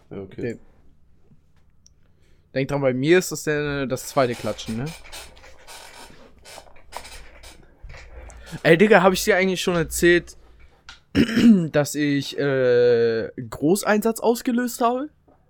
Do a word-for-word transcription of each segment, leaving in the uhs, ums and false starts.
Ja, okay. okay. Denk dran, bei mir ist das der, das zweite Klatschen, ne? Ey, Digga, hab ich dir eigentlich schon erzählt, dass ich äh, Großeinsatz ausgelöst habe?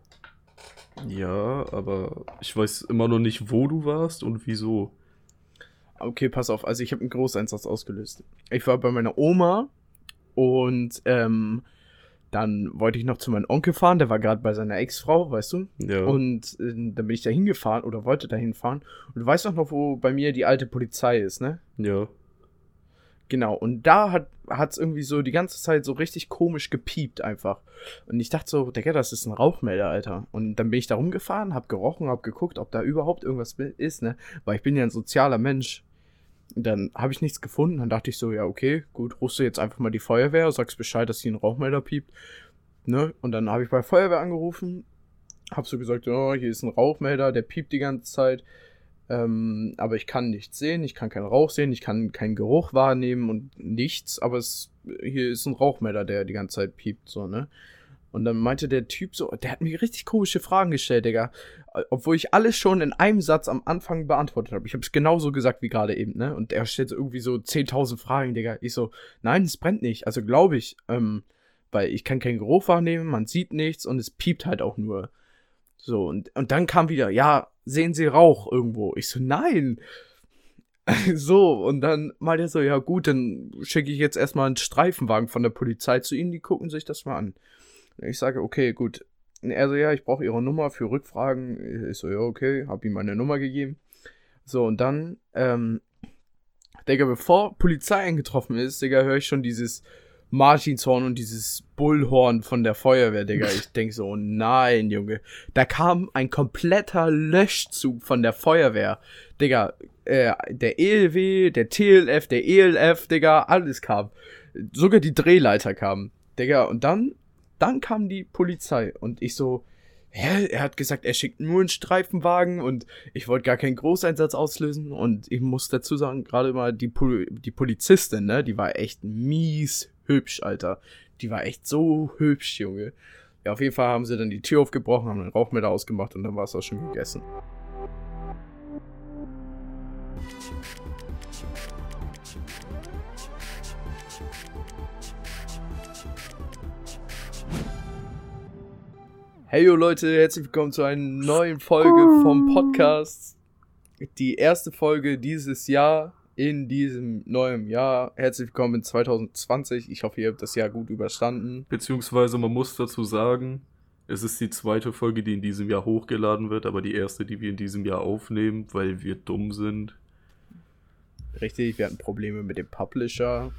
Ja, aber ich weiß immer noch nicht, wo du warst und wieso. Okay, pass auf, also ich habe einen Großeinsatz ausgelöst. Ich war bei meiner Oma und ähm, dann wollte ich noch zu meinem Onkel fahren, der war gerade bei seiner Ex-Frau, weißt du? Ja. Und äh, dann bin ich da hingefahren oder wollte da hinfahren. Und du weißt doch noch, wo bei mir die alte Polizei ist, ne? Ja. Genau, und da hat hat's irgendwie so die ganze Zeit so richtig komisch gepiept einfach. Und ich dachte so, Digga, das ist ein Rauchmelder, Alter. Und dann bin ich da rumgefahren, hab gerochen, hab geguckt, ob da überhaupt irgendwas ist, ne? Weil ich bin ja ein sozialer Mensch. Und dann habe ich nichts gefunden. Dann dachte ich so, ja, okay, gut, rufst du jetzt einfach mal die Feuerwehr, sagst Bescheid, dass hier ein Rauchmelder piept, ne? Und dann habe ich bei Feuerwehr angerufen, hab so gesagt, oh, hier ist ein Rauchmelder, der piept die ganze Zeit. Ähm, aber ich kann nichts sehen, ich kann keinen Rauch sehen, ich kann keinen Geruch wahrnehmen und nichts, aber es, hier ist ein Rauchmelder, der die ganze Zeit piept, so, ne? Und dann meinte der Typ so, der hat mir richtig komische Fragen gestellt, Digga. Obwohl ich alles schon in einem Satz am Anfang beantwortet habe. Ich habe es genauso gesagt wie gerade eben, ne? Und er stellt so irgendwie so zehntausend Fragen, Digga. Ich so, nein, es brennt nicht. Also glaube ich, ähm, weil ich kann keinen Geruch wahrnehmen, man sieht nichts und es piept halt auch nur. So, und, und dann kam wieder, ja, sehen Sie Rauch irgendwo? Ich so, nein. So, und dann meinte er so, ja gut, dann schicke ich jetzt erstmal einen Streifenwagen von der Polizei zu Ihnen, die gucken sich das mal an. Ich sage, okay, gut. Und er so, ja, ich brauche Ihre Nummer für Rückfragen. Ich so, ja, okay, hab ihm meine Nummer gegeben. So, und dann, ähm, Digga, bevor Polizei eingetroffen ist, Digga, höre ich schon dieses Martinshorn und dieses Bullhorn von der Feuerwehr, Digga. Ich denk so, oh nein, Junge. Da kam ein kompletter Löschzug von der Feuerwehr. Digga, äh, der E L W, der T L F, der E L F, Digga, alles kam. Sogar die Drehleiter kamen. Digga, und dann, dann kam die Polizei. Und ich so, hä? Er hat gesagt, er schickt nur einen Streifenwagen und ich wollte gar keinen Großeinsatz auslösen. Und ich muss dazu sagen, gerade mal die, Pol- die Polizistin, ne, die war echt mies hübsch, Alter. Die war echt so hübsch, Junge. Ja, auf jeden Fall haben sie dann die Tür aufgebrochen, haben den Rauchmelder ausgemacht und dann war es auch schon gegessen. Hey yo Leute, herzlich willkommen zu einer neuen Folge vom Podcast. Die erste Folge dieses Jahr in diesem neuen Jahr. Herzlich willkommen in zwanzig zwanzig. Ich hoffe, ihr habt das Jahr gut überstanden. Beziehungsweise man muss dazu sagen, es ist die zweite Folge, die in diesem Jahr hochgeladen wird, aber die erste, die wir in diesem Jahr aufnehmen, weil wir dumm sind. Richtig, wir hatten Probleme mit dem Publisher.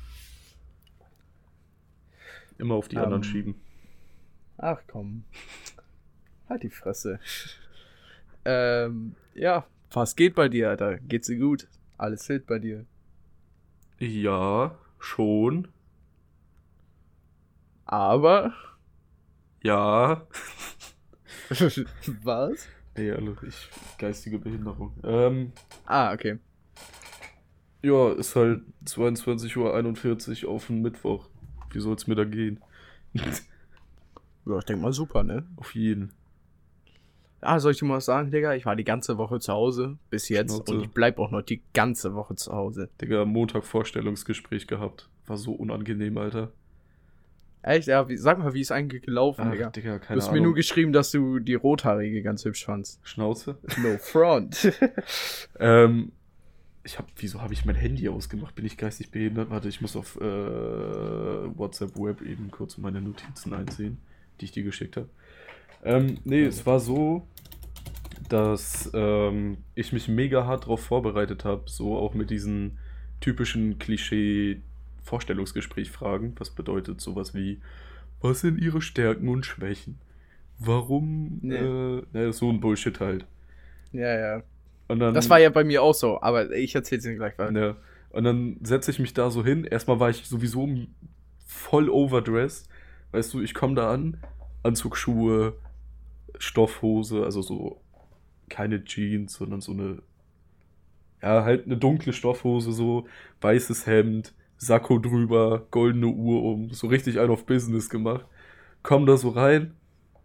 Immer auf die Ähm, anderen schieben. Ach komm. Halt die Fresse. ähm, ja, was geht bei dir, Alter? Geht's dir gut? Alles fit bei dir? Ja, schon. Aber? Ja. Was? Nee, also ich, geistige Behinderung. Ähm, Ah, okay. ja, ist halt zweiundzwanzig Uhr einundvierzig auf den Mittwoch. Wie soll's mir da gehen? Ja, ich denk mal super, ne? Auf jeden. Ah, soll ich dir mal was sagen, Digga? Ich war die ganze Woche zu Hause, bis jetzt. Schnauze. Und ich bleib auch noch die ganze Woche zu Hause. Digga, Montag Vorstellungsgespräch gehabt. War so unangenehm, Alter. Echt? Ja, wie, sag mal, wie ist eigentlich gelaufen, Ach, Digga? Digga, Du keine hast Ahnung. mir nur geschrieben, dass du die Rothaarige ganz hübsch fandst. Schnauze. No front. ähm, ich hab, wieso habe ich mein Handy ausgemacht? Bin ich geistig behindert? Warte, ich muss auf äh, WhatsApp Web eben kurz meine Notizen einsehen, die ich dir geschickt habe. Ähm, nee, es war so, dass ähm, ich mich mega hart darauf vorbereitet habe, so auch mit diesen typischen Klischee-Vorstellungsgespräch-Fragen. Was bedeutet sowas wie, was sind ihre Stärken und Schwächen? Warum, Nee. äh, ne, so ein Bullshit halt. Ja, ja. Und dann, Das war ja bei mir auch so, aber ich erzähl's dir gleich weiter. ja, und dann setze ich mich da so hin. Erstmal war ich sowieso voll overdressed. Weißt du, ich komme da an, Anzugsschuhe, Stoffhose, also so keine Jeans, sondern so eine, ja, halt eine dunkle Stoffhose, so weißes Hemd, Sakko drüber, goldene Uhr um, so richtig ein auf Business gemacht. Komm da so rein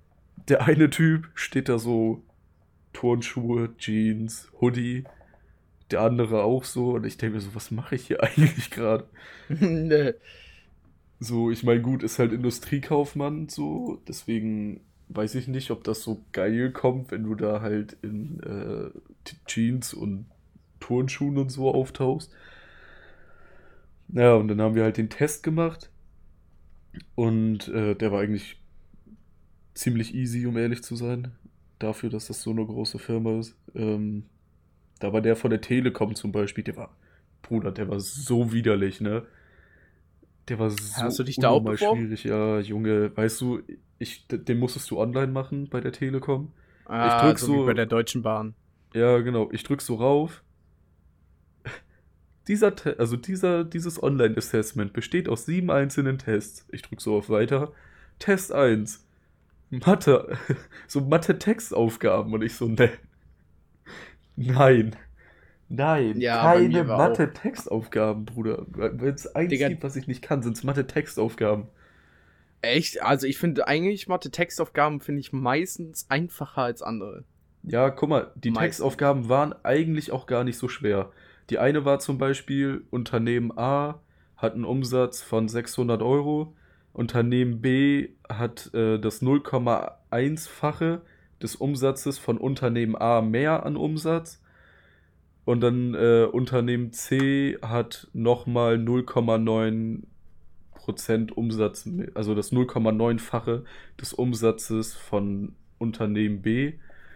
der eine Typ steht da so, Turnschuhe, Jeans, Hoodie, der andere auch so. Und ich denke mir so, was mache ich hier eigentlich gerade? Nee. So, ich meine, gut, ist halt Industriekaufmann so, deswegen weiß ich nicht, ob das so geil kommt, wenn du da halt in äh, T- Jeans und Turnschuhen und so auftauchst. Ja, und dann haben wir halt den Test gemacht und äh, der war eigentlich ziemlich easy, um ehrlich zu sein, dafür, dass das so eine große Firma ist. Ähm, da war der von der Telekom zum Beispiel, der war, Bruder, der war so widerlich, ne? Der war Hast du so dich da auch unnormal beworben? schwierig, ja, Junge. Weißt du, ich, d- den musstest du online machen bei der Telekom. Ich Ah, drück so wie bei so, der Deutschen Bahn. ja, genau, ich drück so rauf. Dieser, Te also dieser, dieses Online-Assessment besteht aus sieben einzelnen Tests. Ich drück so auf Weiter. Test eins. Mathe. So Mathe-Textaufgaben. Und ich so, ne, nein. Nein, Ja, bei keine mir war auch. Mathe-Textaufgaben, Bruder. Wenn es eins Digga, gibt, was ich nicht kann, sind es Mathe-Textaufgaben. echt? Also ich finde eigentlich Mathe-Textaufgaben finde ich meistens einfacher als andere. Ja, guck mal, die Meistens. Textaufgaben waren eigentlich auch gar nicht so schwer. Die eine war zum Beispiel, Unternehmen A hat einen Umsatz von sechshundert Euro, Unternehmen B hat äh, das null Komma eins-fache des Umsatzes von Unternehmen A mehr an Umsatz und dann äh, Unternehmen C hat nochmal null Komma neun Prozent Umsatz, also das null Komma neun-fache des Umsatzes von Unternehmen B.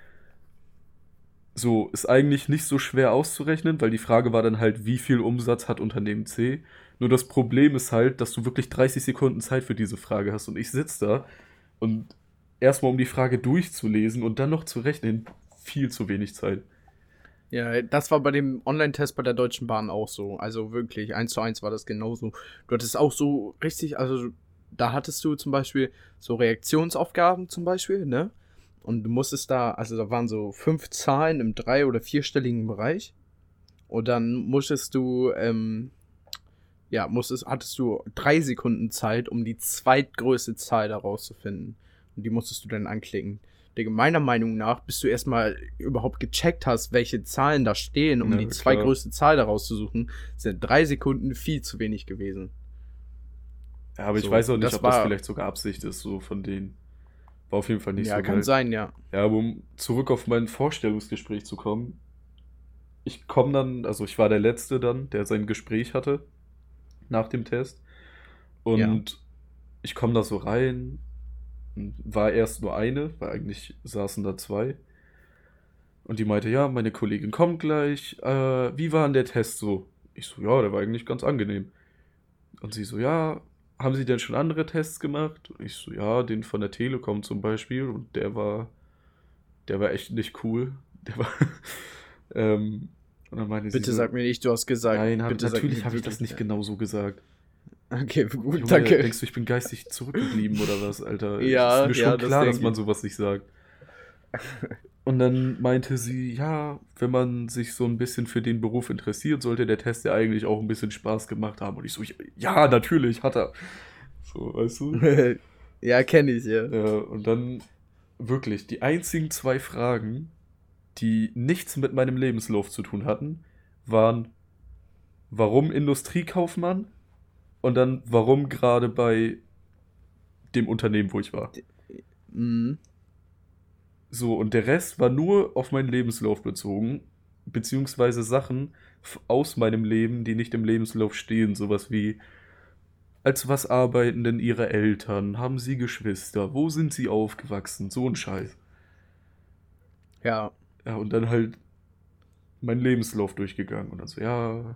So, ist eigentlich nicht so schwer auszurechnen, weil die Frage war dann halt, wie viel Umsatz hat Unternehmen C? Nur das Problem ist halt, dass du wirklich dreißig Sekunden Zeit für diese Frage hast und ich sitze da und erstmal um die Frage durchzulesen und dann noch zu rechnen, viel zu wenig Zeit. Ja, das war bei dem Online-Test bei der Deutschen Bahn auch so. Also wirklich, eins zu eins war das genauso. Du hattest auch so richtig, also da hattest du zum Beispiel so Reaktionsaufgaben zum Beispiel, ne? Und du musstest da, also da waren so fünf Zahlen im drei- oder vierstelligen Bereich. Und dann musstest du, ähm, ja, musstest, hattest du drei Sekunden Zeit, um die zweitgrößte Zahl daraus zu finden. Und die musstest du dann anklicken. Digga, meiner Meinung nach, bis du erstmal überhaupt gecheckt hast, welche Zahlen da stehen, um Ja, die klar. zweitgrößte Zahl daraus zu suchen, sind drei Sekunden viel zu wenig gewesen. Ja, aber ich So, weiß auch und nicht, das ob das war, vielleicht sogar Absicht ist, so von denen. War auf jeden Fall nicht ja, so kann geil. sein, ja. Ja, aber um zurück auf mein Vorstellungsgespräch zu kommen, ich komme dann, also ich war der Letzte dann, der sein Gespräch hatte nach dem Test. Ja. Und ich komme da so rein, war erst nur eine, weil eigentlich saßen da zwei. Und die meinte, ja, meine Kollegin kommt gleich. Äh, wie war denn der Test so? Ich so, ja, der war eigentlich ganz angenehm. Und sie so, ja, haben Sie denn schon andere Tests gemacht? Und ich so, ja, den von der Telekom zum Beispiel. Und der war, der war echt nicht cool. Der war, ähm, und dann meinte sie Bitte so, sag mir nicht, du hast gesagt. nein, hab, Bitte sag natürlich mir habe ich das wirklich. nicht Ja. genau so gesagt. Okay, gut, Junge, danke. denkst du, ich bin geistig zurückgeblieben oder was, Alter? Ist Ja, mir ja, schon das klar, dass denke man ich. sowas nicht sagt. Und dann meinte sie, ja, wenn man sich so ein bisschen für den Beruf interessiert, sollte der Test ja eigentlich auch ein bisschen Spaß gemacht haben. Und ich so, ja, natürlich, hat er. So, weißt du? Ja, kenne ich, ja. Ja, und dann wirklich die einzigen zwei Fragen, die nichts mit meinem Lebenslauf zu tun hatten, waren, warum Industriekaufmann und dann, warum gerade bei dem Unternehmen, wo ich war. Mhm. So, und der Rest war nur auf meinen Lebenslauf bezogen, beziehungsweise Sachen f- aus meinem Leben, die nicht im Lebenslauf stehen. Sowas wie, als was arbeiten denn ihre Eltern? Haben sie Geschwister? Wo sind sie aufgewachsen? So ein Scheiß. Ja. Ja, und dann halt mein Lebenslauf durchgegangen. Und dann so, ja,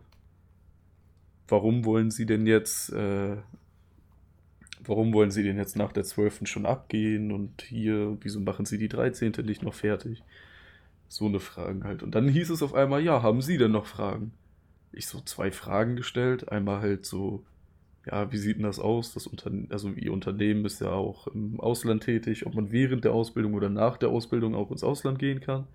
warum wollen sie denn jetzt, äh, warum wollen sie denn jetzt nach der zwölften schon abgehen? Und hier, wieso machen sie die dreizehnte nicht noch fertig? So eine Fragen halt. Und dann hieß es auf einmal, ja, haben Sie denn noch Fragen? Ich so zwei Fragen gestellt. Einmal halt so, ja, wie sieht denn das aus? Das Unterne also Ihr Unternehmen ist ja auch im Ausland tätig, ob man während der Ausbildung oder nach der Ausbildung auch ins Ausland gehen kann.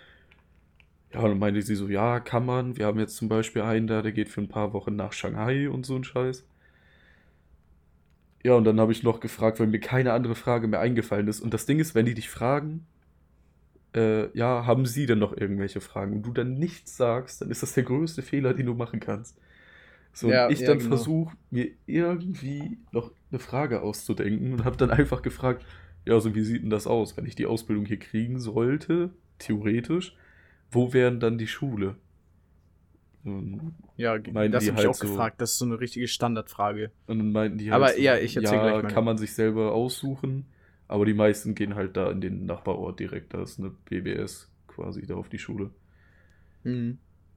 Ja, und dann meinte sie so, ja, kann man. Wir haben jetzt zum Beispiel einen da, der geht für ein paar Wochen nach Shanghai und so ein Scheiß. Ja, und dann habe ich noch gefragt, weil mir keine andere Frage mehr eingefallen ist. Und das Ding ist, wenn die dich fragen, äh, ja, haben sie denn noch irgendwelche Fragen? Und du dann nichts sagst, dann ist das der größte Fehler, den du machen kannst. So, und Ja, ich ja, dann genau. versuche, mir irgendwie noch eine Frage auszudenken und habe dann einfach gefragt, ja, also wie sieht denn das aus, wenn ich die Ausbildung hier kriegen sollte, theoretisch, wo wären dann die Schule? Und Ja, g- meinten das die habe ich halt auch so, gefragt. Das ist so eine richtige Standardfrage. und dann meinten die halt Aber ja, so, ich erzähle gleich ja, meine. kann man sich selber aussuchen, aber die meisten gehen halt da in den Nachbarort direkt, da ist eine B B S quasi da auf die Schule. Mhm.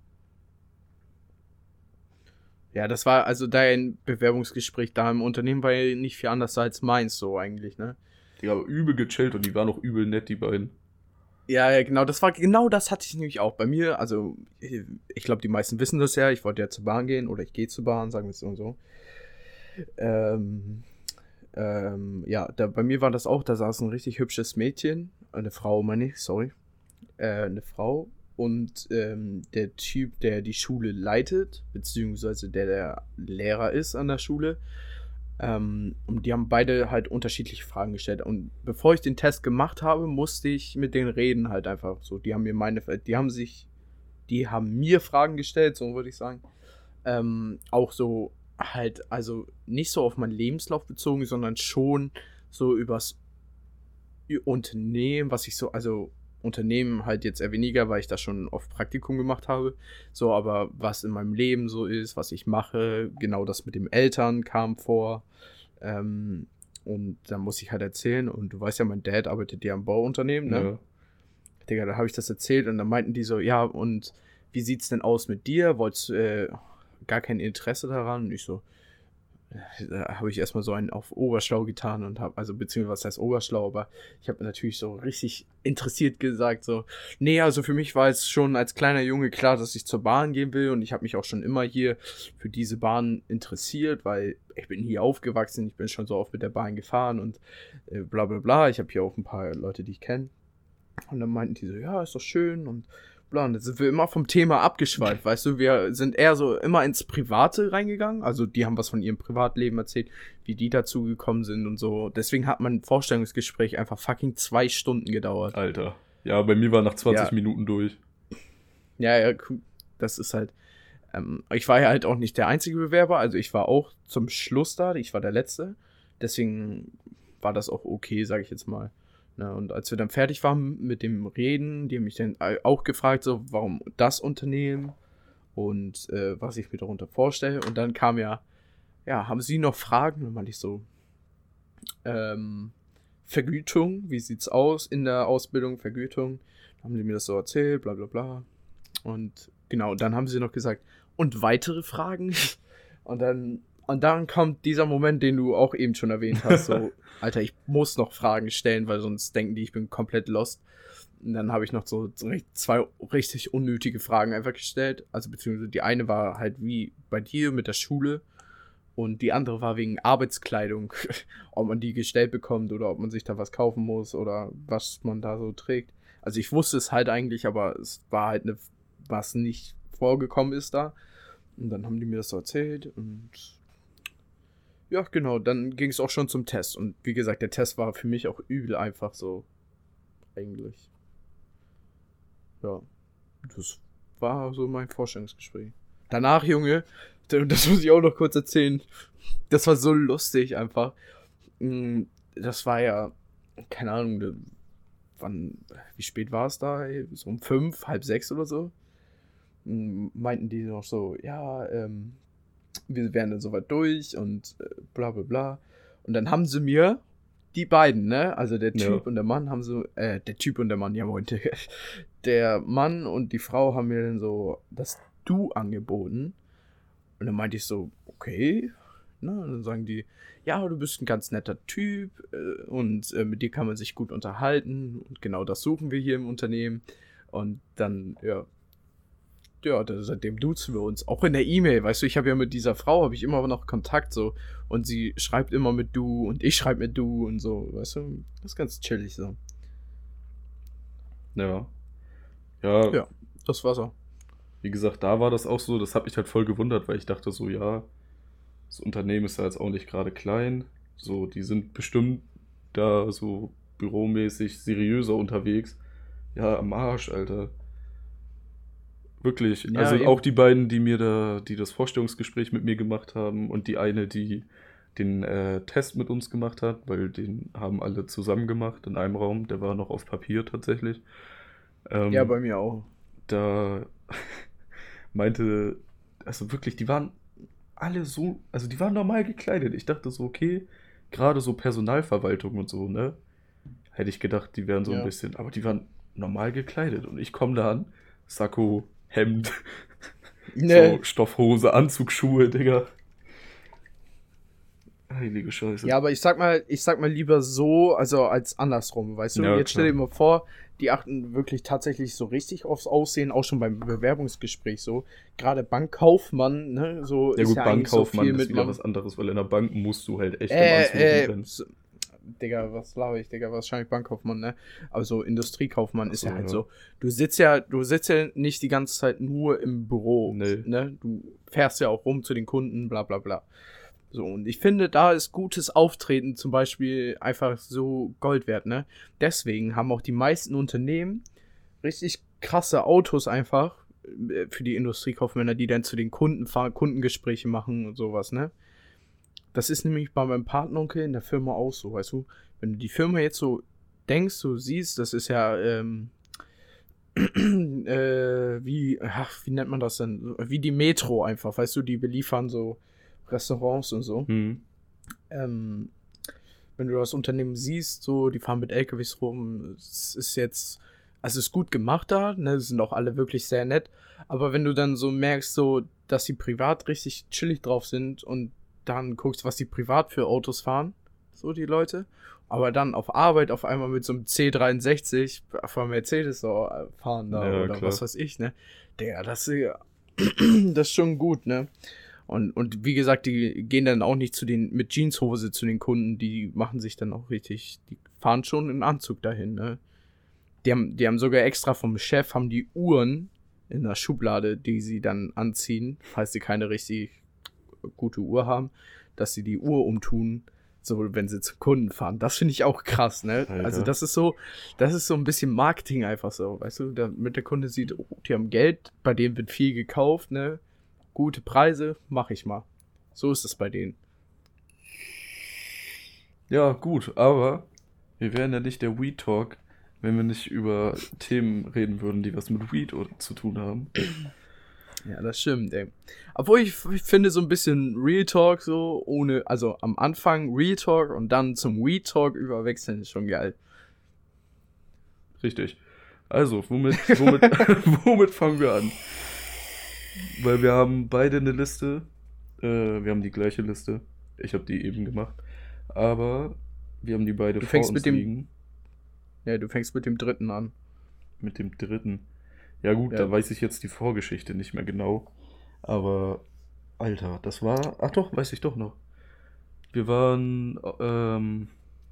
Ja, das war also dein Bewerbungsgespräch da im Unternehmen war ja nicht viel anders als meins so eigentlich, ne? Die haben übel gechillt und die waren auch übel nett, die beiden. Ja, ja, genau, das war genau das hatte ich nämlich auch bei mir. Also, ich, ich glaube, die meisten wissen das ja. Ich wollte ja zur Bahn gehen oder ich gehe zur Bahn, sagen wir es so und so. Ähm, ähm, ja, da, bei mir war das auch, da saß ein richtig hübsches Mädchen, eine Frau, meine ich, sorry, äh, eine Frau und ähm, der Typ, der die Schule leitet, beziehungsweise der der Lehrer ist an der Schule, ähm, und die haben beide halt unterschiedliche Fragen gestellt. Und bevor ich den Test gemacht habe, musste ich mit denen reden halt einfach so. Die haben mir meine, die haben sich, die haben mir Fragen gestellt, so würde ich sagen. Ähm, auch so halt, also nicht so auf meinen Lebenslauf bezogen, sondern schon so übers Unternehmen, was ich so, also Unternehmen halt jetzt eher weniger, weil ich da schon oft Praktikum gemacht habe. So, aber was in meinem Leben so ist, was ich mache, genau das mit den Eltern kam vor. Ähm, und dann muss ich halt erzählen, und du weißt ja, mein Dad arbeitet ja im Bauunternehmen, ne? Ja. Digga, da habe ich das erzählt und dann meinten die so, ja, und wie sieht's denn aus mit dir? Wolltest du äh, gar kein Interesse daran? Und ich so, da habe ich erstmal so einen auf Oberschlau getan und habe, also beziehungsweise was heißt Oberschlau, aber ich habe natürlich so richtig interessiert gesagt, so, nee, also für mich war es schon als kleiner Junge klar, dass ich zur Bahn gehen will und ich habe mich auch schon immer hier für diese Bahn interessiert, weil ich bin hier aufgewachsen, ich bin schon so oft mit der Bahn gefahren und äh, bla bla bla, ich habe hier auch ein paar Leute, die ich kenne und dann meinten die so, ja, ist doch schön und bla. Und dann sind wir immer vom Thema abgeschweift, weißt du, wir sind eher so immer ins Private reingegangen. Also die haben was von ihrem Privatleben erzählt, wie die dazu gekommen sind und so. Deswegen hat mein Vorstellungsgespräch einfach fucking zwei Stunden gedauert. Alter. Ja, bei mir war nach zwanzig Ja, Minuten durch. ja, ja, cool. Das ist halt. Ähm, ich war ja halt auch nicht der einzige Bewerber, also ich war auch zum Schluss da, ich war der Letzte. Deswegen war das auch okay, sage ich jetzt mal. Na, und als wir dann fertig waren mit dem Reden, die haben mich dann auch gefragt, so, warum das Unternehmen und äh, was ich mir darunter vorstelle. Und dann kam ja, ja, haben Sie noch Fragen? Und dann meinte ich so, ähm, Vergütung, wie sieht's aus in der Ausbildung, Vergütung? Dann haben sie mir das so erzählt, bla bla bla. Und genau, dann haben sie noch gesagt, und weitere Fragen? Und dann, und dann kommt dieser Moment, den du auch eben schon erwähnt hast, so, Alter, ich muss noch Fragen stellen, weil sonst denken die, ich bin komplett lost. Und dann habe ich noch so zwei richtig unnötige Fragen einfach gestellt. Also beziehungsweise die eine war halt wie bei dir mit der Schule und die andere war wegen Arbeitskleidung, ob man die gestellt bekommt oder ob man sich da was kaufen muss oder was man da so trägt. Also ich wusste es halt eigentlich, aber es war halt eine, was nicht vorgekommen ist da. Und dann haben die mir das so erzählt und ja, genau, dann ging es auch schon zum Test. Und wie gesagt, der Test war für mich auch übel einfach so, eigentlich. Ja, das war so mein Vorstellungsgespräch. Danach, Junge, das muss ich auch noch kurz erzählen, das war so lustig einfach. Das war ja, keine Ahnung, wann, wie spät war es da? So um fünf, halb sechs oder so. Meinten die noch so, ja, ähm, wir wären dann soweit durch und äh, bla bla bla. Und dann haben sie mir, die beiden, ne, also der Typ Ja. und der Mann haben so, äh, der Typ und der Mann, ja moin, der Mann und die Frau haben mir dann so das Du angeboten. Und dann meinte ich so, okay. Ne, und dann sagen die, ja, du bist ein ganz netter Typ äh, und äh, mit dir kann man sich gut unterhalten und genau das suchen wir hier im Unternehmen. Und dann, ja, ja, da, seitdem duzen wir uns. Auch in der E-Mail, weißt du, ich habe ja mit dieser Frau, habe ich immer noch Kontakt so. Und sie schreibt immer mit du und ich schreibe mit du und so, weißt du. Das ist ganz chillig so. Ja. Ja, Ja, das war's auch. wie gesagt, da war das auch so, das hat mich halt voll gewundert, weil ich dachte so, ja, das Unternehmen ist ja jetzt auch nicht gerade klein. So, die sind bestimmt da so büromäßig seriöser unterwegs. Ja, am Arsch, Alter. Wirklich. Ja, Also eben. auch die beiden, die mir da, die das Vorstellungsgespräch mit mir gemacht haben und die eine, die den äh, Test mit uns gemacht hat, weil den haben alle zusammen gemacht in einem Raum. Der war noch auf Papier tatsächlich. Ähm, Ja, bei mir auch. da meinte, also wirklich, die waren alle so, also die waren normal gekleidet. Ich dachte so, okay, gerade so Personalverwaltung und so, ne? Hätte ich gedacht, die wären so ein Ja. bisschen, aber die waren normal gekleidet. Und ich komme da an, Sakko, Hemd, Nee. so Stoffhose, Anzugsschuhe, Digga. Heilige Scheiße. Ja, aber ich sag mal, ich sag mal lieber so, also als andersrum, weißt du? Ja, Jetzt stell klar. dir mal vor, die achten wirklich tatsächlich so richtig aufs Aussehen, auch schon beim Bewerbungsgespräch so. Gerade Bankkaufmann, ne, so Ja ist gut, ja eigentlich so Bankkaufmann viel ist mit wieder man- was anderes, weil in der Bank musst du halt echt im Äh, Anzug äh, rumrennen. s- Digga, was laber ich, Digga, wahrscheinlich Bankkaufmann, ne? Aber so Industriekaufmann Ach ist so, ja halt ja. so. Du sitzt ja, du sitzt ja nicht die ganze Zeit nur im Büro, Nee. ne? Du fährst ja auch rum zu den Kunden, bla bla bla. So, und ich finde, da ist gutes Auftreten zum Beispiel einfach so Gold wert, ne? Deswegen haben auch die meisten Unternehmen richtig krasse Autos einfach äh, für die Industriekaufmänner, die dann zu den Kunden fahren, Kundengespräche machen und sowas, ne? Das ist nämlich bei meinem Patenonkel in der Firma auch so, weißt du? Wenn du die Firma jetzt so denkst, du siehst, das ist ja, ähm, äh, wie, ach, wie nennt man das denn? Wie die Metro einfach, weißt du, die beliefern so Restaurants und so. Hm. Ähm, wenn du das Unternehmen siehst, so, die fahren mit L K Ws rum, es ist jetzt, also es ist gut gemacht da, ne, sind auch alle wirklich sehr nett, aber wenn du dann so merkst, so, dass sie privat richtig chillig drauf sind und dann guckst, was die privat für Autos fahren, so die Leute, aber dann auf Arbeit auf einmal mit so einem C dreiundsechzig von Mercedes so äh, fahren da Ja, oder klar. was weiß ich, ne, der, das, äh, das ist schon gut, ne. Und, und wie gesagt, die gehen dann auch nicht zu den mit Jeanshose zu den Kunden, die machen sich dann auch richtig, die fahren schon in Anzug dahin, ne? Die haben, die haben sogar extra vom Chef, haben die Uhren in der Schublade, die sie dann anziehen, falls sie keine richtig gute Uhr haben, dass sie die Uhr umtun, so wenn sie zu Kunden fahren. Das finde ich auch krass, ne? Alter. Also das ist so, das ist so ein bisschen Marketing einfach so, weißt du, damit der Kunde sieht, oh, die haben Geld, bei denen wird viel gekauft, ne? Gute Preise, mach ich mal. So ist es bei denen. Ja, gut, aber wir wären ja nicht der Weed Talk, wenn wir nicht über Themen reden würden, die was mit Weed o- zu tun haben. Ja, das stimmt, ey. Obwohl ich, ich finde so ein bisschen Real Talk so, ohne, also am Anfang Real Talk und dann zum Weed Talk überwechseln ist schon geil. Richtig. Also, womit, womit, womit fangen wir an? Weil wir haben beide eine Liste. Äh, wir haben die gleiche Liste. Ich habe die eben gemacht. Aber wir haben die beide Du vor fängst uns mit dem- liegen. Ja, du fängst mit dem dritten an. Mit dem dritten. Ja gut, Ja. da weiß ich jetzt die Vorgeschichte nicht mehr genau. Aber, Alter, das war... Ach doch, weiß ich doch noch. Wir waren... Ähm,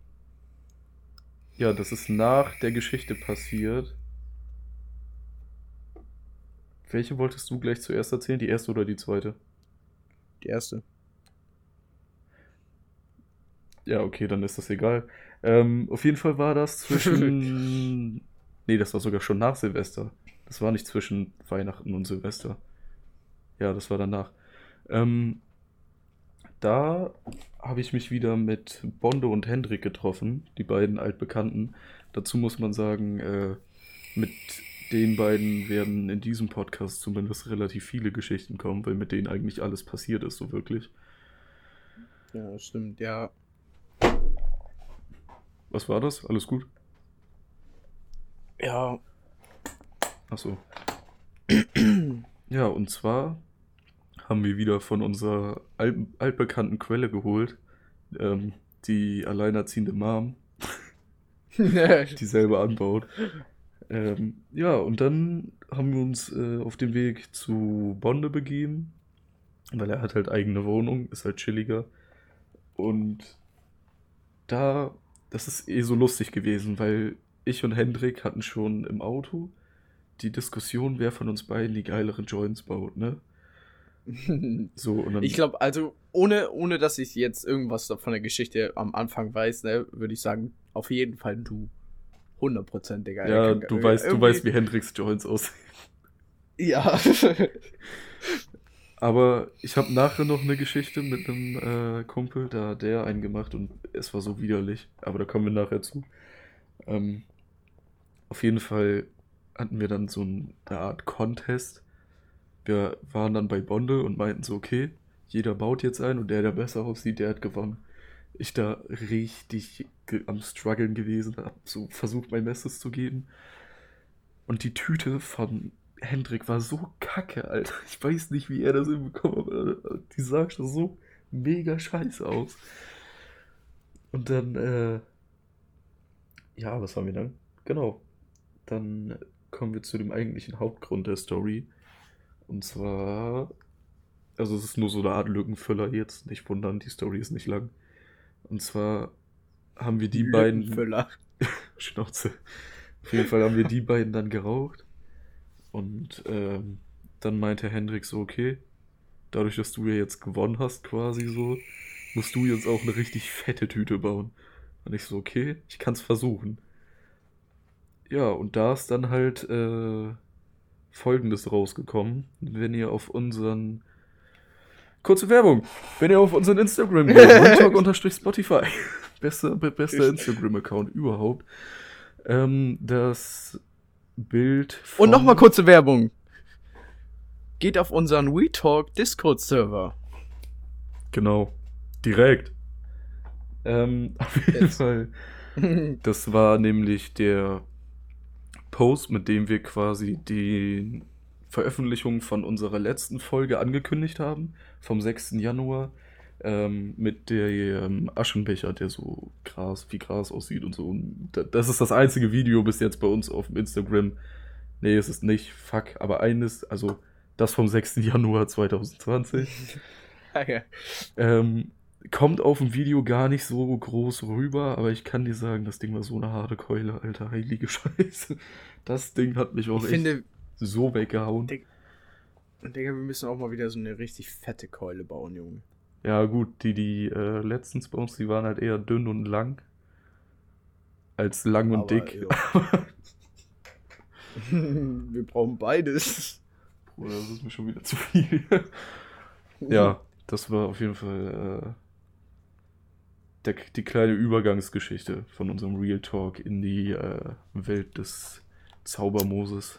ja, das ist nach der Geschichte passiert. Welche wolltest du gleich zuerst erzählen? Die erste oder die zweite? Die erste. Ja, okay, dann ist das egal. Ähm, auf jeden Fall war das zwischen... Nee, das war sogar schon nach Silvester. Das war nicht zwischen Weihnachten und Silvester. Ja, das war danach. Ähm, da habe ich mich wieder mit Bondo und Hendrik getroffen, die beiden Altbekannten. Dazu muss man sagen, äh, mit den beiden werden in diesem Podcast zumindest relativ viele Geschichten kommen, weil mit denen eigentlich alles passiert ist, so wirklich. Ja, stimmt, ja. Was war das? Alles gut? Ja. Ach so. Ja, und zwar haben wir wieder von unserer alt, altbekannten Quelle geholt, ähm, die alleinerziehende Mom, die selber anbaut. Ähm, ja, und dann haben wir uns äh, auf den Weg zu Bonde begeben, weil er hat halt eigene Wohnung, ist halt chilliger. Und da, das ist eh so lustig gewesen, weil ich und Hendrik hatten schon im Auto die Diskussion, wer von uns beiden die geileren Joints baut, ne? So, und dann ich glaube, also ohne, ohne dass ich jetzt irgendwas von der Geschichte am Anfang weiß, ne, würde ich sagen, auf jeden Fall du. hundert Prozent, Digga. Ja, kann, du, weißt, du weißt, wie Hendrix Joints aussehen. Ja. Aber ich habe nachher noch eine Geschichte mit einem äh, Kumpel, da hat der einen gemacht und es war so widerlich. Aber da kommen wir nachher zu. Ähm, auf jeden Fall hatten wir dann so eine Art Contest. Wir waren dann bei Bonde und meinten so, okay, jeder baut jetzt ein und der, der besser aussieht, der hat gewonnen. Ich da richtig ge- am Struggeln gewesen, hab so versucht, mein Bestes zu geben. Und die Tüte von Hendrik war so kacke, Alter. Ich weiß nicht, wie er das hinbekommen hat, aber die sah schon so mega scheiße aus. Und dann, äh, ja, was haben wir dann? Genau. Dann kommen wir zu dem eigentlichen Hauptgrund der Story. Und zwar, also es ist nur so eine Art Lückenfüller jetzt, nicht wundern, die Story ist nicht lang. Und zwar haben wir die beiden... Lückenfüller. Schnauze. Auf jeden Fall haben wir die beiden dann geraucht. Und ähm, dann meinte Hendrik so, okay, dadurch, dass du ja jetzt gewonnen hast quasi so, musst du jetzt auch eine richtig fette Tüte bauen. Und ich so, okay, ich kann's versuchen. Ja, und da ist dann halt äh, Folgendes rausgekommen. Wenn ihr auf unseren... Kurze Werbung. Wenn ihr auf unseren Instagram geht, retalk-spotify, bester, bester Instagram-Account überhaupt, ähm, das Bild von... Und nochmal kurze Werbung. Geht auf unseren WeTalk Discord-Server. Genau. Direkt. Ähm, auf jeden Jetzt. Fall. Das war nämlich der Post, mit dem wir quasi die Veröffentlichung von unserer letzten Folge angekündigt haben, vom sechsten Januar, ähm, mit dem Aschenbecher, der so Gras, wie Gras aussieht und so. Und das ist das einzige Video bis jetzt bei uns auf dem Instagram. Nee, es ist nicht, fuck, aber eines, also das vom sechsten Januar zwanzig zwanzig. Okay. Ähm, kommt auf dem Video gar nicht so groß rüber, aber ich kann dir sagen, das Ding war so eine harte Keule, Alter, heilige Scheiße. Das Ding hat mich auch ich echt finde, so weggehauen. Digga, wir müssen auch mal wieder so eine richtig fette Keule bauen, Junge. Ja gut, die, die äh, letztens bei uns, die waren halt eher dünn und lang. Als lang und aber, dick. Ja. Wir brauchen beides. Bruder, das ist mir schon wieder zu viel. Ja, das war auf jeden Fall äh, der, die kleine Übergangsgeschichte von unserem Real Talk in die äh, Welt des Zaubermoses.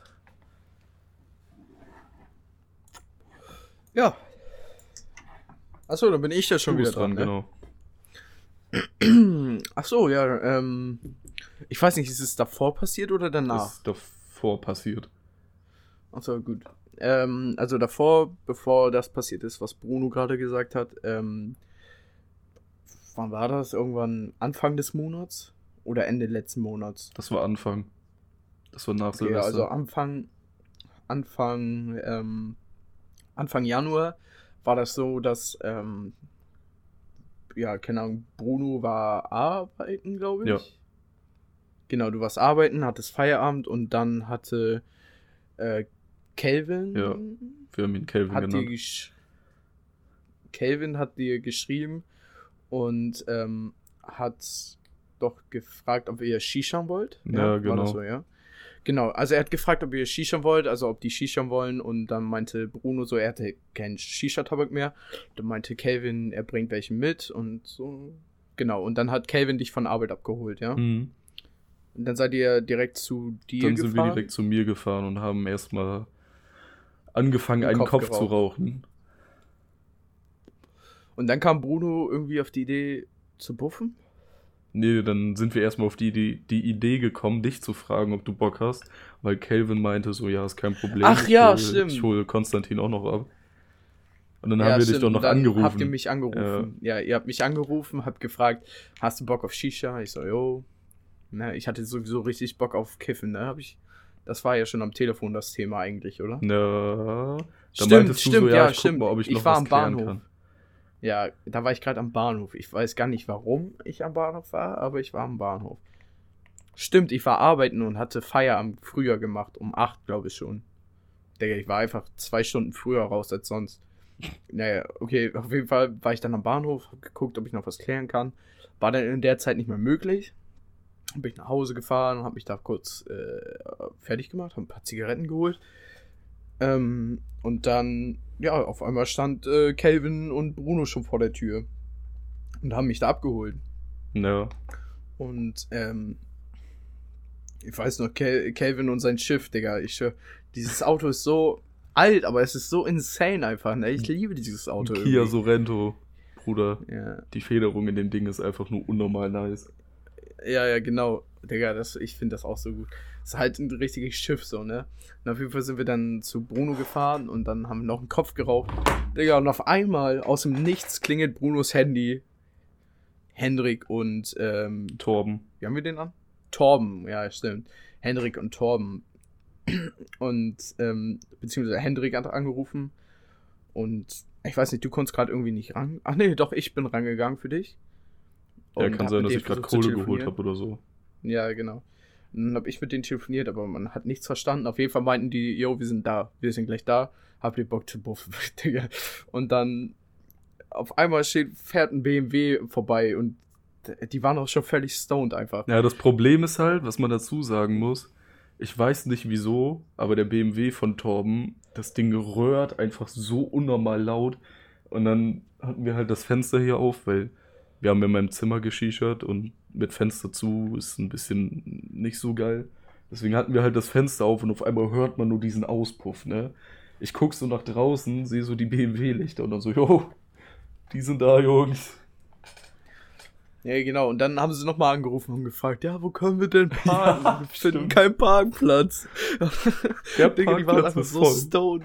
Ja. Achso, dann bin ich ja schon du wieder bist dran, dran, ne? Genau. Achso, ja, ähm, ich weiß nicht, ist es davor passiert oder danach? Das ist davor passiert. Achso, gut. Ähm, also davor, bevor das passiert ist, was Bruno gerade gesagt hat, ähm, wann war das? Irgendwann Anfang des Monats? Oder Ende letzten Monats? Das war Anfang. Das war nach okay, Silvester. Also Anfang, Anfang, ähm, Anfang Januar war das so, dass, ähm, ja, keine Ahnung, Bruno war arbeiten, glaube ich. Ja. Genau, du warst arbeiten, hattest Feierabend und dann hatte äh, Kelvin. Ja, wir haben ihn Kelvin hat genannt. Dir gesch- Kelvin hat dir geschrieben und ähm, hat doch gefragt, ob ihr Shisha wollt. Ja, ja, genau. War das so, ja? Genau, also er hat gefragt, ob ihr Shisha wollt, also ob die Shisha wollen und dann meinte Bruno so, er hatte keinen Shisha-Tabak mehr. Dann meinte Kelvin, er bringt welchen mit und so. Genau, und dann hat Kelvin dich von Arbeit abgeholt, ja? Mhm. Und dann seid ihr direkt zu dir Dann gefahren? sind wir direkt zu mir gefahren und haben erstmal angefangen, einen Kopf, Kopf zu rauchen. Und dann kam Bruno irgendwie auf die Idee zu puffen? Nee, dann sind wir erstmal auf die, die, die Idee gekommen, dich zu fragen, ob du Bock hast, weil Kelvin meinte so, ja, ist kein Problem. Ach ja, ich hol, stimmt. Ich hole Konstantin auch noch ab. Und dann ja, haben wir stimmt. dich doch noch dann angerufen. Habt ihr mich angerufen. Ja. ja, ihr habt mich angerufen, habt gefragt, hast du Bock auf Shisha? Ich so, jo. Na, ich hatte sowieso richtig Bock auf Kiffen, ne? Hab ich. Das war ja schon am Telefon das Thema eigentlich, oder? Ja. Dann stimmt, meintest du stimmt, so, ja, ja, ich stimmt. guck mal, ob ich, ich noch war was am klären Bahnhof. kann. Ja, da war ich gerade am Bahnhof. Ich weiß gar nicht, warum ich am Bahnhof war, aber ich war am Bahnhof. Stimmt, ich war arbeiten und hatte Feierabend früher gemacht, um acht, glaube ich schon. Digga, ich war einfach zwei Stunden früher raus als sonst. naja, okay, auf jeden Fall war ich dann am Bahnhof, hab geguckt, ob ich noch was klären kann. War dann in der Zeit nicht mehr möglich. Bin ich nach Hause gefahren, hab mich da kurz äh, fertig gemacht, hab ein paar Zigaretten geholt. Ähm, und dann, ja, auf einmal stand äh, Calvin und Bruno schon vor der Tür und haben mich da abgeholt. Ja. Und, ähm, ich weiß noch, Cal- Calvin und sein Schiff, Digga, ich schwör, dieses Auto ist so alt, aber es ist so insane einfach, ne? Ich liebe dieses Auto. Kia irgendwie. Sorento, Bruder. Ja. Die Federung in dem Ding ist einfach nur unnormal nice. Ja, ja, genau. Digga, das, ich finde das auch so gut. Das ist halt ein richtiges Schiff so, ne? Und auf jeden Fall sind wir dann zu Bruno gefahren und dann haben wir noch einen Kopf geraucht. Digga, und auf einmal aus dem Nichts klingelt Brunos Handy. Hendrik und, ähm, Torben. wie haben wir den an? Torben, ja, stimmt. Hendrik und Torben. Und, ähm, beziehungsweise Hendrik hat angerufen. Und ich weiß nicht, du konntest gerade irgendwie nicht ran. Ach nee, doch, ich bin rangegangen für dich. Ja, Und kann hab sein, mit dass dem ich gerade versucht zu Kohle geholt telefonieren. habe oder so. Ja, genau. Und dann habe ich mit denen telefoniert, aber man hat nichts verstanden. Auf jeden Fall meinten die, yo, wir sind da, wir sind gleich da. Habt ihr Bock zu buffen, Digga? Und dann auf einmal steht, fährt ein B M W vorbei und die waren auch schon völlig stoned einfach. Ja, das Problem ist halt, was man dazu sagen muss, ich weiß nicht wieso, aber der B M W von Torben, das Ding röhrt einfach so unnormal laut. Und dann hatten wir halt das Fenster hier auf, weil wir haben in meinem Zimmer geschichert und mit Fenster zu ist ein bisschen nicht so geil. Deswegen hatten wir halt das Fenster auf und auf einmal hört man nur diesen Auspuff, ne? Ich guck so nach draußen, sehe so die B M W-Lichter und dann so, jo, die sind da, Jungs. Ja, genau. Und dann haben sie nochmal angerufen und gefragt, ja, wo können wir denn parken? Ja, wir finden stimmt. keinen Parkplatz. Der Digga, die waren Parkplatz einfach ist so voll. stoned.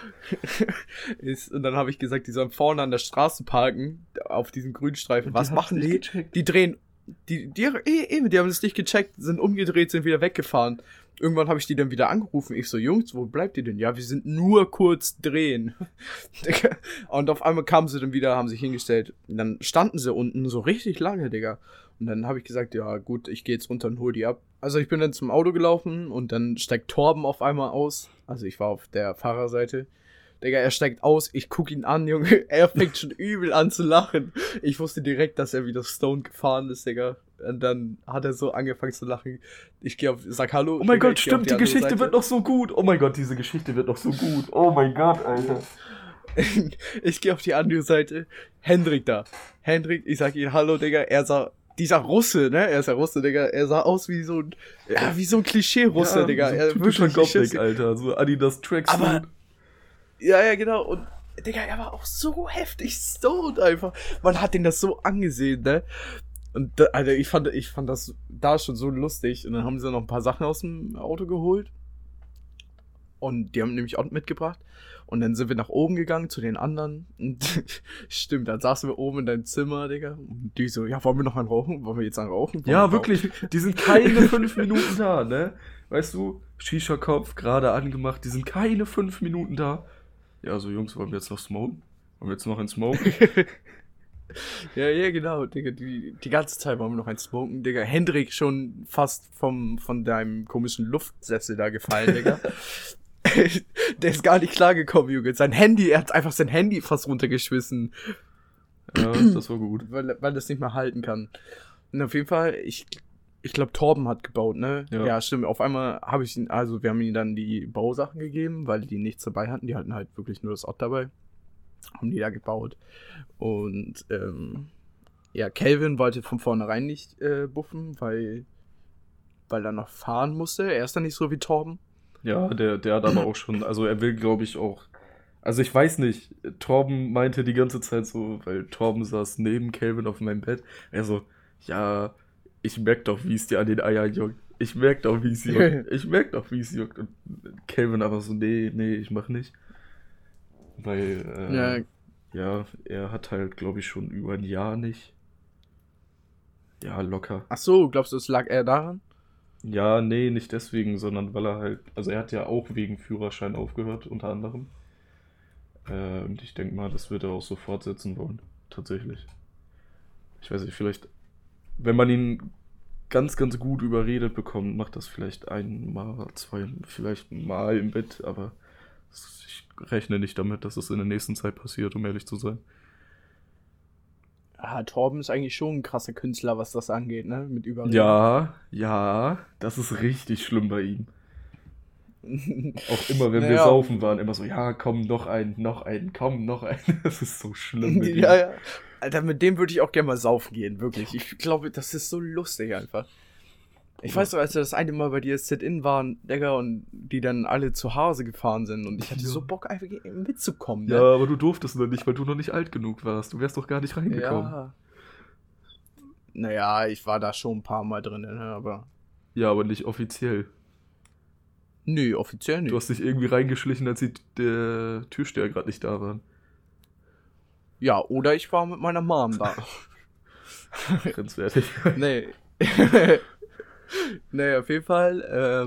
Ist, und dann habe ich gesagt, die sollen vorne an der Straße parken, auf diesem Grünstreifen. Was Die haben's machen nicht die? gecheckt. Die drehen, die, die, eh, eben, die haben es nicht gecheckt, sind umgedreht, sind wieder weggefahren. Irgendwann habe ich die dann wieder angerufen. Ich so, Jungs, wo bleibt ihr denn? Ja, wir sind nur kurz drehen. Digga. Und auf einmal kamen sie dann wieder, haben sich hingestellt. Und dann standen sie unten so richtig lange, Digga. Und dann habe ich gesagt, ja gut, ich gehe jetzt runter und hol die ab. Also ich bin dann zum Auto gelaufen und dann steigt Torben auf einmal aus. Also ich war auf der Fahrerseite. Digga, er steigt aus, ich guck ihn an, Junge. Er fängt schon übel an zu lachen. Ich wusste direkt, dass er wieder stoned gefahren ist, Digga. Und dann hat er so angefangen zu lachen. Ich gehe auf, sag Hallo. Oh mein Digga, Gott, ich geh auf stimmt, die, andere Geschichte Seite. wird noch so gut. Oh mein Gott, diese Geschichte wird noch so gut. Oh mein Gott, Alter. Ich gehe auf die andere Seite. Hendrik da. Hendrik, ich sag ihm Hallo, Digga. Er sah, dieser Russe, ne? Er ist ja Russe, Digga. Er sah aus wie so ein, ja, wie so ein Klischee-Russe, Ja, Digga. so Er typischer wirklich Gothic, Klischee- Alter. So Adidas Tracksuit. Aber- Ja, ja, genau. Und, Digga, er war auch so heftig stoned einfach. Man hat ihn das so angesehen, ne? Und, da, Alter, ich fand, ich fand das da schon so lustig. Und dann haben sie noch ein paar Sachen aus dem Auto geholt. Und die haben nämlich auch mitgebracht. Und dann sind wir nach oben gegangen zu den anderen. Und stimmt, dann saßen wir oben in deinem Zimmer, Digga. Und die so, ja, wollen wir noch einen rauchen? Wollen wir jetzt einen rauchen? Wollen Ja, wir wirklich. Die sind keine fünf Minuten da, ne? Weißt du, Shisha-Kopf, gerade angemacht, die sind keine fünf Minuten da. Ja, so Jungs, wollen wir jetzt noch smoken? Wollen wir jetzt noch einen Smoken? Ja, ja, genau, Digga. Die, die ganze Zeit wollen wir noch einen smoken, Digga. Hendrik schon fast vom, von deinem komischen Luftsessel da gefallen, Digga. Der ist gar nicht klargekommen, Junge. Sein Handy, er hat einfach sein Handy fast runtergeschmissen, Ja, das war gut. weil, weil das nicht mehr halten kann. Und auf jeden Fall, ich, ich glaube, Torben hat gebaut, ne? Ja. Ja, stimmt. Auf einmal habe ich ihn, also wir haben ihm dann die Bausachen gegeben, weil die nichts dabei hatten. Die hatten halt wirklich nur das Ott dabei. Haben die da gebaut. Und, ähm, ja, Calvin wollte von vornherein nicht äh, buffen, weil, weil er noch fahren musste. Er ist dann nicht so wie Torben. Ja, der, der hat aber auch schon, also er will, glaube ich, auch. Also ich weiß nicht, Torben meinte die ganze Zeit so, weil Torben saß neben Calvin auf meinem Bett. Er so, ja, ich merk doch, wie es dir an den Eiern juckt. Ich merk doch, wie es juckt. Ich merk doch, wie es juckt. Und Calvin aber so, nee, nee, ich mach nicht. Weil, äh, Ja. ja, er hat halt, glaube ich, schon über ein Jahr nicht. Ja, locker. Ach so, glaubst du, es lag eher daran? Ja, nee, nicht deswegen, sondern weil er halt, also er hat ja auch wegen Führerschein aufgehört, unter anderem. Äh, und ich denke mal, das wird er auch so fortsetzen wollen, tatsächlich. Ich weiß nicht, vielleicht, wenn man ihn ganz, ganz gut überredet bekommt, macht das vielleicht einmal, zwei, vielleicht mal im Bett, aber Ich rechne nicht damit, dass es in der nächsten Zeit passiert, um ehrlich zu sein. Ah, Torben ist eigentlich schon ein krasser Künstler, was das angeht, ne? Mit Überreden. Ja, ja, das ist richtig schlimm bei ihm. Auch immer, wenn wir Naja. saufen waren, immer so, ja, komm, noch ein, noch ein, komm, noch ein. Das ist so schlimm mit ihm. Ja, ja. Alter, mit dem würde ich auch gerne mal saufen gehen, wirklich. Ich glaube, das ist so lustig einfach. Ich Ja. weiß doch, als wir das eine Mal bei dir Sit-In waren, Digga, und die dann alle zu Hause gefahren sind und ich hatte Ja. so Bock, einfach mitzukommen, ne? Ja, aber du durftest noch nicht, weil du noch nicht alt genug warst. Du wärst doch gar nicht reingekommen. Ja. Naja, ich war da schon ein paar Mal drin, ne, aber... Ja, aber nicht offiziell. Nö, offiziell nicht. Du hast dich irgendwie reingeschlichen, als die, der Türsteher gerade nicht da waren. Ja, oder ich war mit meiner Mom da. Grenzwertig. Nee. Nee, auf jeden Fall.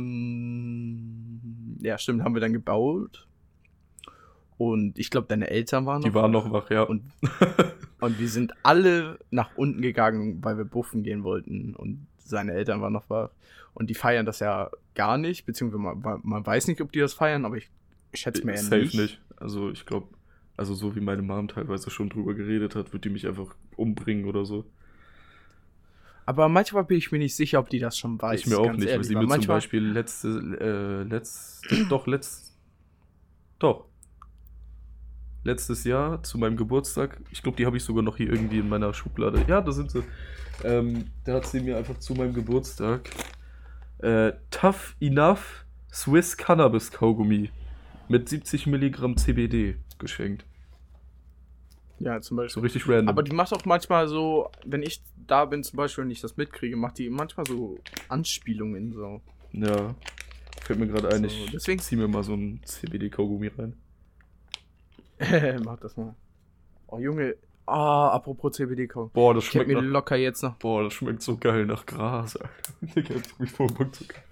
Ähm, ja, stimmt, haben wir dann gebaut. Und ich glaube, deine Eltern waren noch Die waren noch wach, ja. Und, und wir sind alle nach unten gegangen, weil wir buffen gehen wollten. Und seine Eltern waren noch wach. Und die feiern das ja gar nicht, beziehungsweise man, man weiß nicht, ob die das feiern, aber ich, ich schätze mir ja Safe nicht. nicht. Also ich glaube, also so wie meine Mom teilweise schon drüber geredet hat, wird die mich einfach umbringen oder so. Aber manchmal bin ich mir nicht sicher, ob die das schon weiß. Ich mir auch ganz nicht, weil ehrlich, sie weil mir zum manchmal- Beispiel letzte, äh, letzt, doch, letzt, doch, letztes Jahr zu meinem Geburtstag, ich glaube, die habe ich sogar noch hier irgendwie in meiner Schublade. Ja, da sind sie. Ähm, da hat sie mir einfach zu meinem Geburtstag äh, Tough Enough Swiss Cannabis Kaugummi mit siebzig Milligramm C B D geschenkt. Ja, zum So Beispiel. richtig random. Aber die macht auch manchmal so, wenn ich da bin, zum Beispiel, wenn ich das mitkriege, macht die manchmal so Anspielungen so. Ja, fällt mir gerade ein, So, ich deswegen- zieh mir mal so ein C B D-Kaugummi rein. Mach das mal. Oh, Junge. Ah, apropos C B D-Kaugummi. Boah, das Ich hätte schmeckt mir nach, locker jetzt noch... boah, das schmeckt so geil nach Gras, Alter. Digga, jetzt hab ich voll Bock zu kiffen.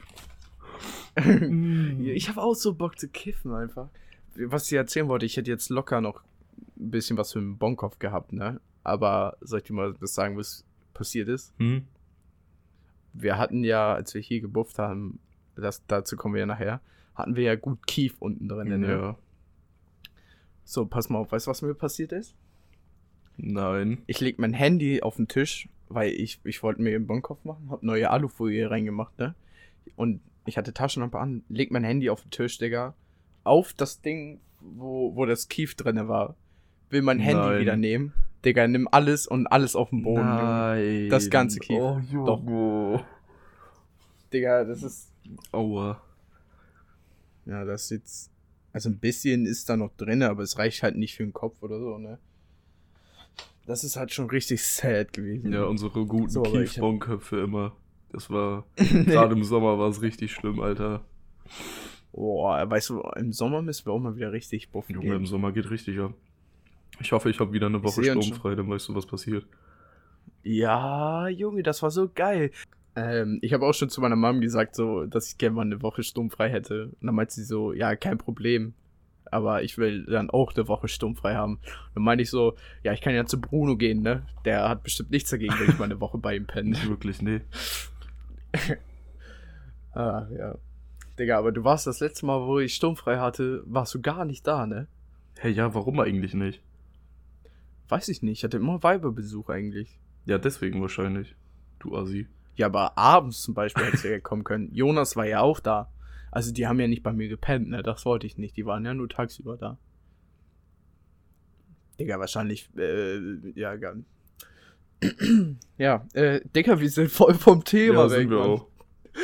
Ich habe auch so Bock zu kiffen einfach. Was ich dir erzählen wollte, ich hätte jetzt locker noch ein bisschen was für einen Bonkopf gehabt, ne? Aber soll ich dir mal das sagen, was passiert ist? Hm? Wir hatten ja, als wir hier gebufft haben, das, dazu kommen wir ja nachher, hatten wir ja gut Kief unten drin. Ne? Ja. So, pass mal auf, weißt du, was mir passiert ist? Nein. Ich leg mein Handy auf den Tisch, weil ich, ich wollte mir einen Bonkopf machen, hab neue Alufolie reingemacht, ne? Und ich hatte Taschenlampe an, leg mein Handy auf den Tisch, Digga, auf das Ding, wo, wo das Kief drinne war. Will mein Handy Nein. wieder nehmen. Digga, nimm alles und alles auf den Boden. Junge. Nein. Das ganze Kief. Oh, Junge. Digga, das ist... Aua. Ja, das ist jetzt... Also ein bisschen ist da noch drin, aber es reicht halt nicht für den Kopf oder so, ne? Das ist halt schon richtig sad gewesen. Ja, unsere guten So, aber ich hab- Kiefbonköpfe immer. Das war, gerade im Sommer war es richtig schlimm, Alter. Boah, weißt du, im Sommer müssen wir auch mal wieder richtig buffen Junge, gehen. im Sommer geht richtig ab. Ich hoffe, ich habe wieder eine Woche seh uns sturmfrei, dann weißt du, was passiert. Ja, Junge, das war so geil. Ähm, ich habe auch schon zu meiner Mom gesagt, so, dass ich gerne mal eine Woche sturmfrei hätte. Und dann meinte sie so, ja, kein Problem. Aber ich will dann auch eine Woche sturmfrei haben. Dann meinte ich so, ja, ich kann ja zu Bruno gehen, ne? Der hat bestimmt nichts dagegen, wenn ich mal eine Woche bei ihm penne. Nicht wirklich, nee. Ah, ja. Digga, aber du warst das letzte Mal, wo ich sturmfrei hatte, warst du gar nicht da, ne? Hey, ja, warum eigentlich nicht? Weiß ich nicht, ich hatte immer Weiberbesuch eigentlich. Ja, deswegen wahrscheinlich. Du Assi. Ja, aber abends zum Beispiel hättest du ja kommen können. Jonas war ja auch da. Also die haben ja nicht bei mir gepennt, ne? Das wollte ich nicht. Die waren ja nur tagsüber da. Digga, wahrscheinlich, äh, ja, gar nicht. Ja, äh, Digga, wir sind voll vom Thema Ja, weg, sind wir Mann. auch.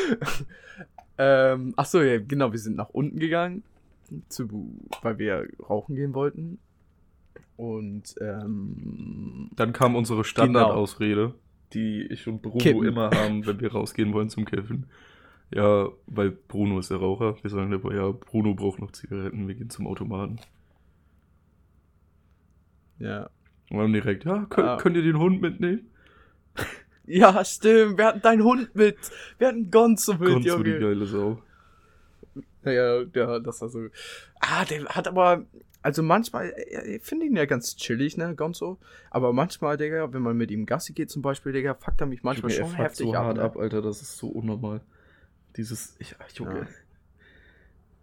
ähm, achso, ja, genau, wir sind nach unten gegangen, zu, weil wir rauchen gehen wollten. Und, ähm, Dann kam unsere Standardausrede, die ich und Bruno Kippen. immer haben, wenn wir rausgehen wollen zum Kiffen. Ja, weil Bruno ist der Raucher. Wir sagen dabei, ja, Bruno braucht noch Zigaretten, wir gehen zum Automaten. ja. Und dann direkt, ja, könnt, Ah. könnt ihr den Hund mitnehmen? Ja, stimmt, wir hatten deinen Hund mit. Wir hatten Gonzo mit, Gott, so die Junge. geile Sau. Ja, ja, das war so. Ah, der hat aber. Also manchmal, äh, ich finde ihn ja ganz chillig, ne, Gonzo. Aber manchmal, Digga, wenn man mit ihm Gassi geht zum Beispiel, Digga, fuckt er mich manchmal Junge, er schon fuckt heftig so ab. hart Ne? ab, Alter, das ist so unnormal. Dieses, ich, ach, Junge. Ja.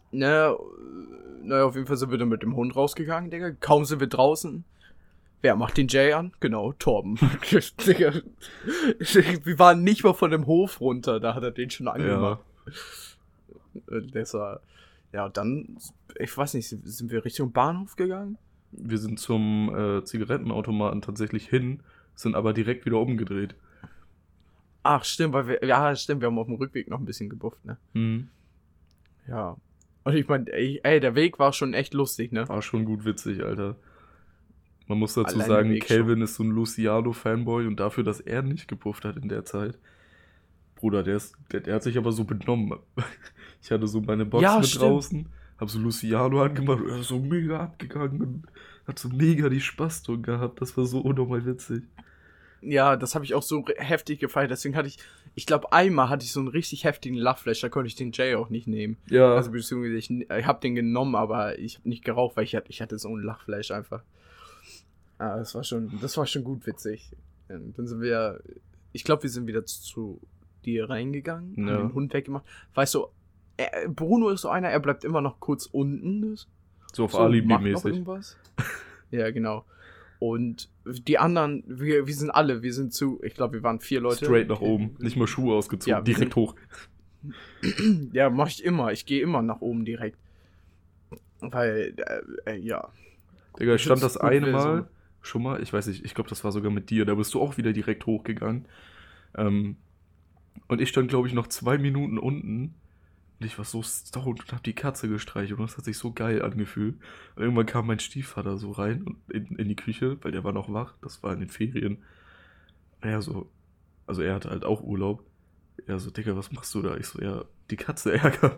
Ne, naja, auf jeden Fall sind wir dann mit dem Hund rausgegangen, Digga. Kaum sind wir draußen. Wer macht den Jay an? Genau, Torben. Digga. Wir waren nicht mal von dem Hof runter, da hat er den schon angemacht. Ja. Das war, ja, dann, ich weiß nicht, sind wir Richtung Bahnhof gegangen? Wir sind zum äh, Zigarettenautomaten tatsächlich hin, sind aber direkt wieder umgedreht. Ach, stimmt, weil wir, ja, stimmt, wir haben auf dem Rückweg noch ein bisschen gebufft, ne? Mhm. Ja. Und ich meine, ey, ey, der Weg war schon echt lustig, ne? War schon gut witzig, Alter. Man muss dazu Allein sagen, Weg Calvin schon. ist so ein Luciano-Fanboy und dafür, dass er nicht gepufft hat in der Zeit. Bruder, der, ist, der, der hat sich aber so benommen. Ich hatte so meine Box Ja, mit stimmt. draußen, hab so Luciano angemacht und er ist so mega abgegangen und hat so mega die Spastung gehabt. Das war so unnormal witzig. Ja, das habe ich auch so heftig gefeiert. Deswegen hatte ich, ich glaube, einmal hatte ich so einen richtig heftigen Lachflash, da konnte ich den Jay auch nicht nehmen. Ja, Also beziehungsweise ich, ich habe den genommen, aber ich habe nicht geraucht, weil ich hatte, ich hatte so einen Lachflash einfach. Ah, das war schon, das war schon gut witzig. Und dann sind wir, ich glaube, wir sind wieder zu dir reingegangen, Ja. haben den Hund weggemacht. Weißt du, er, Bruno ist so einer, er bleibt immer noch kurz unten. so auf So, macht noch Alibi-mäßig. irgendwas. Ja, genau. Und die anderen, wir, wir sind alle, wir sind zu, ich glaube, wir waren vier Leute. Straight nach oben. Nicht mal Schuhe ausgezogen, Ja, wir direkt sind- hoch. Ja, mach ich immer. Ich gehe immer nach oben direkt. Weil, äh, äh, ja. Digga, ich stand das Gut, eine wer so- Mal schon mal, ich weiß nicht, ich glaube, das war sogar mit dir, da bist du auch wieder direkt hochgegangen. Ähm, und ich stand, glaube ich, noch zwei Minuten unten und ich war so stoned und hab die Katze gestreichelt und das hat sich so geil angefühlt. Und irgendwann kam mein Stiefvater so rein und in, in die Küche, weil der war noch wach, das war in den Ferien. Und er so, also er hatte halt auch Urlaub. Er so, Digga, was machst du da? Ich so, ja, die Katze ärgern.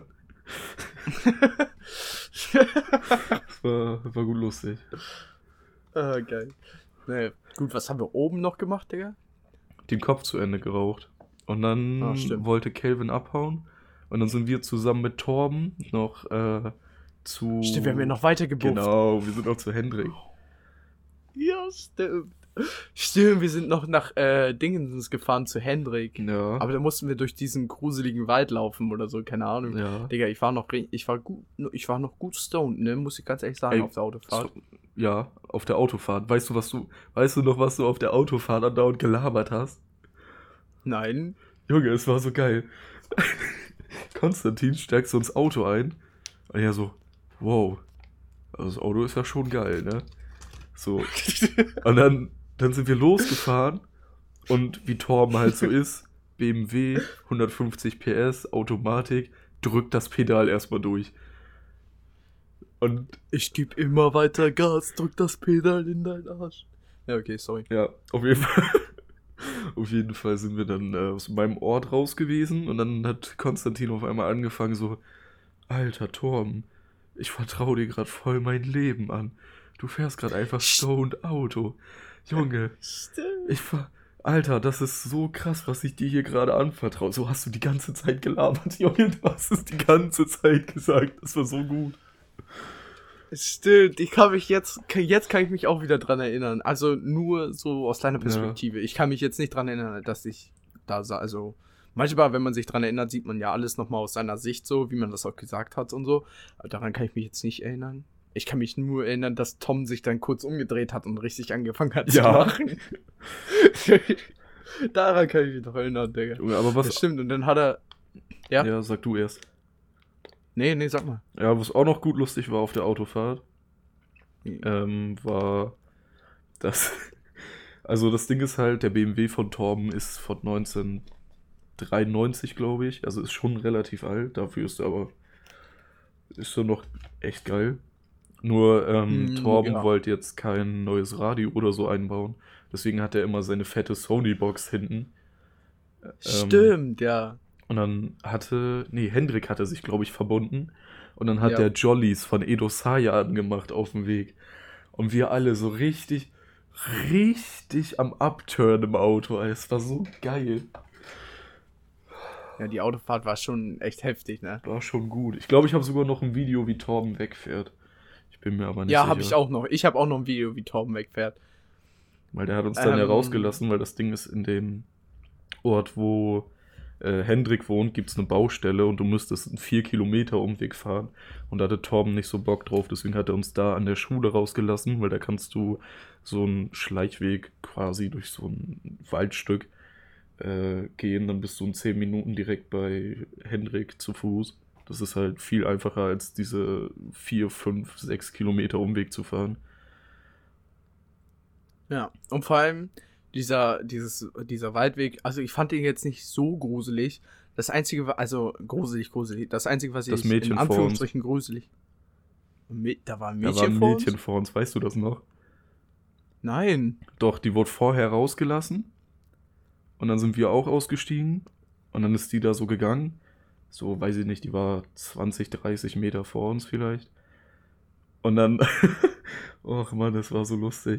Das war, war gut lustig. Ah, geil. Nee. Gut, was haben wir oben noch gemacht, Digga? Den Kopf zu Ende geraucht. Und dann Ah, stimmt. wollte Calvin abhauen. Und dann sind wir zusammen mit Torben noch äh, zu... Stimmt, wir haben ja noch weiter gebufft. Genau, wir sind auch zu Hendrik. Ja, stimmt. Stimmt, wir sind noch nach äh, Dingens gefahren zu Hendrik. Ja. Aber da mussten wir durch diesen gruseligen Wald laufen oder so, keine Ahnung. ja. Digga, ich war noch ri- ich war gut, ich war noch gut stoned, ne, muss ich ganz ehrlich sagen, Ey, auf der Autofahrt. So, ja, auf der Autofahrt. Weißt du, was du, weißt du noch, was du auf der Autofahrt andauernd gelabert hast? Nein. Junge, es war so geil. Konstantin steigt so ins Auto ein. Und er so, wow, also das Auto ist ja schon geil, ne? So. Und dann, dann sind wir losgefahren. Und wie Torben halt so ist, B M W, hundertfünfzig P S, Automatik, drückt das Pedal erstmal durch. Und Ich geb immer weiter Gas, drück das Pedal in deinen Arsch. Ja, okay, sorry. ja, auf jeden Fall. Auf jeden Fall sind wir dann äh, aus meinem Ort raus gewesen und dann hat Konstantin auf einmal angefangen so, Alter Torben, ich vertraue dir gerade voll mein Leben an. Du fährst gerade einfach stoned Auto. Junge, Stimmt. ich fahr... Alter, das ist so krass, was ich dir hier gerade anvertraue. So hast du die ganze Zeit gelabert, Junge, du hast es die ganze Zeit gesagt. Das war so gut. Stimmt, ich kann mich jetzt, jetzt kann ich mich auch wieder dran erinnern. Also nur so aus deiner Perspektive. Ich kann mich jetzt nicht dran erinnern, dass ich da sah. Also manchmal, wenn man sich dran erinnert, sieht man ja alles nochmal aus seiner Sicht so, wie man das auch gesagt hat und so. Aber daran kann ich mich jetzt nicht erinnern. Ich kann mich nur erinnern, dass Tom sich dann kurz umgedreht hat und richtig angefangen hat zu Ja. lachen. Daran kann ich mich noch erinnern, Digga. Junge, aber was... Das stimmt, und dann hat er... Ja? Ja, sag du erst. Nee, nee, sag mal. Ja, was auch noch gut lustig war auf der Autofahrt, ähm, war das. Also das Ding ist halt, der B M W von Torben ist von neunzehnhundertdreiundneunzig, glaube ich. Also ist schon relativ alt. Dafür ist er aber ist er noch echt geil. Nur ähm, Mm, Torben ja. wollte jetzt kein neues Radio oder so einbauen. Deswegen hat er immer seine fette Sony-Box hinten. Ähm, Stimmt, ja. Und dann hatte, nee, Hendrik hatte sich, glaube ich, verbunden. Und dann hat Ja. der Jollies von Edo Saya angemacht auf dem Weg. Und wir alle so richtig, richtig am Upturn im Auto. Ey. Es war so geil. Ja, die Autofahrt war schon echt heftig, ne? War schon gut. Ich glaube, ich habe sogar noch ein Video, wie Torben wegfährt. Ich bin mir aber nicht Ja, sicher. habe ich auch noch. Ich habe auch noch ein Video, wie Torben wegfährt. Weil der hat uns dann ja Ähm. rausgelassen, weil das Ding ist in dem Ort, wo äh, Hendrik wohnt, gibt es eine Baustelle und du müsstest einen vier Kilometer Umweg fahren. Und da hatte Torben nicht so Bock drauf, deswegen hat er uns da an der Schule rausgelassen, weil da kannst du so einen Schleichweg quasi durch so ein Waldstück äh, gehen. Dann bist du in zehn Minuten direkt bei Hendrik zu Fuß. Das ist halt viel einfacher, als diese vier, fünf, sechs Kilometer Umweg zu fahren. Ja, und vor allem dieser, dieses, dieser Waldweg, also ich fand den jetzt nicht so gruselig. Das Einzige, also gruselig, gruselig, das Einzige, was Das ich Mädchen in vor uns. Anführungsstrichen gruselig. Mi- Da war ein Da Mädchen war ein vor Mädchen uns? vor uns, weißt du das noch? Nein. Doch, die wurde vorher rausgelassen und dann sind wir auch ausgestiegen und dann ist die da so gegangen. So, weiß ich nicht, die war zwanzig, dreißig Meter vor uns vielleicht. Und dann, och Mann, das war so lustig.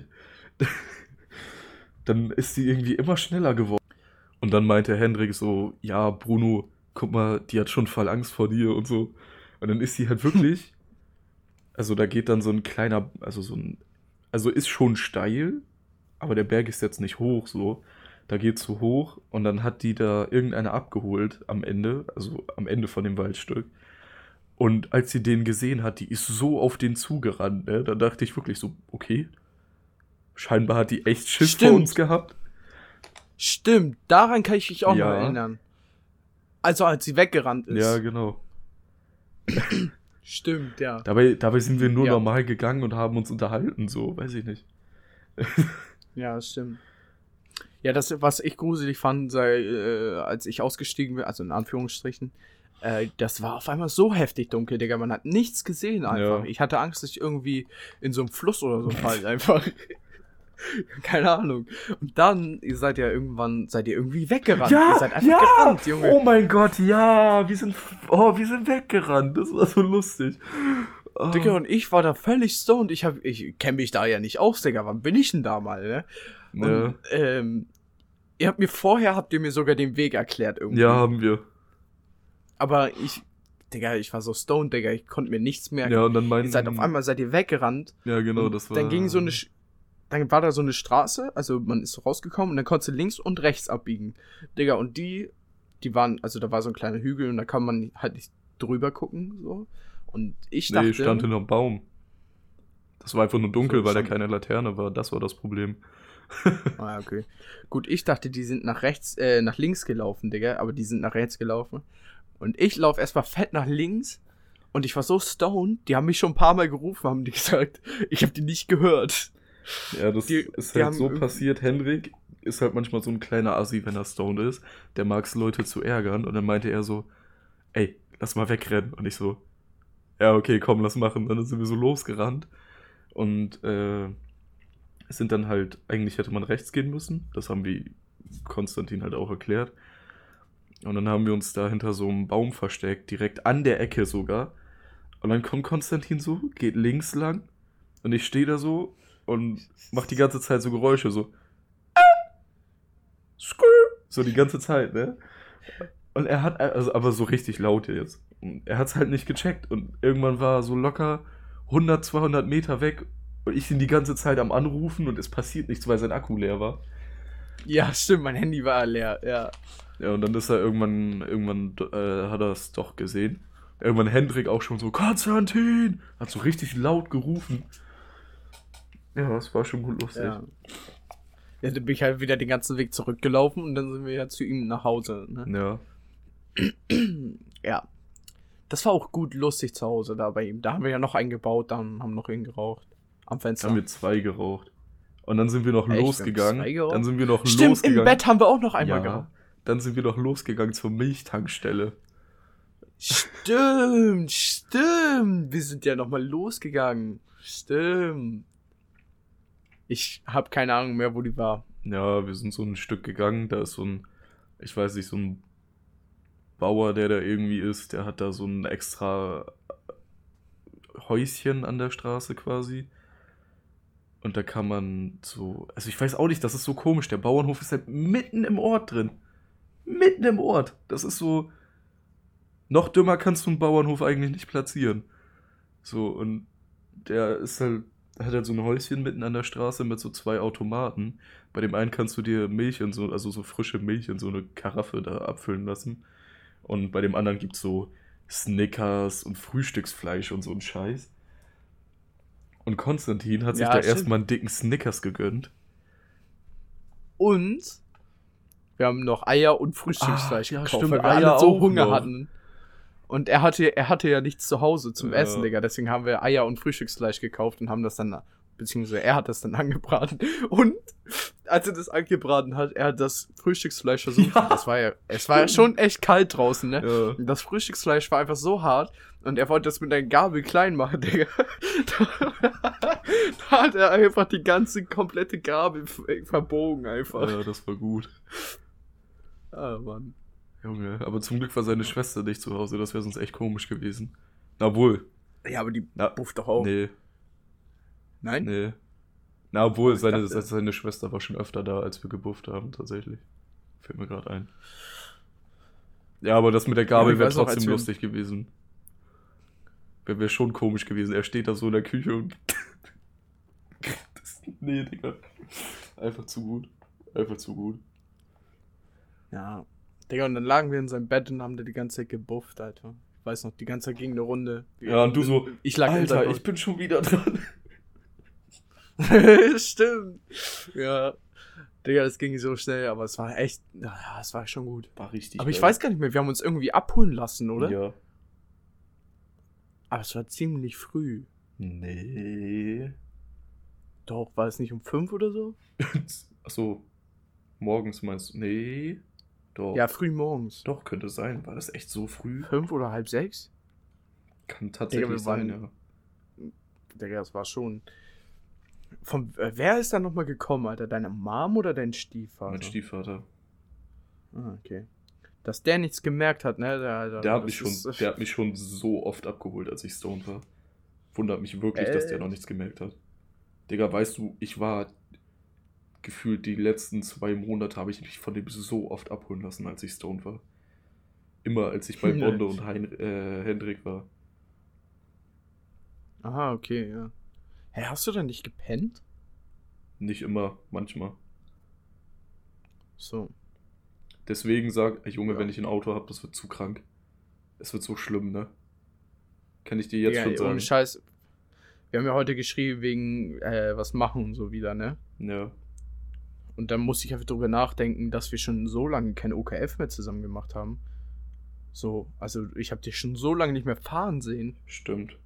Dann ist sie irgendwie immer schneller geworden. Und dann meinte Hendrik so, ja, Bruno, guck mal, die hat schon voll Angst vor dir und so. Und dann ist sie halt wirklich, also da geht dann so ein kleiner, also so ein, also ist schon steil, aber der Berg ist jetzt nicht hoch so. Da geht's so hoch und dann hat die da irgendeine abgeholt am Ende, also am Ende von dem Waldstück. Und als sie den gesehen hat, die ist so auf den zugerannt, ne? Da dachte ich wirklich so, okay, scheinbar hat die echt Schiss vor Stimmt. uns gehabt. Stimmt, daran kann ich mich auch Ja. noch erinnern. Also als sie weggerannt ist. Ja, genau. Stimmt, ja. Dabei, dabei sind wir nur Ja. normal gegangen und haben uns unterhalten, so, weiß ich nicht. Ja, das stimmt. Ja, das, was ich gruselig fand, sei, äh, als ich ausgestiegen bin, also in Anführungsstrichen, äh, das war auf einmal so heftig dunkel, Digga. Man hat nichts gesehen einfach. Ja. Ich hatte Angst, dass ich irgendwie in so einem Fluss oder so falle einfach. Keine Ahnung. Und dann, ihr seid ja irgendwann, seid ihr irgendwie weggerannt. ihr seid einfach gerannt, Junge. Oh mein Gott, ja, wir sind, oh, wir sind weggerannt. Das war so lustig. Oh. Digga, und ich war da völlig stoned. Ich hab, ich kenne mich da ja nicht aus, Digga. Wann bin ich denn da mal, ne? Und, Ja. ähm, ihr habt mir vorher, habt ihr mir sogar den Weg erklärt irgendwie. Ja, haben wir. Aber ich, Digga, ich war so stoned, Digga. Ich konnte mir nichts merken. Ja, und dann meinten... Ihr seid auf einmal, seid ihr weggerannt. Ja, genau, und das war... Dann ging so eine, Sch- dann war da so eine Straße, also man ist so rausgekommen und dann konntest du links und rechts abbiegen. Digga, und die, die waren, also da war so ein kleiner Hügel und da kann man halt nicht drüber gucken, so. Und ich dachte... Nee, ich stand hinterm Baum. Das war einfach nur dunkel, So, weil da stand- keine Laterne war. Das war das Problem. Ah, okay. Gut, ich dachte, die sind nach rechts, äh, nach links gelaufen, Digga, aber die sind nach rechts gelaufen. Und ich laufe erstmal fett nach links und ich war so stoned, die haben mich schon ein paar Mal gerufen, haben die gesagt, ich habe die nicht gehört. Ja, das Die- ist die halt haben so irgendwie- passiert. Henrik ist halt manchmal so ein kleiner Assi, wenn er stoned ist. Der mag es, Leute zu ärgern. Und dann meinte er so, ey, lass mal wegrennen. Und ich so, ja, okay, komm, lass machen. Dann sind wir so losgerannt. Und äh, es sind dann halt, eigentlich hätte man rechts gehen müssen. Das haben wir Konstantin halt auch erklärt. Und dann haben wir uns da hinter so einem Baum versteckt, direkt an der Ecke sogar. Und dann kommt Konstantin so, geht links lang. Und ich stehe da so und mach die ganze Zeit so Geräusche, so. So die ganze Zeit, ne? Und er hat, also aber so richtig laut jetzt. Und er hat's halt nicht gecheckt. Und irgendwann war er so locker hundert, zweihundert Meter weg. Und ich ihn die ganze Zeit am Anrufen und es passiert nichts, weil sein Akku leer war. Ja, stimmt, mein Handy war leer, ja. Ja, und dann ist er irgendwann, irgendwann äh, hat er es doch gesehen. Irgendwann Hendrik auch schon so, Konstantin! Hat so richtig laut gerufen. Ja, das war schon gut lustig. Ja. Ja, dann bin ich halt wieder den ganzen Weg zurückgelaufen und dann sind wir ja zu ihm nach Hause, ne? Ja. Ja. Das war auch gut lustig zu Hause da bei ihm. Da haben wir ja noch einen gebaut, dann haben noch ihn geraucht. Am Jetzt Fenster. haben wir zwei geraucht. Und dann sind wir noch Echt? Wir haben losgegangen. zwei geraucht? Dann sind wir noch Stimmt, losgegangen. im Bett haben wir auch noch einmal ja, geraucht. Dann sind wir noch losgegangen zur Milchtankstelle. Stimmt, stimmt. Wir sind ja nochmal losgegangen. Stimmt. Ich habe keine Ahnung mehr, wo die war. Ja, wir sind so ein Stück gegangen. Da ist so ein, ich weiß nicht, so ein Bauer, der da irgendwie ist. Der hat da so ein extra Häuschen an der Straße quasi. Und da kann man so, also ich weiß auch nicht, das ist so komisch. Der Bauernhof ist halt mitten im Ort drin. Mitten im Ort. Das ist so, noch dümmer kannst du einen Bauernhof eigentlich nicht platzieren. So, und der ist halt hat halt so ein Häuschen mitten an der Straße mit so zwei Automaten. Bei dem einen kannst du dir Milch in so, also so frische Milch in so eine Karaffe da abfüllen lassen. Und bei dem anderen gibt's so Snickers und Frühstücksfleisch und so ein Scheiß. Und Konstantin hat sich Ja, da stimmt. erstmal einen dicken Snickers gegönnt. Und wir haben noch Eier und Frühstücksfleisch Ah, ja, gekauft, stimmt, weil wir Eier alle so auch Hunger noch. hatten. Und er hatte, er hatte ja nichts zu Hause zum Ja. Essen, Digga. Deswegen haben wir Eier und Frühstücksfleisch gekauft und haben das dann, beziehungsweise er hat das dann angebraten. Und als er das angebraten hat, er hat das Frühstücksfleisch versucht. Ja. Das war ja, es war ja schon echt kalt draußen, ne? Ja. Und das Frühstücksfleisch war einfach so hart und er wollte das mit einer Gabel klein machen, Digga. Da hat er einfach die ganze komplette Gabel f- verbogen einfach. Ja, das war gut. Ah, Mann. Junge, aber zum Glück war seine Schwester nicht zu Hause, das wäre sonst echt komisch gewesen. Na wohl. Ja, aber die Na, bufft doch auch. Nee, Nein? nee. Na, obwohl, seine, dachte- seine Schwester war schon öfter da, als wir gebufft haben, tatsächlich. Fällt mir gerade ein. Ja, aber das mit der Ja, Gabel ich wäre weiß noch, als trotzdem wir- lustig gewesen. Wäre wär schon komisch gewesen. Er steht da so in der Küche und... das, nee, Digga. Einfach zu gut. Einfach zu gut. Ja. Digga, und dann lagen wir in seinem Bett und haben da die ganze Zeit gebufft, Alter. Ich weiß noch, die ganze Zeit ging eine Runde. Ja, und du so, Ich lag in Alter, seinem ich bin schon wieder dran. Stimmt. Ja. Digga, das ging so schnell, aber es war echt, ja, es war schon gut. War richtig Aber ich geil. weiß gar nicht mehr, wir haben uns irgendwie abholen lassen, oder? Ja. Aber es war ziemlich früh. Nee. Doch, war es nicht um fünf oder so? Achso, morgens meinst du? Nee. Doch. Ja, früh morgens. Doch, könnte sein. War das echt so früh? Fünf oder halb sechs? Kann tatsächlich wir sein, waren- ja. Digga, das war schon. Von, äh, wer ist da nochmal gekommen, Alter? Deine Mom oder dein Stiefvater? Mein Stiefvater. Ah, okay. Dass der nichts gemerkt hat, ne? Der, Alter, Der hat, das mich schon, ist- der hat mich schon so oft abgeholt, als ich stoned war. Wundert mich wirklich, dass der Echt? noch nichts gemerkt hat. Digga, weißt du, ich war gefühlt die letzten zwei Monate habe ich mich von dem so oft abholen lassen, als ich stoned war. Immer als ich bei Ja. Bonde und hein äh, Hendrik war. Aha, okay, ja. Hä, hast du denn nicht gepennt? Nicht immer, manchmal. So. Deswegen sag, ey, Junge, Ja. wenn ich ein Auto habe, das wird zu krank. Es wird so schlimm, ne? Kann ich dir jetzt Ja, schon ey, sagen. ohne Scheiß. Wir haben ja heute geschrieben wegen äh, was machen und so wieder, ne? Ja. Und dann musste ich einfach drüber nachdenken, dass wir schon so lange kein O K F mehr zusammen gemacht haben. So, also ich habe dich schon so lange nicht mehr fahren sehen. Stimmt.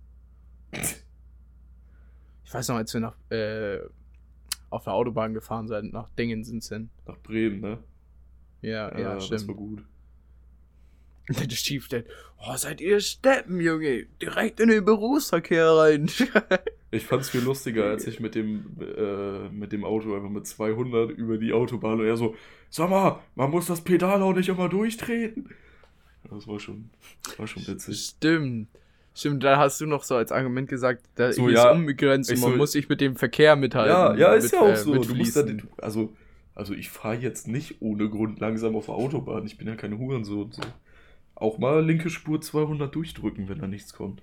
Ich weiß noch, als wir nach, äh, auf der Autobahn gefahren sind, nach Dingen sind hin. Nach Bremen, ne? Ja, ja, Ja, das war stimmt. gut. Und der Stiefdad, oh, seid ihr Steppen, Junge, direkt in den Berufsverkehr rein. Ich fand's viel lustiger, als ich mit dem, äh, mit dem Auto einfach mit zweihundert über die Autobahn und er so, sag mal, man muss das Pedal auch nicht immer durchtreten. Das war schon, war schon witzig. Stimmt. Stimmt, da hast du noch so als Argument gesagt, da So, hier ja, ist unbegrenzt und ich man so- muss sich mit dem Verkehr mithalten. Ja, ja, ist mit, ja auch äh, so. Du musst da, mitfließen. du, also, also ich fahre jetzt nicht ohne Grund langsam auf der Autobahn. Ich bin ja keine Hurensohn. So. Auch mal linke Spur zweihundert durchdrücken, wenn da nichts kommt.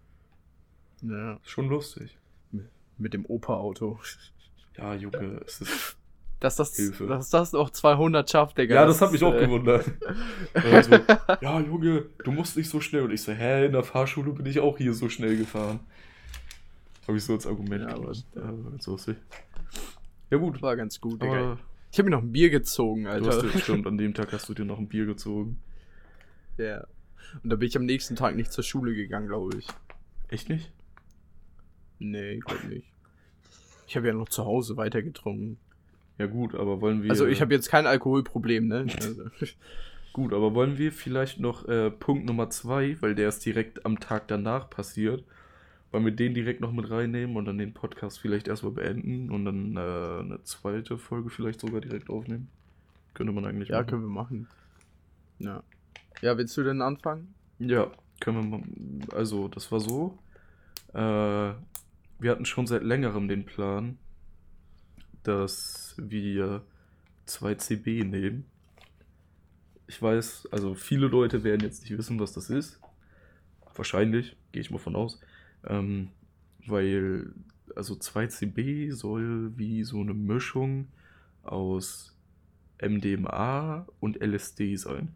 Ja, Ist schon lustig. mit dem Opa-Auto. Ja, Junge, es ist... Dass das, Hilfe. dass das noch zweihundert schafft, Digga. Ja, das hat mich auch äh, gewundert. Und dann so, ja, Junge, du musst nicht so schnell. Und ich so, hä, in der Fahrschule bin ich auch hier so schnell gefahren. Habe ich so als Argument Ja, aber- genommen. Ja, war ganz lustig. Ja gut, War ganz gut, Digga. aber Ich habe mir noch ein Bier gezogen, du Alter. hast dir, stimmt, an dem Tag hast du dir noch ein Bier gezogen. Ja. Und da bin ich am nächsten Tag nicht zur Schule gegangen, glaube ich. Echt nicht? Nee, ich glaube nicht. Ich habe ja noch zu Hause weiter getrunken. Ja gut, aber wollen wir... Also ich habe jetzt kein Alkoholproblem, ne? Also, Gut, aber wollen wir vielleicht noch äh, Punkt Nummer zwei, weil der ist direkt am Tag danach passiert, wollen wir den direkt noch mit reinnehmen und dann den Podcast vielleicht erstmal beenden und dann äh, eine zweite Folge vielleicht sogar direkt aufnehmen? Könnte man eigentlich ja, machen. können wir machen. Ja. Ja, willst du denn anfangen? Ja, können wir mal. Also, das war so. Äh, wir hatten schon seit längerem den Plan, dass wir zwei C B nehmen. Ich weiß, also viele Leute werden jetzt nicht wissen, was das ist. Wahrscheinlich, gehe ich mal von aus. Ähm, weil, also zwei C B soll wie so eine Mischung aus M D M A und L S D sein.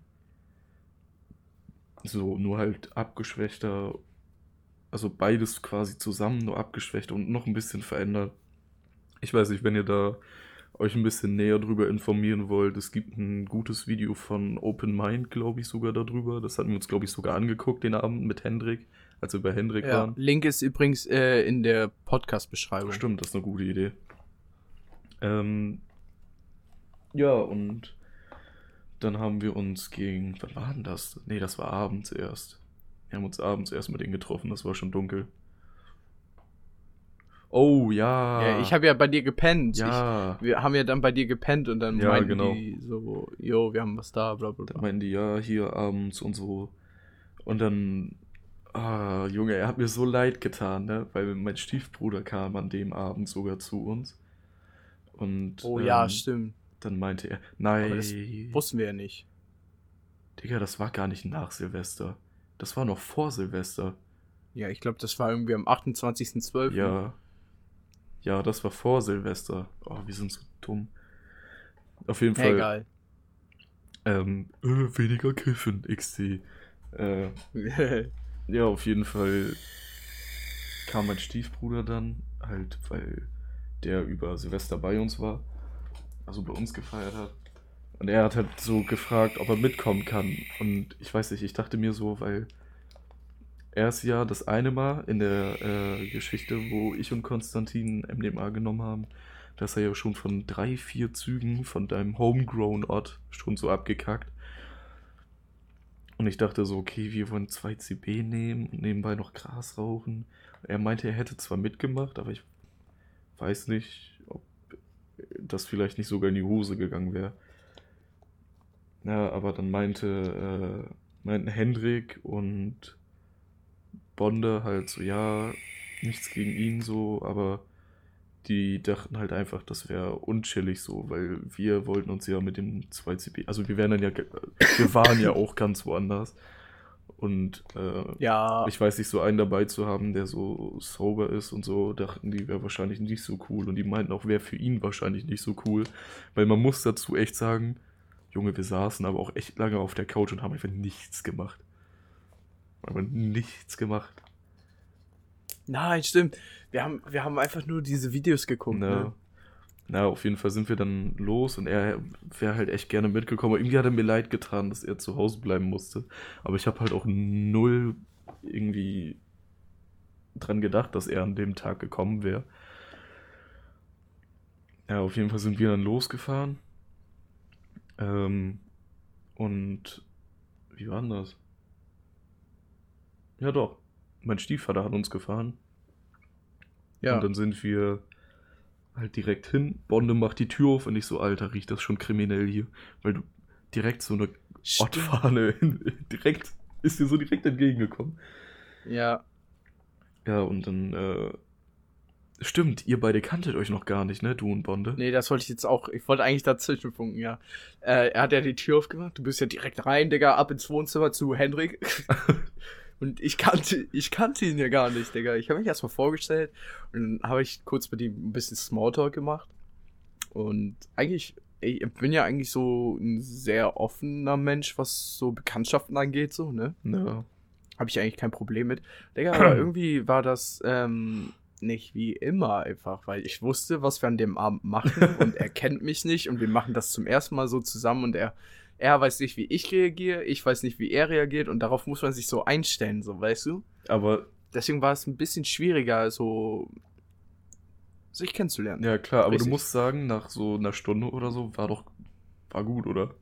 So, nur halt abgeschwächter, also beides quasi zusammen, nur abgeschwächter und noch ein bisschen verändert. Ich weiß nicht, wenn ihr da euch ein bisschen näher drüber informieren wollt, es gibt ein gutes Video von Open Mind, glaube ich, sogar darüber. Das hatten wir uns, glaube ich, sogar angeguckt den Abend mit Hendrik, als wir bei Hendrik Ja, waren. Link ist übrigens äh, in der Podcast-Beschreibung. Stimmt, das ist eine gute Idee. Ähm, ja, und dann haben wir uns gegen, wann war denn das? Nee, das war abends erst. Wir haben uns abends erst mit denen getroffen, das war schon dunkel. Oh, ja. Ja, ich habe ja bei dir gepennt. Ja. Ich, wir haben ja dann bei dir gepennt und dann Ja, meinten genau. die so, jo, wir haben was da, bla bla Dann bla. meinten die, ja, hier abends und so. Und dann, ah, Junge, er hat mir so leid getan, ne? Weil mein Stiefbruder kam an dem Abend sogar zu uns. Und Oh ähm, ja, stimmt. dann meinte er, nein, Aber das wussten wir ja nicht. Digga, das war gar nicht nach Silvester. Das war noch vor Silvester. Ja, ich glaube, das war irgendwie am achtundzwanzigsten zwölften Ja. Ja, das war vor Silvester. Oh, wir sind so dumm. Auf jeden Fall. Egal. Ähm, äh, weniger kiffen, X D. Äh, ja, auf jeden Fall kam mein Stiefbruder dann, halt, weil der über Silvester bei uns war, also bei uns gefeiert hat. Und er hat halt so gefragt, ob er mitkommen kann. Und ich weiß nicht, ich dachte mir so, weil er ist ja das eine Mal in der äh, Geschichte, wo ich und Konstantin M D M A genommen haben, da ist er ja schon von drei, vier Zügen von deinem Homegrown-Ort schon so abgekackt. Und ich dachte so, okay, wir wollen zwei C B nehmen und nebenbei noch Gras rauchen. Er meinte, er hätte zwar mitgemacht, aber ich weiß nicht, ob das vielleicht nicht sogar in die Hose gegangen wäre. Ja, aber dann meinte, äh, meinten Hendrik und Bonde halt so, ja, nichts gegen ihn so, aber die dachten halt einfach, das wäre unchillig so, weil wir wollten uns ja mit dem zwei C B, also wir wären dann ja, wir waren ja auch ganz woanders und äh, Ja, ich weiß nicht, so einen dabei zu haben, der so sober ist und so, dachten die, wäre wahrscheinlich nicht so cool und die meinten auch, wäre für ihn wahrscheinlich nicht so cool, weil man muss dazu echt sagen, Junge, wir saßen aber auch echt lange auf der Couch und haben einfach nichts gemacht. Aber nichts gemacht. nein, stimmt. Wir haben, wir haben einfach nur diese Videos geguckt. Na, Ne? na, auf jeden Fall sind wir dann los und er wäre halt echt gerne mitgekommen. Aber irgendwie hat er mir leid getan, dass er zu Hause bleiben musste. Aber ich habe halt auch null irgendwie dran gedacht, dass er an dem Tag gekommen wäre. Ja, auf jeden Fall sind wir dann losgefahren. Ähm, und wie war denn das? Ja doch, mein Stiefvater hat uns gefahren. Ja. Und dann sind wir halt direkt hin. Bonde macht die Tür auf und ich so, Alter, riecht das schon kriminell hier. Weil du direkt so eine Stimmt. Ottfahne direkt, ist dir so direkt entgegengekommen. Ja. Ja, und dann, äh, stimmt, ihr beide kanntet euch noch gar nicht, ne, du und Bonde? Nee, das wollte ich jetzt auch. Ich wollte eigentlich dazwischen funken, ja. Äh, er hat ja die Tür aufgemacht. Du bist ja direkt rein, Digga, ab ins Wohnzimmer zu Hendrik. Und ich kannte, ich kannte ihn ja gar nicht, Digga. Ich habe mich erstmal vorgestellt und dann habe ich kurz mit ihm ein bisschen Smalltalk gemacht. Und eigentlich, ich bin ja eigentlich so ein sehr offener Mensch, was so Bekanntschaften angeht, so, ne? Ja. Habe ich eigentlich kein Problem mit. Digga, aber irgendwie war das ähm, nicht wie immer einfach, weil ich wusste, was wir an dem Abend machen und er kennt mich nicht und wir machen das zum ersten Mal so zusammen und er, er weiß nicht, wie ich reagiere, ich weiß nicht, wie er reagiert und darauf muss man sich so einstellen, so, weißt du? Aber, Deswegen war es ein bisschen schwieriger, so sich kennenzulernen. ja klar, aber Richtig. du musst sagen, nach so einer Stunde oder so, war doch, war gut, oder?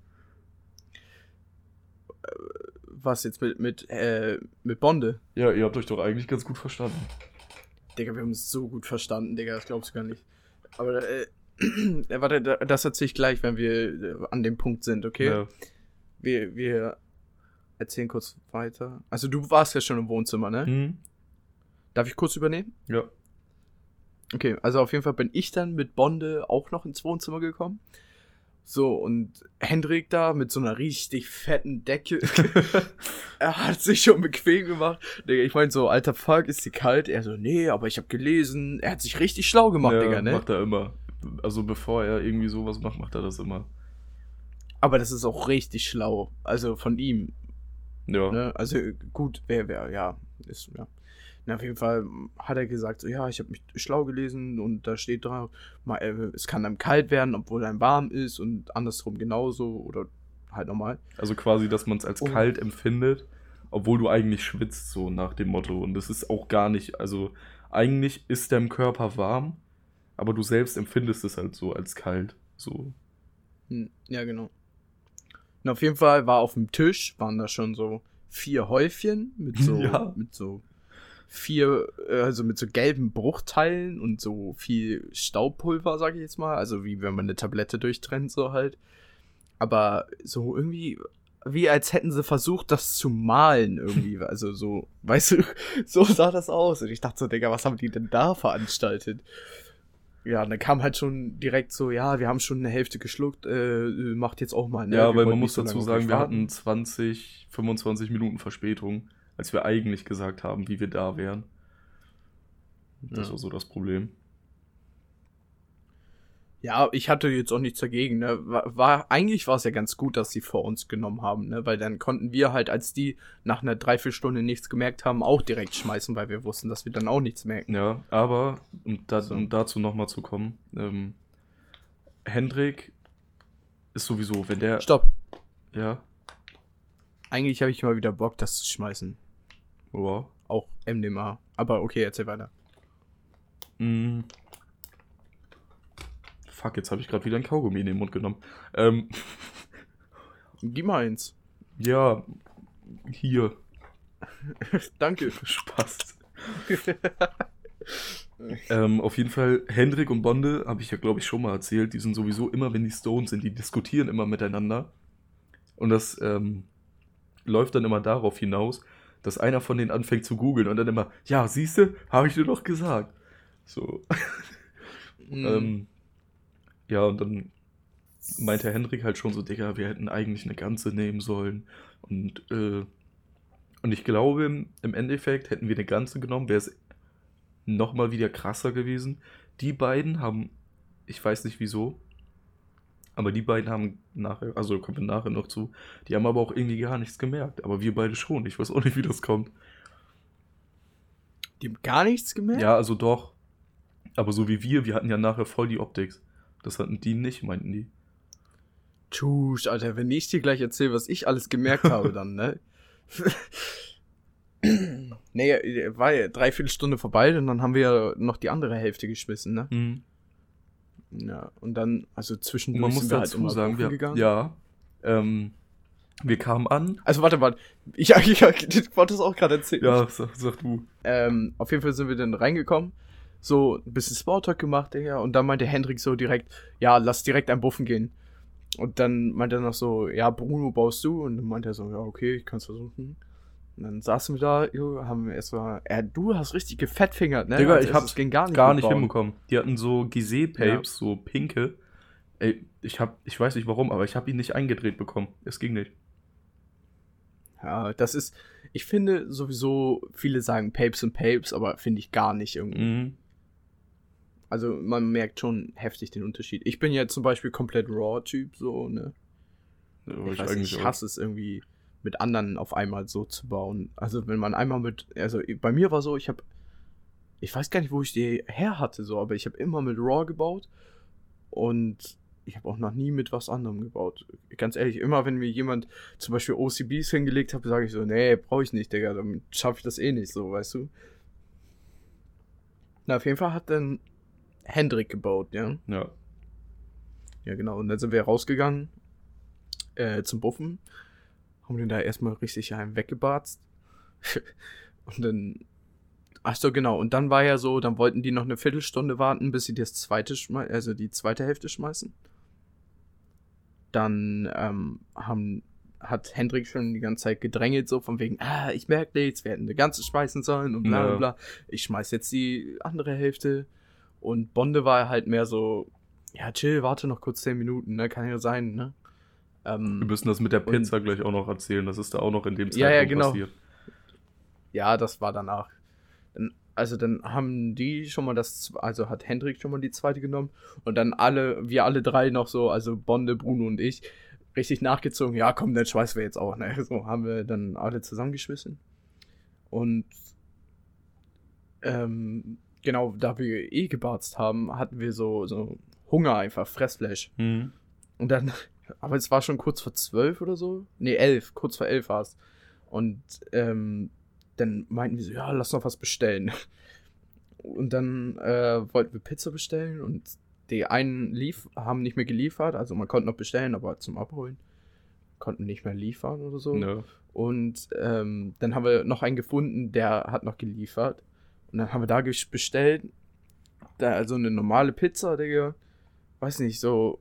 Was jetzt mit, mit, äh, mit Bonde? Ja, ihr habt euch doch eigentlich ganz gut verstanden. Digga, wir haben uns so gut verstanden, Digga, das glaubst du gar nicht. Aber, äh, äh, warte, das erzähl ich gleich, wenn wir äh, an dem Punkt sind, okay? Ja. Wir, wir erzählen kurz weiter. Also du warst ja schon im Wohnzimmer, ne? Hm? Darf ich kurz übernehmen? Ja. Okay, also auf jeden Fall bin ich dann mit Bonde auch noch ins Wohnzimmer gekommen. So, und Hendrik da mit so einer richtig fetten Decke. er hat sich schon bequem gemacht. Digga, ich meine so, alter Fuck, ist die kalt? Er so, nee, aber ich habe gelesen. Er hat sich richtig schlau gemacht, ja, Digga, ne? macht er immer. Also bevor er irgendwie sowas macht, macht er das immer. Aber das ist auch richtig schlau. Also von ihm. Ja. Ne? Also gut, wer, wer, ja, ist, ja. Na, auf jeden Fall hat er gesagt, so, ja, ich habe mich schlau gelesen und da steht drauf, mal, äh, es kann einem kalt werden, obwohl einem warm ist und andersrum genauso oder halt normal. Also quasi, dass man es als Oh. kalt empfindet, obwohl du eigentlich schwitzt, so nach dem Motto. Und das ist auch gar nicht, also eigentlich ist deinem Körper warm, aber du selbst empfindest es halt so als kalt. So. Hm, ja, genau. Und auf jeden Fall war auf dem Tisch, waren da schon so vier Häufchen mit so, Ja. mit so vier, äh, also mit so gelben Bruchteilen und so viel Staubpulver, sag ich jetzt mal. Also wie wenn man eine Tablette durchtrennt, so halt. Aber so irgendwie, wie als hätten sie versucht, das zu malen irgendwie. Also so, weißt du, so sah das aus. Und ich dachte so, Digga, was haben die denn da veranstaltet? Ja, und dann kam halt schon direkt so, ja, wir haben schon eine Hälfte geschluckt, äh, macht jetzt auch mal, ne? Ja, Wir weil wollten man muss nicht so dazu lange sagen, wir warten. hatten zwanzig, fünfundzwanzig Minuten Verspätung, als wir eigentlich gesagt haben, wie wir da wären. Das Ja. war so das Problem. Ja, ich hatte jetzt auch nichts dagegen, ne? War, war, eigentlich war es ja ganz gut, dass sie vor uns genommen haben, ne? Weil dann konnten wir halt, als die nach einer Dreiviertelstunde nichts gemerkt haben, auch direkt schmeißen, weil wir wussten, dass wir dann auch nichts merken. Ja, aber, um, da, So. um dazu nochmal zu kommen, ähm, Hendrik ist sowieso, wenn der... Stopp. Ja, Eigentlich habe ich mal wieder Bock, das zu schmeißen. wow. Auch M D M A. Aber okay, erzähl weiter. Mm. Fuck, jetzt habe ich gerade wieder ein Kaugummi in den Mund genommen. Ähm, Gib mal eins. ja, hier, Danke. Spaß. ähm, auf jeden Fall, Hendrik und Bonde, habe ich ja, glaube ich, schon mal erzählt, die sind sowieso immer, wenn die Stones sind, die diskutieren immer miteinander. Und das ähm, läuft dann immer darauf hinaus, dass einer von denen anfängt zu googeln und dann immer, ja, siehste, habe ich dir doch gesagt. So. Mhm. ähm, ja, und dann meinte Hendrik halt schon so, Digga, wir hätten eigentlich eine ganze nehmen sollen. Und, äh, und ich glaube, im im Endeffekt hätten wir eine ganze genommen, wäre es nochmal wieder krasser gewesen. Die beiden haben, ich weiß nicht wieso, aber die beiden haben nachher, also kommen wir nachher noch zu, die haben aber auch irgendwie gar nichts gemerkt. Aber wir beide schon. Ich weiß auch nicht, wie das kommt. Die haben gar nichts gemerkt? Ja, also doch. Aber so wie wir, wir hatten ja nachher voll die Optics. Das hatten die nicht, meinten die. Tschüss, Alter, wenn ich dir gleich erzähle, was ich alles gemerkt habe, dann, ne? Nee, war ja dreiviertel Stunde vorbei und dann haben wir ja noch die andere Hälfte geschmissen, ne? Mhm. Ja, und dann, also Und zwischendurch man muss sind wir halt dazu immer sagen, laufen wir, gegangen. ja, ähm, wir kamen an. Also warte, warte, ich, ich, ich wollte das auch gerade erzählen. Ja, sag, sag du. Ähm, auf jeden Fall sind wir dann reingekommen, so ein bisschen Smalltalk gemacht, Digga, und dann meinte Hendrik so direkt, ja, lass direkt ein Buffen gehen. Und dann meinte er noch so, ja, Bruno, baust du? Und dann meinte er so, ja, okay, ich kann's versuchen. Und dann saßen wir da, jo, haben wir erstmal, ja, du hast richtig gefettfingert, ne? Digga, Also ich es hab's ging gar nicht, Gar gut nicht bauen. hinbekommen. Die hatten so Gizeh-Papes, so pinke. Ey, ich hab, ich weiß nicht warum, aber ich hab ihn nicht eingedreht bekommen. Es ging nicht. Ja, das ist, ich finde sowieso, viele sagen Papes und Papes, aber finde ich gar nicht irgendwie. Mhm. Also man merkt schon heftig den Unterschied. Ich bin ja zum Beispiel komplett Raw-Typ, so, ne? Ja, Ich weiß nicht, ich hasse es irgendwie, mit anderen auf einmal so zu bauen. Also wenn man einmal mit, also bei mir war so, ich habe, ich weiß gar nicht, wo ich die her hatte, so, aber ich habe immer mit Raw gebaut und ich habe auch noch nie mit was anderem gebaut. Ganz ehrlich, immer wenn mir jemand zum Beispiel O C Bs hingelegt hat, sage ich so, nee, brauche ich nicht, Digga, dann schaffe ich das eh nicht, so, weißt du. Na, auf jeden Fall hat dann Hendrik gebaut, ja. Ja. Ja, genau. Und dann sind wir rausgegangen äh, zum Buffen. Haben den da erstmal richtig einen weggebarzt. Und dann. Ach so, genau. Und dann war ja so, dann wollten die noch eine Viertelstunde warten, bis sie das zweite schmei- also die zweite Hälfte schmeißen. Dann ähm, haben, hat Hendrik schon die ganze Zeit gedrängelt, so von wegen, ah, ich merke nichts, wir hätten eine ganze schmeißen sollen und bla bla Ja. bla. Ich schmeiß jetzt die andere Hälfte. Und Bonde war halt mehr so, ja, chill, warte noch kurz zehn Minuten, ne, kann ja sein, ne? Ähm, Wir müssen das mit der Pizza gleich auch noch erzählen. Das ist da auch noch in dem Ja, Zeitraum ja, genau. passiert. Ja, das war danach. Dann, also dann haben die schon mal das, also hat Hendrik schon mal die zweite genommen und dann alle, wir alle drei noch so, also Bonde, Bruno und ich, richtig nachgezogen. Ja, komm, dann schweißen wir jetzt auch. Ne? So haben wir dann alle zusammengeschmissen. Und ähm, genau, da wir eh gebarzt haben, hatten wir so, so Hunger einfach, Fressflash. Mhm. Und dann, aber es war schon kurz vor zwölf oder so. Nee, elf, kurz vor elf war es. Und ähm, dann meinten wir so, ja, lass noch was bestellen. Und dann äh, wollten wir Pizza bestellen und die einen lief, haben nicht mehr geliefert, also man konnte noch bestellen, aber zum Abholen konnten nicht mehr liefern oder so. Ja. Und ähm, dann haben wir noch einen gefunden, der hat noch geliefert. Und dann haben wir da ges- bestellt, da also eine normale Pizza, Digga, weiß nicht, so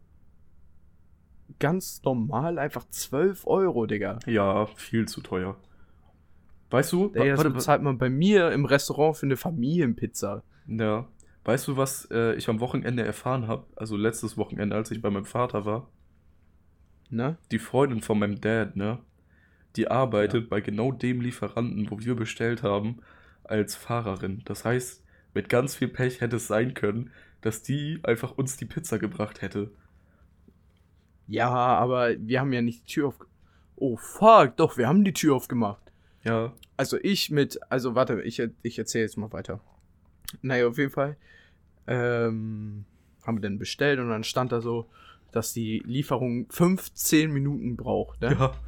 ganz normal, einfach zwölf Euro, Digga. Ja, viel zu teuer. Weißt du, Digga, das warte, bezahlt man bei mir im Restaurant für eine Familienpizza. ja. Weißt du, was äh, ich am Wochenende erfahren habe? Also letztes Wochenende, als ich bei meinem Vater war. Ne? Die Freundin von meinem Dad, ne? Die arbeitet bei genau dem Lieferanten, wo wir bestellt haben, als Fahrerin. Das heißt, mit ganz viel Pech hätte es sein können, dass die einfach uns die Pizza gebracht hätte. Ja, aber wir haben ja nicht die Tür auf... Oh, fuck, doch, wir haben die Tür aufgemacht. Ja. Also ich mit... Also warte, ich, ich erzähle jetzt mal weiter. Naja, auf jeden Fall ähm, haben wir dann bestellt und dann stand da so, dass die Lieferung fünfzehn Minuten braucht, ne? Ja.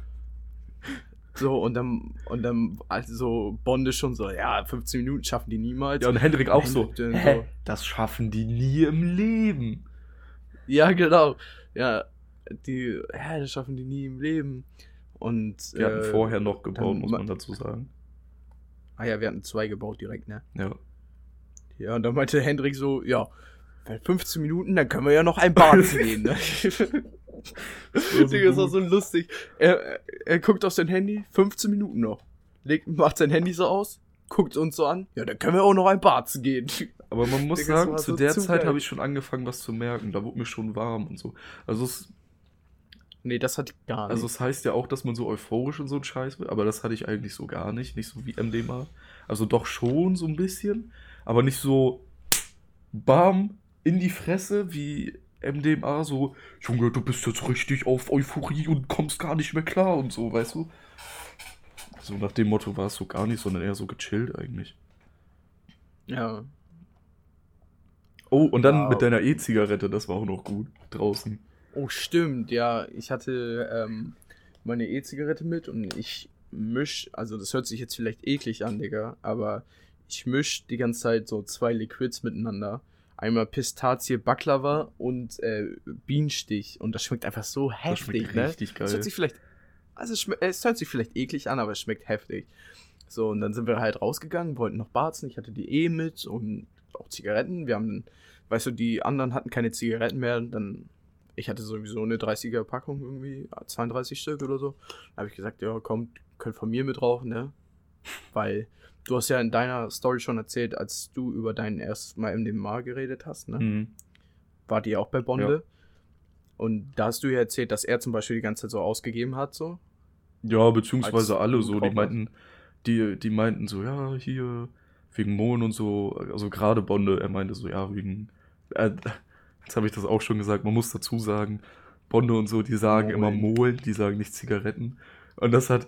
So, und dann, und dann, also Bonde schon so, ja, fünfzehn Minuten schaffen die niemals. Ja, und Hendrik auch so. Hendrik dann Hä? so. Das schaffen die nie im Leben. Ja, genau. Ja, die, ja, das schaffen die nie im Leben. Und Wir hatten äh, vorher noch gebaut, dann muss ma- man dazu sagen. Ah ja, wir hatten zwei gebaut direkt, ne? Ja. Ja, und dann meinte Hendrik so, ja, bei fünfzehn Minuten, dann können wir ja noch ein Bad gehen, ne? so Digga, ist auch gut. so lustig. Er, er, er guckt auf sein Handy, fünfzehn Minuten noch. Legt, macht sein Handy so aus, guckt uns so an, ja, dann können wir auch noch ein Bad gehen. Aber man muss Digga, das sagen, war zu so der zu Zeit geil. habe ich schon angefangen, was zu merken. Da wurde mir schon warm und so. Also es, Nee, das hatte ich gar nicht. also es heißt ja auch, dass man so euphorisch und so ein Scheiß wird, aber das hatte ich eigentlich so gar nicht. Nicht so wie M D M A. Also doch schon so ein bisschen, aber nicht so bam in die Fresse wie M D M A. So, Junge, du bist jetzt richtig auf Euphorie und kommst gar nicht mehr klar und so, weißt du? So nach dem Motto war es so gar nicht, sondern eher so gechillt eigentlich. Ja. Oh, und dann Wow. mit deiner E-Zigarette, das war auch noch gut. Draußen. Oh, stimmt, ja. Ich hatte ähm, meine E-Zigarette mit und ich misch, also das hört sich jetzt vielleicht eklig an, Digga, aber ich misch die ganze Zeit so zwei Liquids miteinander. Einmal Pistazie, Baklava und äh, Bienenstich. Und das schmeckt einfach so Das heftig, schmeckt ne? richtig Es geil. hört sich vielleicht, also es, schme- es hört sich vielleicht eklig an, aber es schmeckt heftig. So, und dann sind wir halt rausgegangen, wollten noch barzen. Ich hatte die E mit und auch Zigaretten. Wir haben, weißt du, die anderen hatten keine Zigaretten mehr. Dann, ich hatte sowieso eine dreißiger Packung irgendwie, zweiunddreißig Stück oder so. Da habe ich gesagt, ja, komm, könnt von mir mit rauchen, ne? Weil du hast ja in deiner Story schon erzählt, als du über dein erstes Mal M D M A geredet hast, ne? Mhm. Wart ihr auch bei Bonde? Und da hast du ja erzählt, dass er zum Beispiel die ganze Zeit so ausgegeben hat, so. Ja, beziehungsweise Als alle du so, die gekauft meinten, die, die meinten so, ja, hier, wegen Mohn und so, also gerade Bonde, er meinte so, ja, wegen, äh, jetzt habe ich das auch schon gesagt, man muss dazu sagen, Bonde und so, die sagen immer Mohlen. Mohlen, die sagen nicht Zigaretten. Und das hat,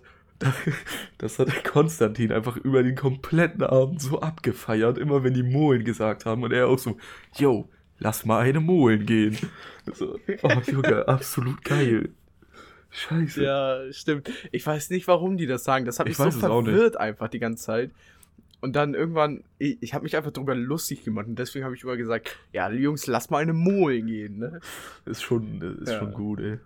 das hat Konstantin einfach über den kompletten Abend so abgefeiert, immer wenn die Mohlen gesagt haben und er auch so, yo, lass mal eine Mohlen gehen. So, oh, Junge, absolut geil. Scheiße. Ja, stimmt. Ich weiß nicht, warum die das sagen. Das hat Ich mich so weiß es auch nicht. verwirrt einfach die ganze Zeit. Und dann irgendwann, ich, ich habe mich einfach drüber lustig gemacht und deswegen habe ich immer gesagt, ja, Jungs, lass mal eine Mole gehen, ne? Ist schon, ist Ja. schon gut, ey.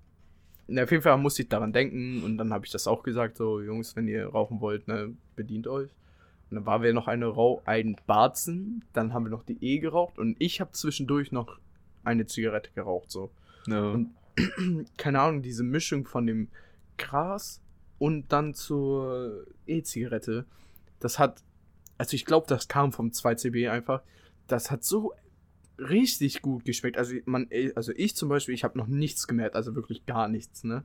Und auf jeden Fall musste ich daran denken und dann habe ich das auch gesagt, so, Jungs, wenn ihr rauchen wollt, ne, bedient euch. Und dann waren wir noch eine Rau ein Barzen, dann haben wir noch die E geraucht und ich habe zwischendurch noch eine Zigarette geraucht, so. Ja. Und keine Ahnung, diese Mischung von dem Gras und dann zur E-Zigarette, das hat, also ich glaube, das kam vom zwei C B einfach, das hat so richtig gut geschmeckt. Also man, also ich zum Beispiel, ich habe noch nichts gemerkt, also wirklich gar nichts, ne?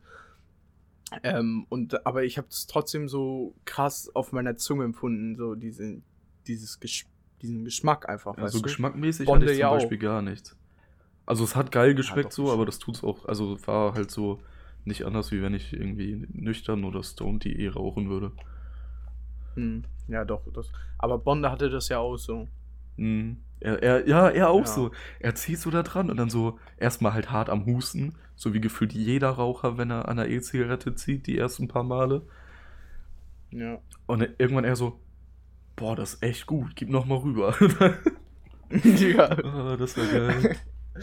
Ähm, und, aber ich habe es trotzdem so krass auf meiner Zunge empfunden, so diese, dieses Gesch- diesen Geschmack einfach. Also weißt du? geschmackmäßig Bonde hatte ich zum ja auch. Beispiel gar nichts. Also es hat geil Ja, geschmeckt doch, so, bestimmt. aber das tut's auch, also war halt so nicht anders, wie wenn ich irgendwie nüchtern oder stoned die eh rauchen würde. Hm, ja, doch, das. Aber Bonde hatte das ja auch so. Mhm. Er, er, ja, er auch Ja. so. Er zieht so da dran und dann so erstmal halt hart am Husten, so wie gefühlt jeder Raucher, wenn er an einer E-Zigarette zieht, die ersten paar Male. Ja. Und dann irgendwann er so, boah, das ist echt gut, gib noch mal rüber. ja. Ah, das war geil.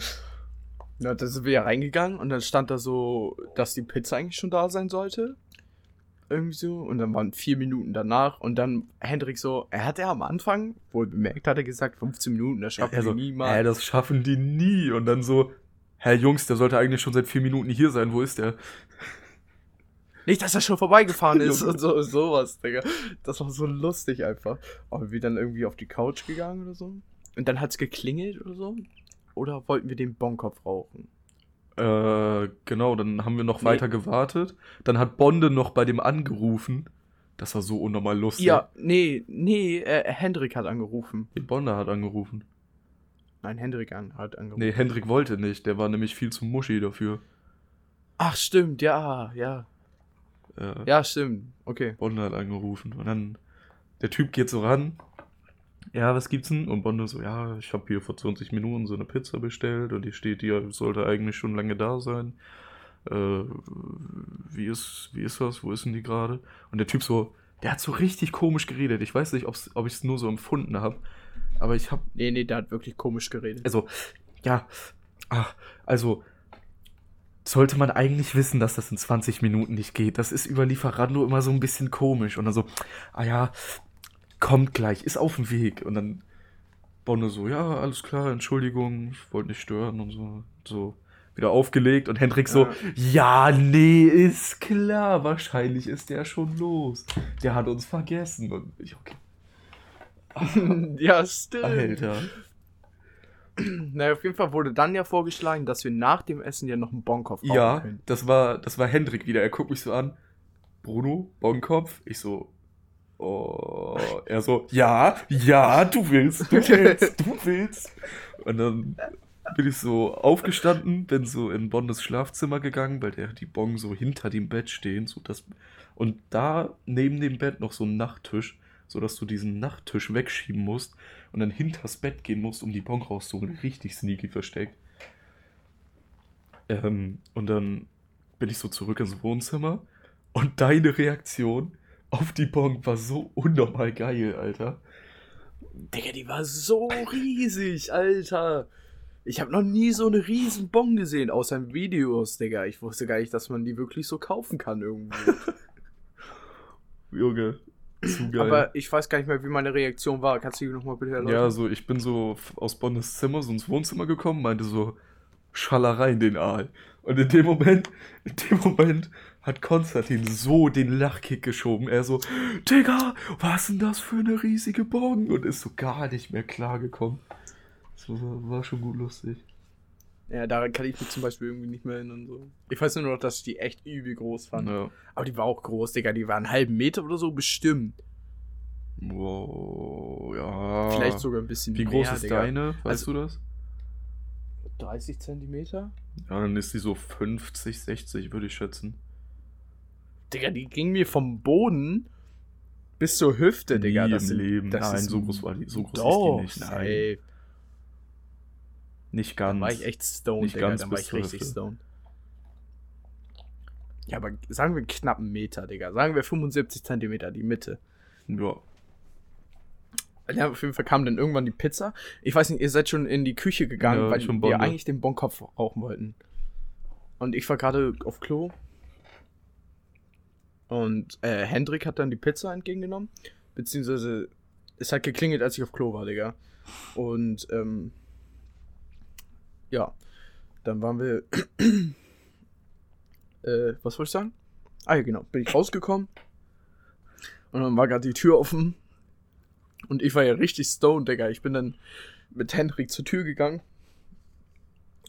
Ja, da sind wir ja reingegangen und dann stand da so, dass die Pizza eigentlich schon da sein sollte. Irgendwie so. Und dann waren vier Minuten danach und dann Hendrik so, er hat ja am Anfang, wohl bemerkt, hat er gesagt, fünfzehn Minuten, das schaffen Also, wir niemals. äh, das schaffen die nie. Und dann so, Herr Jungs, der sollte eigentlich schon seit vier Minuten hier sein, wo ist der? Nicht, dass er schon vorbeigefahren ist und so, sowas, Digga. Das war so lustig einfach. Aber wir dann irgendwie auf die Couch gegangen oder so. Und dann hat's geklingelt oder so. Oder wollten wir den Bonkopf rauchen? Äh, genau, dann haben wir noch Nee. weiter gewartet. Dann hat Bonde noch bei dem angerufen. Das war so unnormal lustig. Ja, nee, nee, äh, Hendrik hat angerufen. Die Bonde hat angerufen. Nein, Hendrik an, hat angerufen. Nee, Hendrik wollte nicht. Der war nämlich viel zu muschi dafür. Ach, stimmt, ja, ja. Äh, Ja, stimmt, okay. Bonde hat angerufen. Und dann, der Typ geht so ran. Ja, was gibt's denn? Und Bonde so, ja, ich habe hier vor zwanzig Minuten so eine Pizza bestellt und die steht hier, sollte eigentlich schon lange da sein. Äh, wie ist, wie ist das? Wo ist denn die gerade? Und der Typ so, der hat so richtig komisch geredet. Ich weiß nicht, ob's, ob ich es nur so empfunden habe, aber ich habe, Nee, nee, der hat wirklich komisch geredet. also, ja, ach, also, sollte man eigentlich wissen, dass das in zwanzig Minuten nicht geht. Das ist über Lieferando immer so ein bisschen komisch. Und dann so, ah ja, kommt gleich, ist auf dem Weg. Und dann Bonne so, ja, alles klar, Entschuldigung, ich wollte nicht stören und so. So, wieder aufgelegt. Und Hendrik so, ja, nee, ist klar, wahrscheinlich ist der schon los. Der hat uns vergessen. Und ich, okay, ja, stimmt. Alter. Naja, auf jeden Fall wurde dann ja vorgeschlagen, dass wir nach dem Essen ja noch einen Bonkopf rauchen Ja, können. das war, das war Hendrik wieder. Er guckt mich so an. Bruno, Bonkopf. Ich so, oh. Er so, ja, ja, du willst, du willst, du willst. Und dann bin ich so aufgestanden, bin so in Bondes Schlafzimmer gegangen, weil der hat die Bon so hinter dem Bett stehen. So das, und da neben dem Bett noch so ein Nachttisch, sodass du diesen Nachttisch wegschieben musst und dann hinters Bett gehen musst, um die Bon rauszuholen. Richtig sneaky versteckt. Ähm, und dann bin ich so zurück ins Wohnzimmer und deine Reaktion auf die Bon war so unnormal geil, Alter. Digga, die war so riesig, Alter. Ich habe noch nie so eine riesen Bon gesehen, außer in Videos, Digga. Ich wusste gar nicht, dass man die wirklich so kaufen kann irgendwo. Junge, zu geil. Aber ich weiß gar nicht mehr, wie meine Reaktion war. Kannst du die nochmal bitte erläutern? Ja, so, ich bin so f- aus Bonnes Zimmer so ins Wohnzimmer gekommen, meinte so, Schallerei in den Aal. Und in dem Moment, in dem Moment hat Konstantin so den Lachkick geschoben. Er so, Digga, was ist denn das für eine riesige Bon? Und ist so gar nicht mehr klargekommen. Das war, war schon gut lustig. Ja, daran kann ich mich zum Beispiel irgendwie nicht mehr erinnern. So. Ich weiß nur noch, dass ich die echt übel groß fand. Ja. Aber die war auch groß, Digga. Die war einen halben Meter oder so bestimmt. Wow, ja. Vielleicht sogar ein bisschen Wie mehr, groß ist Digga. deine? Weißt Also- du das? dreißig Zentimeter? Ja, dann ist die so fünfzig, sechzig, würde ich schätzen. Digga, die ging mir vom Boden bis zur Hüfte, Digga. Nie Das im sind- Leben. das Nein, ist- so groß war die. So groß Doch, ist die nicht. Nein, safe. nicht Dann ganz. war ich echt stoned, Nicht Digga. ganz Dann war bis ich zur richtig Hüfte. stoned. Ja, aber sagen wir einen knappen Meter, Digga. Sagen wir fünfundsiebzig Zentimeter, die Mitte. Ja. Ja, auf jeden Fall kam dann irgendwann die Pizza. Ich weiß nicht, ihr seid schon in die Küche gegangen, Ja, weil ich und wir Bonde. eigentlich den Bonkopf rauchen wollten. Und ich war gerade auf Klo. Und äh, Hendrik hat dann die Pizza entgegengenommen. Beziehungsweise, es hat geklingelt, als ich auf Klo war, Digga. Und, ähm, ja. Dann waren wir, äh, was wollte ich sagen? Ah ja, genau. Bin ich rausgekommen. Und dann war gerade die Tür offen. Und ich war ja richtig stoned, Digga. Ich bin dann mit Hendrik zur Tür gegangen.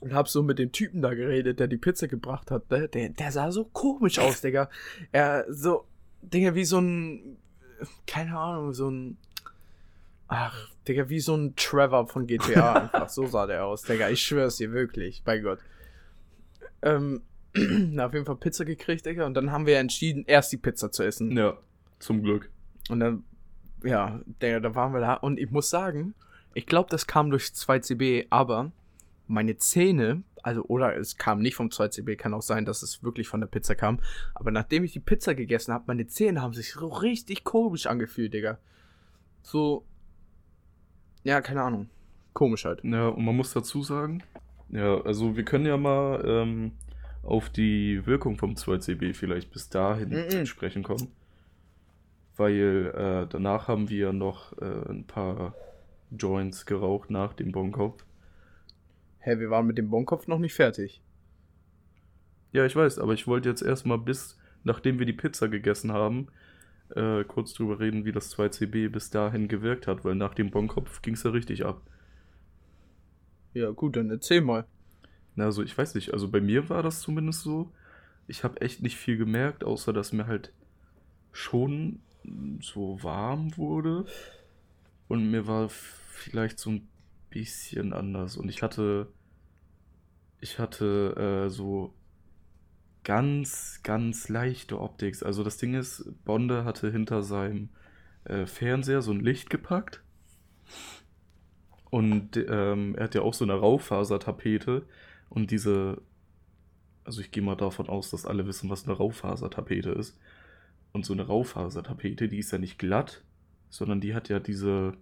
und hab so mit dem Typen da geredet, der die Pizza gebracht hat, ne? Der, der sah so komisch aus, Digga. Er so, Digga, wie so ein, keine Ahnung, so ein, ach, Digga, wie so ein Trevor von G T A einfach. So sah der aus, Digga. Ich schwör's dir wirklich, bei Gott. Ähm, na, auf jeden Fall Pizza gekriegt, Digga. Und dann haben wir entschieden, erst die Pizza zu essen. Ja, zum Glück. Und dann, ja, Digga, da waren wir da. Und ich muss sagen, ich glaube, das kam durch zwei C B, aber meine Zähne, also, oder es kam nicht vom zwei C B, kann auch sein, dass es wirklich von der Pizza kam. Aber nachdem ich die Pizza gegessen habe, meine Zähne haben sich so richtig komisch angefühlt, Digga. So, ja, keine Ahnung. Komisch halt. Ja, und man muss dazu sagen, ja, also wir können ja mal ähm, auf die Wirkung vom zwei C B vielleicht bis dahin Mhm. zu sprechen kommen. Weil äh, danach haben wir noch äh, ein paar Joints geraucht nach dem Bonkopf. Hä, wir waren mit dem Bonkopf noch nicht fertig. Ja, ich weiß, aber ich wollte jetzt erstmal bis, nachdem wir die Pizza gegessen haben, äh, kurz drüber reden, wie das zwei C B bis dahin gewirkt hat, weil nach dem Bonkopf ging es ja richtig ab. Ja, gut, dann erzähl mal. Na, also ich weiß nicht, also bei mir war das zumindest so. Ich habe echt nicht viel gemerkt, außer dass mir halt schon so warm wurde. Und mir war vielleicht so ein bisschen anders. Und ich hatte, ich hatte äh, so ganz, ganz leichte Optik. Also das Ding ist, Bonde hatte hinter seinem äh, Fernseher so ein Licht gepackt. Und ähm, er hat ja auch so eine Raufasertapete. Und diese, also ich gehe mal davon aus, dass alle wissen, was eine Raufasertapete ist. Und so eine Raufasertapete, die ist ja nicht glatt, sondern die hat ja diese,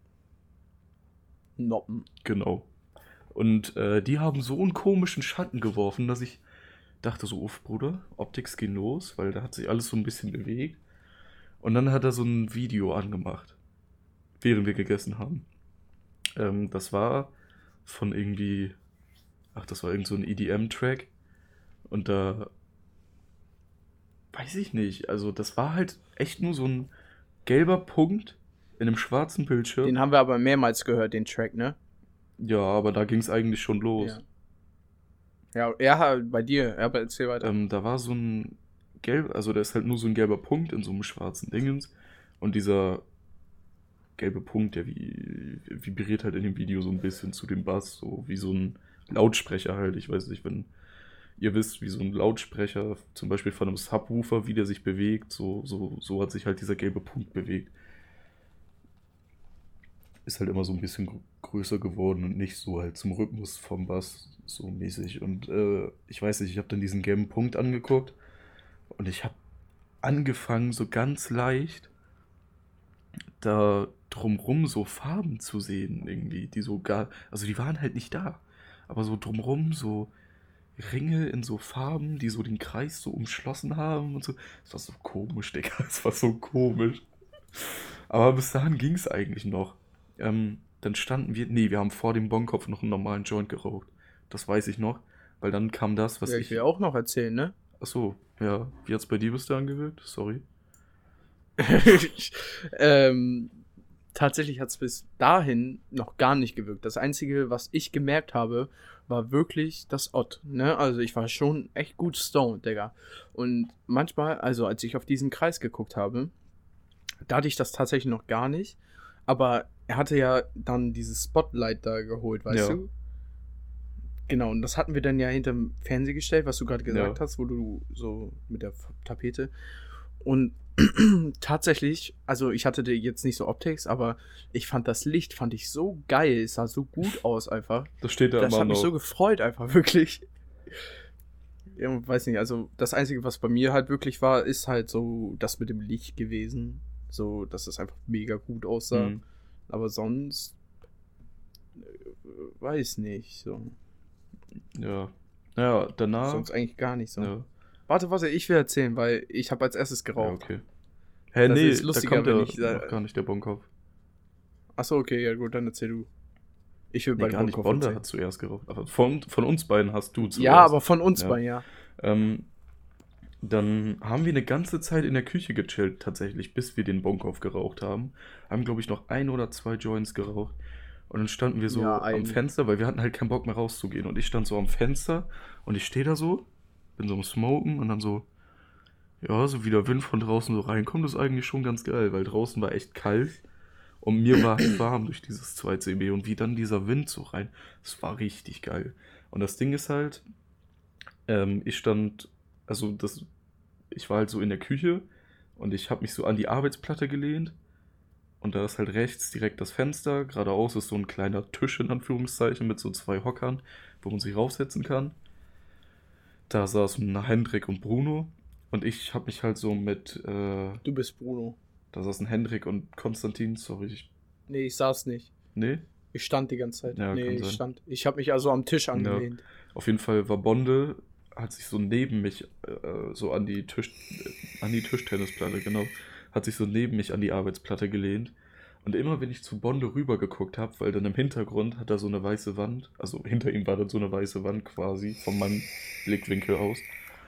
Noppen. genau. Und äh, die haben so einen komischen Schatten geworfen, dass ich dachte so, uff, Bruder, Optics gehen los, weil da hat sich alles so ein bisschen bewegt. Und dann hat er so ein Video angemacht, während wir gegessen haben. Ähm, das war von irgendwie, ach, das war irgend so ein E D M-Track. Und da, weiß ich nicht, also das war halt echt nur so ein gelber Punkt in einem schwarzen Bildschirm. Den haben wir aber mehrmals gehört, den Track, ne? Ja, aber da ging es eigentlich schon los. Ja. Ja, ja, bei dir. Ja, aber erzähl weiter. Ähm, da war so ein gelb, also da ist halt nur so ein gelber Punkt in so einem schwarzen Dingens. Und dieser gelbe Punkt, der wie, vibriert halt in dem Video so ein bisschen zu dem Bass, so wie so ein Lautsprecher halt. Ich weiß nicht, wenn ihr wisst, wie so ein Lautsprecher, zum Beispiel von einem Subwoofer, wie der sich bewegt, so, so, so hat sich halt dieser gelbe Punkt bewegt. Ist halt immer so ein bisschen gr- größer geworden und nicht so halt zum Rhythmus vom Bass so mäßig. Und äh, ich weiß nicht, ich habe dann diesen gelben Punkt angeguckt und ich habe angefangen, so ganz leicht da drumrum so Farben zu sehen irgendwie, die so gar, also die waren halt nicht da, aber so drumrum so Ringe in so Farben, die so den Kreis so umschlossen haben und so. Das war so komisch, Digga, das war so komisch. Aber bis dahin ging es eigentlich noch. Ähm, dann standen wir, nee, wir haben vor dem Bonkopf noch einen normalen Joint geraucht. Das weiß ich noch, weil dann kam das, was ja, ich... ich will auch noch erzählen, ne? Achso, ja. Wie hat's bei dir bis dahin gewirkt? Sorry. ähm, tatsächlich hat es bis dahin noch gar nicht gewirkt. Das Einzige, was ich gemerkt habe, war wirklich das Ott, ne? Also ich war schon echt gut stoned, Digga. Und manchmal, also als ich auf diesen Kreis geguckt habe, da hatte ich das tatsächlich noch gar nicht. Aber er hatte ja dann dieses Spotlight da geholt, weißt Ja. du? Genau, und das hatten wir dann ja hinterm Fernseher gestellt, was du gerade gesagt Ja. hast, wo du so mit der F- Tapete. Und tatsächlich, also ich hatte die jetzt nicht so Optics, aber ich fand das Licht, fand ich so geil, es sah so gut aus einfach. Das steht da Das immer hat mich noch. so gefreut einfach, wirklich. Ja, weiß nicht, also das Einzige, was bei mir halt wirklich war, ist halt so das mit dem Licht gewesen. So, dass es einfach mega gut aussah. Hm. Aber sonst, äh, weiß nicht, so. Ja. Ja, danach... Sonst eigentlich gar nicht so. Ja. Warte, warte, ich will erzählen, weil ich habe als erstes Ja, geraucht. okay. Hä, Das nee, ist da lustiger, kommt wenn ja ich sa- noch gar nicht der Bonkopf. Achso, okay, ja gut, dann erzähl du. Ich will Nee, bei gar nicht. Bonkopf Bonda erzählen. hat zuerst geraucht. Aber von, von uns beiden hast du zuerst. Ja, aber von uns Ja. beiden, ja. Ähm, dann haben wir eine ganze Zeit in der Küche gechillt, tatsächlich, bis wir den Bonkopf geraucht haben. Haben, glaube ich, noch ein oder zwei Joints geraucht. Und dann standen wir so Ja, am ein- Fenster, weil wir hatten halt keinen Bock mehr rauszugehen. Und ich stand so am Fenster und ich stehe da so, bin so am Smoken und dann so, ja, so wie der Wind von draußen so reinkommt, ist eigentlich schon ganz geil, weil draußen war echt kalt und mir war halt warm durch dieses zwei C B und wie dann dieser Wind so rein, das war richtig geil. Und das Ding ist halt, ähm, ich stand, also das, ich war halt so in der Küche und ich habe mich so an die Arbeitsplatte gelehnt und da ist halt rechts direkt das Fenster, geradeaus ist so ein kleiner Tisch in Anführungszeichen mit so zwei Hockern, wo man sich raufsetzen kann. Da saßen Hendrik und Bruno und ich habe mich halt so mit, äh, Du bist Bruno. da saßen Hendrik und Konstantin, sorry, ich, Nee, ich saß nicht. nee, Ich stand die ganze Zeit. Ja, nee, kann ich sein. stand. Ich habe mich also am Tisch angelehnt. auf jeden Fall war Bonde, hat sich so neben mich, äh, so an die Tisch, äh, an die Tischtennisplatte, genau, hat sich so neben mich an die Arbeitsplatte gelehnt. Und immer wenn ich zu Bonde rüber geguckt habe, weil dann im Hintergrund hat er so eine weiße Wand, also hinter ihm war dann so eine weiße Wand quasi, von meinem Blickwinkel aus.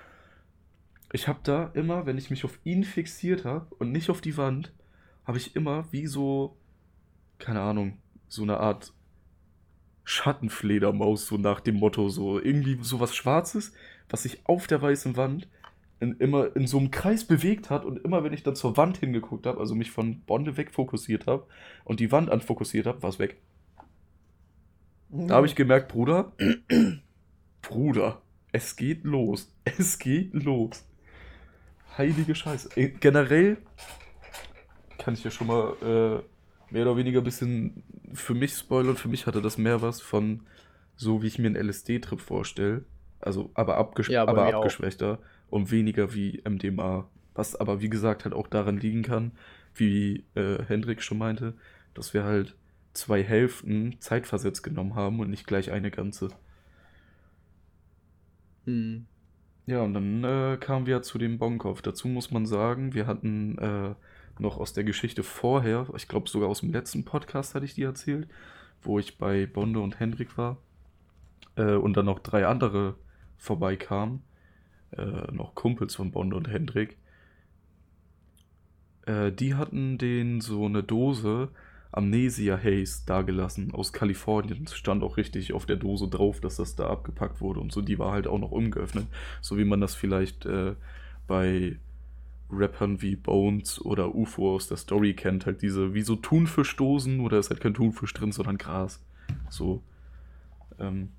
Ich habe da immer, wenn ich mich auf ihn fixiert habe und nicht auf die Wand, habe ich immer wie so, keine Ahnung, so eine Art Schattenfledermaus, so nach dem Motto, so irgendwie sowas Schwarzes, was sich auf der weißen Wand in, immer in so einem Kreis bewegt hat und immer, wenn ich dann zur Wand hingeguckt habe, also mich von Bonde wegfokussiert habe und die Wand anfokussiert habe, war es weg. Da habe ich gemerkt, Bruder, Bruder, es geht los. Es geht los. Heilige Scheiße. Äh, Generell kann ich ja schon mal äh, mehr oder weniger ein bisschen für mich spoilern. Für mich hatte das mehr was von so, wie ich mir einen L S D-Trip vorstelle. Also, aber, abgesch Ja, bei aber mir auch. abgeschwächter und weniger wie M D M A. Was aber, wie gesagt, halt auch daran liegen kann, wie äh, Hendrik schon meinte, dass wir halt zwei Hälften zeitversetzt genommen haben und nicht gleich eine ganze. Hm. Ja, und dann äh, kamen wir zu dem Bonkoff. Dazu muss man sagen, wir hatten äh, noch aus der Geschichte vorher, ich glaube sogar aus dem letzten Podcast hatte ich die erzählt, wo ich bei Bonde und Hendrik war äh, und dann noch drei andere vorbeikamen, äh, noch Kumpels von Bonde und Hendrik. Äh, die hatten denen so eine Dose Amnesia Haze dagelassen aus Kalifornien. Es stand auch richtig auf der Dose drauf, dass das da abgepackt wurde und so. Die war halt auch noch ungeöffnet. So wie man das vielleicht äh, bei Rappern wie Bones oder U F O aus der Story kennt. Halt diese, wie so Thunfischdosen, oder ist halt kein Thunfisch drin, sondern Gras. So. Ähm,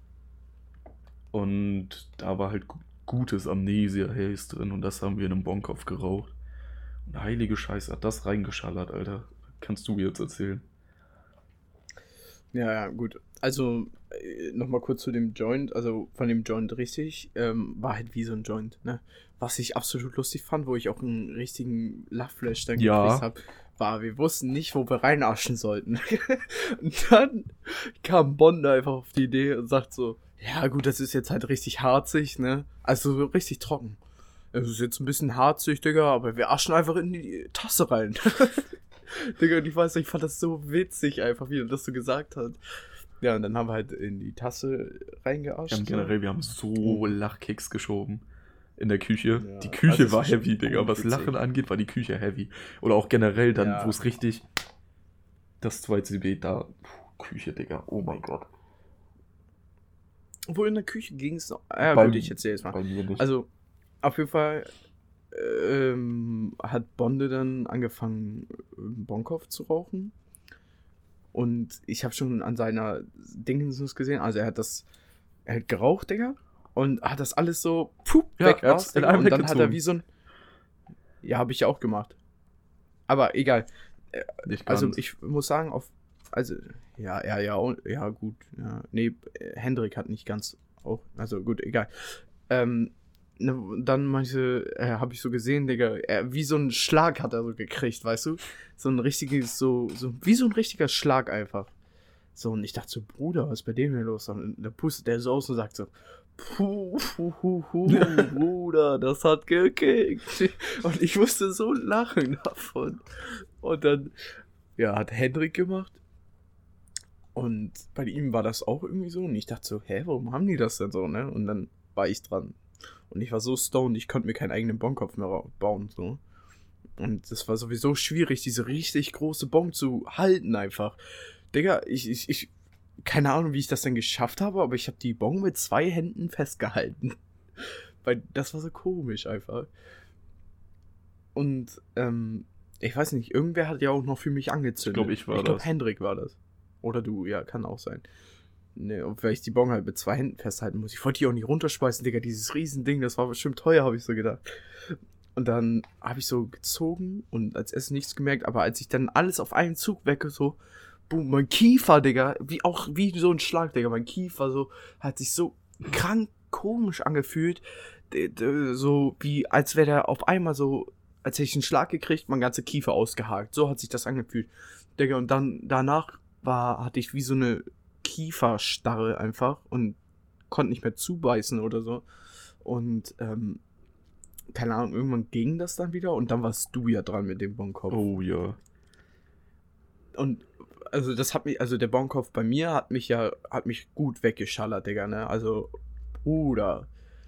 und da war halt gu- gutes Amnesia Haze drin und das haben wir in einem Bonkopf geraucht. Und heilige Scheiße, hat das reingeschallert, Alter. Kannst du mir jetzt erzählen? Ja, ja, gut. Also, äh, nochmal kurz zu dem Joint. Also, von dem Joint richtig, ähm, war halt wie so ein Joint, ne? Was ich absolut lustig fand, wo ich auch einen richtigen Lachflash dann Ja. gekriegt habe, war, wir wussten nicht, wo wir reinaschen sollten. Und dann kam Bond einfach auf die Idee und sagt so, ja gut, das ist jetzt halt richtig harzig, ne? Also so richtig trocken. Es ist jetzt ein bisschen harzig, Digga, aber wir aschen einfach in die Tasse rein. Digga, und ich weiß nicht, ich fand das so witzig einfach, wie er das so gesagt hat. Ja, und dann haben wir halt in die Tasse reingeascht. Wir haben so. generell, wir haben so Lachkicks geschoben in der Küche. Ja, Die Küche also war es ist heavy, schon Digga. Was witzig. Lachen angeht, war die Küche heavy. Oder auch generell dann, Ja. wo es richtig das zwei C B da. Puh, Küche, Digga. Oh mein Gott. Wo in der Küche ging es noch. Ja, Bei- gut, ich erzähl jetzt mal. Bei mir nicht. Also, auf jeden Fall ähm, hat Bonde dann angefangen, Bonkopf zu rauchen. Und ich habe schon an seiner Dingens gesehen, also er hat das, er hat geraucht, Digga, und hat das alles so, puh, Ja, weg er hat's war's, in Digga. einem Und dann hat er weggezogen. wie so ein, ja, habe ich ja auch gemacht. Aber egal. nicht Also ganz. ich muss sagen, auf, also, ja, ja, ja, und- ja, gut, ja, nee, äh, Hendrik hat nicht ganz auch, also gut, egal. Ähm, ne, dann manche, äh, habe ich so gesehen, Digga, er, wie so ein Schlag hat er so gekriegt, weißt du? So ein richtiges, so, so, wie so ein richtiger Schlag einfach. So, und ich dachte so, Bruder, was ist bei dem hier los? Und da pustet der so aus und sagt so, puh, puh, puh, puh, Bruder, das hat gekickt. Und ich musste so lachen davon. Und dann, ja, hat Hendrik gemacht. Und bei ihm war das auch irgendwie so. Und ich dachte so, hä, warum haben die das denn so, ne? Und dann war ich dran. Und ich war so stoned, ich konnte mir keinen eigenen Bonkopf mehr ra- bauen, so. Und das war sowieso schwierig, diese richtig große Bonk zu halten einfach. Digga, ich, ich, ich, keine Ahnung, wie ich das denn geschafft habe, aber ich habe die Bong mit zwei Händen festgehalten. Weil das war so komisch einfach. Und, ähm, ich weiß nicht, irgendwer hat ja auch noch für mich angezündet. Ich glaube, ich war Ich glaube, das. Hendrik war das. Oder du, ja, kann auch sein. Ne, und weil ich die Bong halt mit zwei Händen festhalten muss. Ich wollte die auch nicht runterschmeißen, Digga, dieses Riesending, das war bestimmt teuer, habe ich so gedacht. Und dann habe ich so gezogen und als erstes nichts gemerkt, aber als ich dann alles auf einen Zug wecke, so, boom, mein Kiefer, Digga, wie auch wie so ein Schlag, Digga, mein Kiefer so, hat sich so krank komisch angefühlt, D- d- so wie, als wäre der auf einmal so, als hätte ich einen Schlag gekriegt, mein ganzer Kiefer ausgehakt, so hat sich das angefühlt, Digga, und dann danach war, hatte ich wie so eine Kieferstarre einfach und konnte nicht mehr zubeißen oder so und, ähm, keine Ahnung, irgendwann ging das dann wieder und dann warst du ja dran mit dem Bonkopf. Oh ja. Und also das hat mich, also der Bonkopf bei mir hat mich ja, hat mich gut weggeschallert, Digga, ne? Also, Bruder.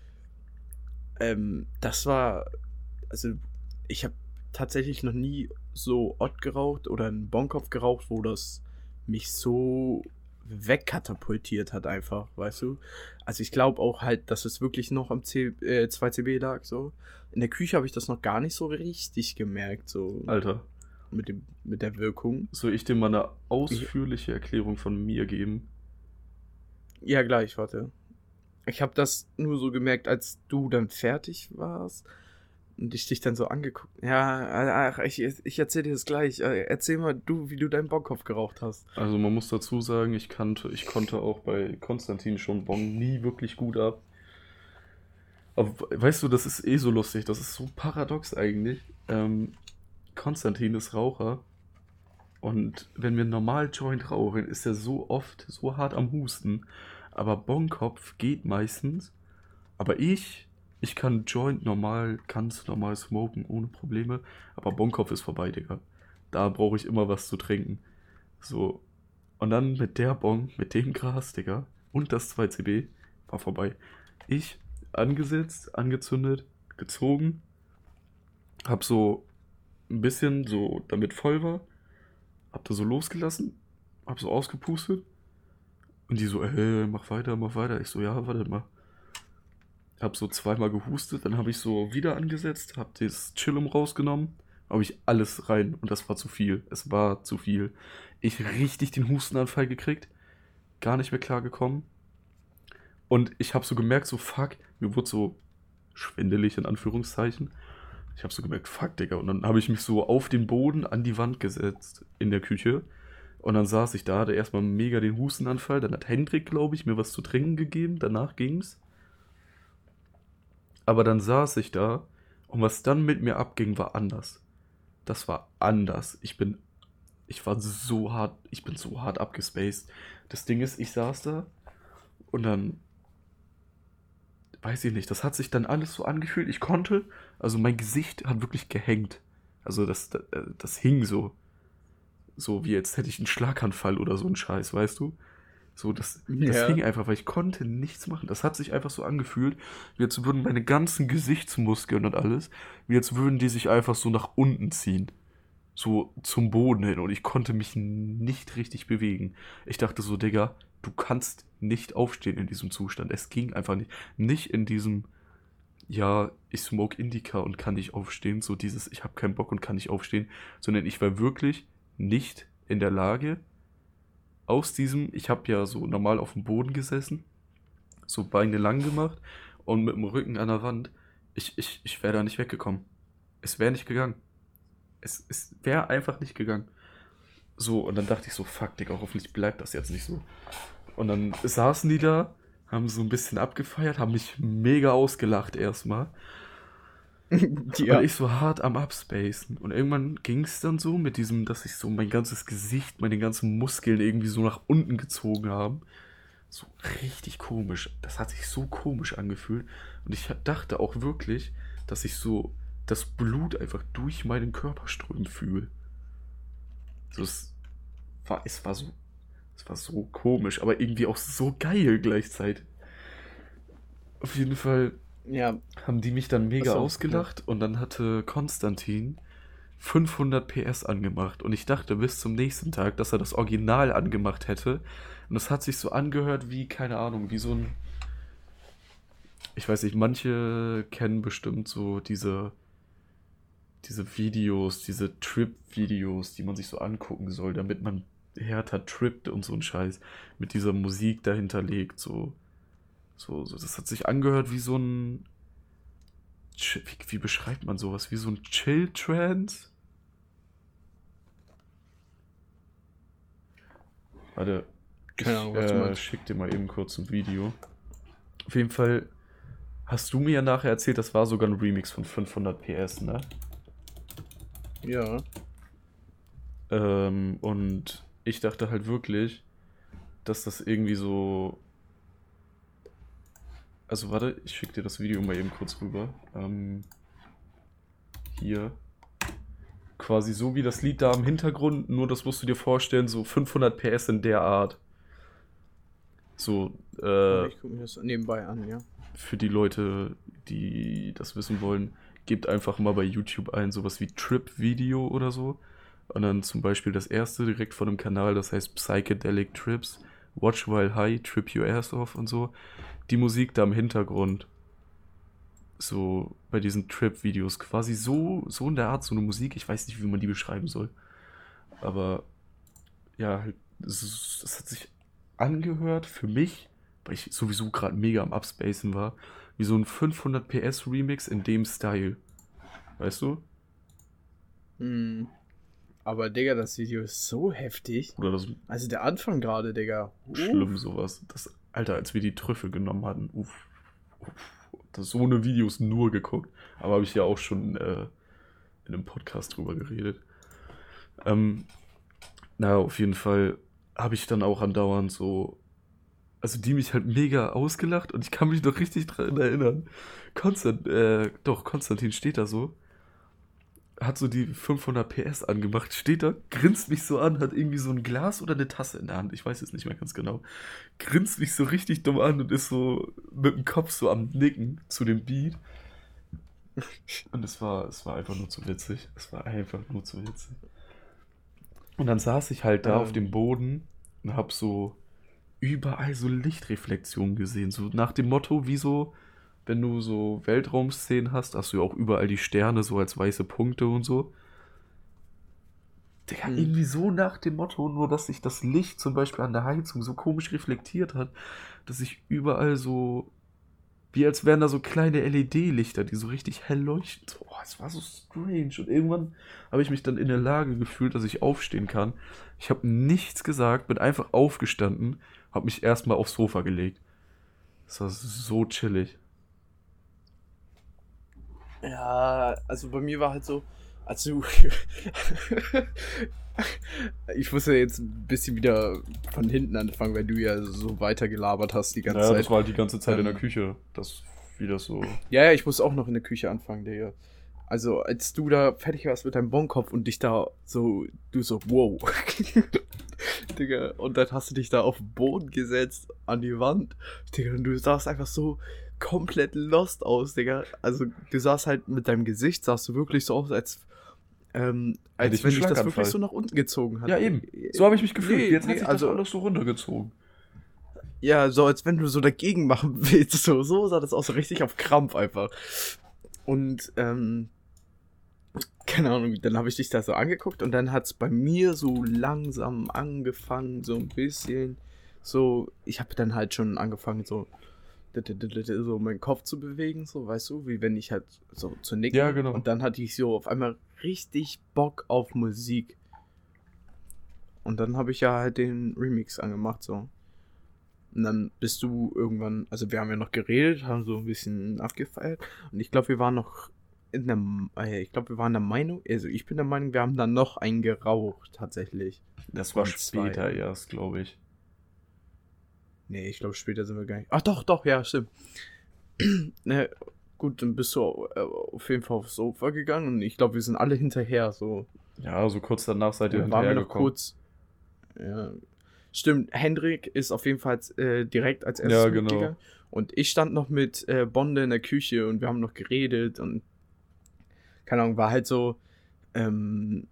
Ähm, das war, also ich habe tatsächlich noch nie so Ott geraucht oder einen Bonkopf geraucht, wo das mich so wegkatapultiert hat einfach, weißt du? Also ich glaube auch halt, dass es wirklich noch am C, äh, zwei C B lag, so. In der Küche habe ich das noch gar nicht so richtig gemerkt, so Alter, mit dem, mit der Wirkung. soll ich dir mal eine ausführliche Erklärung von mir geben? Ja, gleich, warte. Ich habe das nur so gemerkt, als du dann fertig warst und ich dich dann so angeguckt. Ja, ach, ich, ich erzähl dir das gleich. Äh, Erzähl mal du, wie du deinen Bonkopf geraucht hast. Also man muss dazu sagen, ich kannte, ich konnte auch bei Konstantin schon Bong nie wirklich gut ab. Aber weißt du, das ist eh so lustig, das ist so paradox eigentlich. Ähm, Konstantin ist Raucher und wenn wir normal Joint rauchen, ist er so oft so hart am Husten. Aber Bongkopf geht meistens. Aber ich, ich kann Joint normal, ganz normal smoken, ohne Probleme. Aber Bongkopf ist vorbei, Digga. Da brauche ich immer was zu trinken. So. Und dann mit der Bong, mit dem Gras, Digga, und das zwei C B, war vorbei. Ich angesetzt, angezündet, gezogen, hab so ein bisschen so, damit voll war, hab da so losgelassen, hab so ausgepustet und die so, ey, mach weiter, mach weiter. Ich so, ja, warte mal. Hab so zweimal gehustet, dann habe ich so wieder angesetzt, hab das Chillum rausgenommen, habe ich alles rein und das war zu viel. Es war zu viel. Ich richtig den Hustenanfall gekriegt, gar nicht mehr klar gekommen. Und ich habe so gemerkt, so fuck, mir wurde so schwindelig in Anführungszeichen. Ich habe so gemerkt, fuck, Digga. Und dann habe ich mich so auf den Boden an die Wand gesetzt in der Küche. Und dann saß ich da, hatte erstmal mega den Hustenanfall. Dann hat Hendrik, glaube ich, mir was zu trinken gegeben. Danach ging's. Aber dann saß ich da und was dann mit mir abging, war anders. Das war anders. Ich bin, ich war so hart, ich bin so hart abgespaced. Das Ding ist, ich saß da und dann weiß ich nicht, das hat sich dann alles so angefühlt. Ich konnte, also mein Gesicht hat wirklich gehängt. Also das, das, das hing so. So wie jetzt hätte ich einen Schlaganfall oder so einen Scheiß, weißt du? So, das, das Ja. hing einfach, weil ich konnte nichts machen. Das hat sich einfach so angefühlt, wie als würden meine ganzen Gesichtsmuskeln und alles, wie als würden die sich einfach so nach unten ziehen. So zum Boden hin und ich konnte mich nicht richtig bewegen. Ich dachte so, Digga, du kannst nicht aufstehen in diesem Zustand. Es ging einfach nicht. Nicht in diesem, ja, ich smoke Indica und kann nicht aufstehen, so dieses, ich habe keinen Bock und kann nicht aufstehen, sondern ich war wirklich nicht in der Lage, aus diesem, ich habe ja so normal auf dem Boden gesessen, so Beine lang gemacht und mit dem Rücken an der Wand, ich, ich, ich wäre da nicht weggekommen. Es wäre nicht gegangen. Es, es wäre einfach nicht gegangen. So, und dann dachte ich so, fuck, Digga, hoffentlich bleibt das jetzt nicht so. Und dann saßen die da, haben so ein bisschen abgefeiert, haben mich mega ausgelacht erstmal. Ja. Und ich so hart am Abspacen. Und irgendwann ging es dann so mit diesem, dass ich so mein ganzes Gesicht, meine ganzen Muskeln irgendwie so nach unten gezogen haben. So richtig komisch. Das hat sich so komisch angefühlt. Und ich dachte auch wirklich, dass ich so das Blut einfach durch meinen Körper strömen fühle. So, es war, es war so, es war so komisch, aber irgendwie auch so geil gleichzeitig. Auf jeden Fall Ja. haben die mich dann mega Ach so, ausgelacht und dann hatte Konstantin fünfhundert P S angemacht. Und ich dachte bis zum nächsten Tag, dass er das Original angemacht hätte. Und das hat sich so angehört wie, keine Ahnung, wie so ein... Ich weiß nicht, manche kennen bestimmt so diese, diese Videos, diese Trip-Videos, die man sich so angucken soll, damit man härter trippt und so ein Scheiß. Mit dieser Musik dahinter legt, so... So, so, das hat sich angehört wie so ein... Wie, wie beschreibt man sowas? Wie so ein Chill-Trance? Warte, ich Keine Ahnung, was du äh, meinst. schick dir mal eben kurz ein Video. Auf jeden Fall hast du mir ja nachher erzählt, das war sogar ein Remix von fünfhundert P S, ne? Ja. Ähm, und ich dachte halt wirklich, dass das irgendwie so... Also warte, ich schick dir das Video mal eben kurz rüber. Ähm, hier. Quasi so wie das Lied da im Hintergrund, nur das musst du dir vorstellen, so fünfhundert P S in der Art. So, äh, Ich gucke mir das nebenbei an, ja. für die Leute, die das wissen wollen, gebt einfach mal bei YouTube ein, sowas wie Trip-Video oder so. Und dann zum Beispiel das erste direkt von dem Kanal, das heißt Psychedelic Trips. Watch While High, Trip Your Ass Off und so. Die Musik da im Hintergrund. So bei diesen Trip-Videos. Quasi so, so in der Art, so eine Musik. Ich weiß nicht, wie man die beschreiben soll. Aber ja, es, ist- es hat sich angehört für mich, weil ich sowieso gerade mega am Upspacen war, wie so ein fünfhundert P S Remix in dem Style. Weißt du? Hm. Aber, Digga, das Video ist so heftig. Oder das Also der Anfang gerade, Digga. Uh. schlimm sowas. Das, Alter, als wir die Trüffel genommen hatten, uff, uff, das so eine Videos nur geguckt. Aber habe ich ja auch schon äh, in einem Podcast drüber geredet. Ähm, na, auf jeden Fall habe ich dann auch andauernd so, also die mich halt mega ausgelacht und ich kann mich noch richtig dran erinnern. Konstant, äh, doch, Konstantin steht da so, hat so die fünfhundert P S angemacht, steht da, grinst mich so an, hat irgendwie so ein Glas oder eine Tasse in der Hand, ich weiß es nicht mehr ganz genau, grinst mich so richtig dumm an und ist so mit dem Kopf so am Nicken zu dem Beat. Und es war, es war einfach nur zu witzig. Es war einfach nur zu witzig. Und dann saß ich halt da Ähm. auf dem Boden und hab so überall so Lichtreflexionen gesehen. So nach dem Motto, wie so, wenn du so Weltraumszenen hast, hast du ja auch überall die Sterne so als weiße Punkte und so. Digga, Hm. irgendwie so nach dem Motto, nur dass sich das Licht zum Beispiel an der Heizung so komisch reflektiert hat, dass sich überall so, wie als wären da so kleine L E D-Lichter, die so richtig hell leuchten. So, oh, es war so strange. Und irgendwann habe ich mich dann in der Lage gefühlt, dass ich aufstehen kann. Ich habe nichts gesagt, bin einfach aufgestanden, habe mich erstmal aufs Sofa gelegt. Das war so chillig. Ja, also bei mir war halt so, also ich muss ja jetzt ein bisschen wieder von hinten anfangen, weil du ja so weiter gelabert hast die ganze Ja, Zeit. das war halt die ganze Zeit in der Ähm. Küche. Das, wie das so. Ja, ja, ich muss auch noch in der Küche anfangen, Digga. Also, als du da fertig warst mit deinem Bonkopf und dich da so, du so, wow. Digga, und dann hast du dich da auf den Boden gesetzt, an die Wand. Digga, und du sahst einfach so komplett lost aus, Digga. Also, du sahst halt mit deinem Gesicht, sahst du wirklich so aus, als, ähm, Hätte als ich wenn einen dich das Schlaganfall. wirklich so nach unten gezogen hat. Ja, eben. So habe ich mich gefühlt. Nee, Jetzt hat nee, sich also- das alles so runtergezogen. Ja, so als wenn du so dagegen machen willst. So, so sah das aus, so richtig auf Krampf einfach. Und, ähm, keine Ahnung, dann habe ich dich da so angeguckt und dann hat es bei mir so langsam angefangen, so ein bisschen, so, ich habe dann halt schon angefangen, so, so meinen Kopf zu bewegen, so, weißt du, wie wenn ich halt so zu nicken. Ja, genau. Und dann hatte ich so auf einmal richtig Bock auf Musik. Und dann habe ich ja halt den Remix angemacht, so. Und dann bist du irgendwann, also wir haben ja noch geredet, haben so ein bisschen abgefeiert. Und ich glaube, wir waren noch in der, äh, ich glaube, wir waren der Meinung, also ich bin der Meinung, wir haben dann noch einen geraucht, tatsächlich. Das war Und zwei. später erst, glaube ich. Nee, ich glaube, später sind wir gar nicht. Ach doch, doch, ja, stimmt. Ne, gut, dann bist du äh, auf jeden Fall aufs Sofa gegangen und ich glaube, wir sind alle hinterher, so. Ja, so kurz danach seid ihr Dann waren wir noch hinterhergekommen. kurz. Ja. Stimmt, Hendrik ist auf jeden Fall äh, direkt als erstes Ja, genau. mitgegangen. Und ich stand noch mit äh, Bonde in der Küche und wir haben noch geredet und keine Ahnung, war halt so, ähm,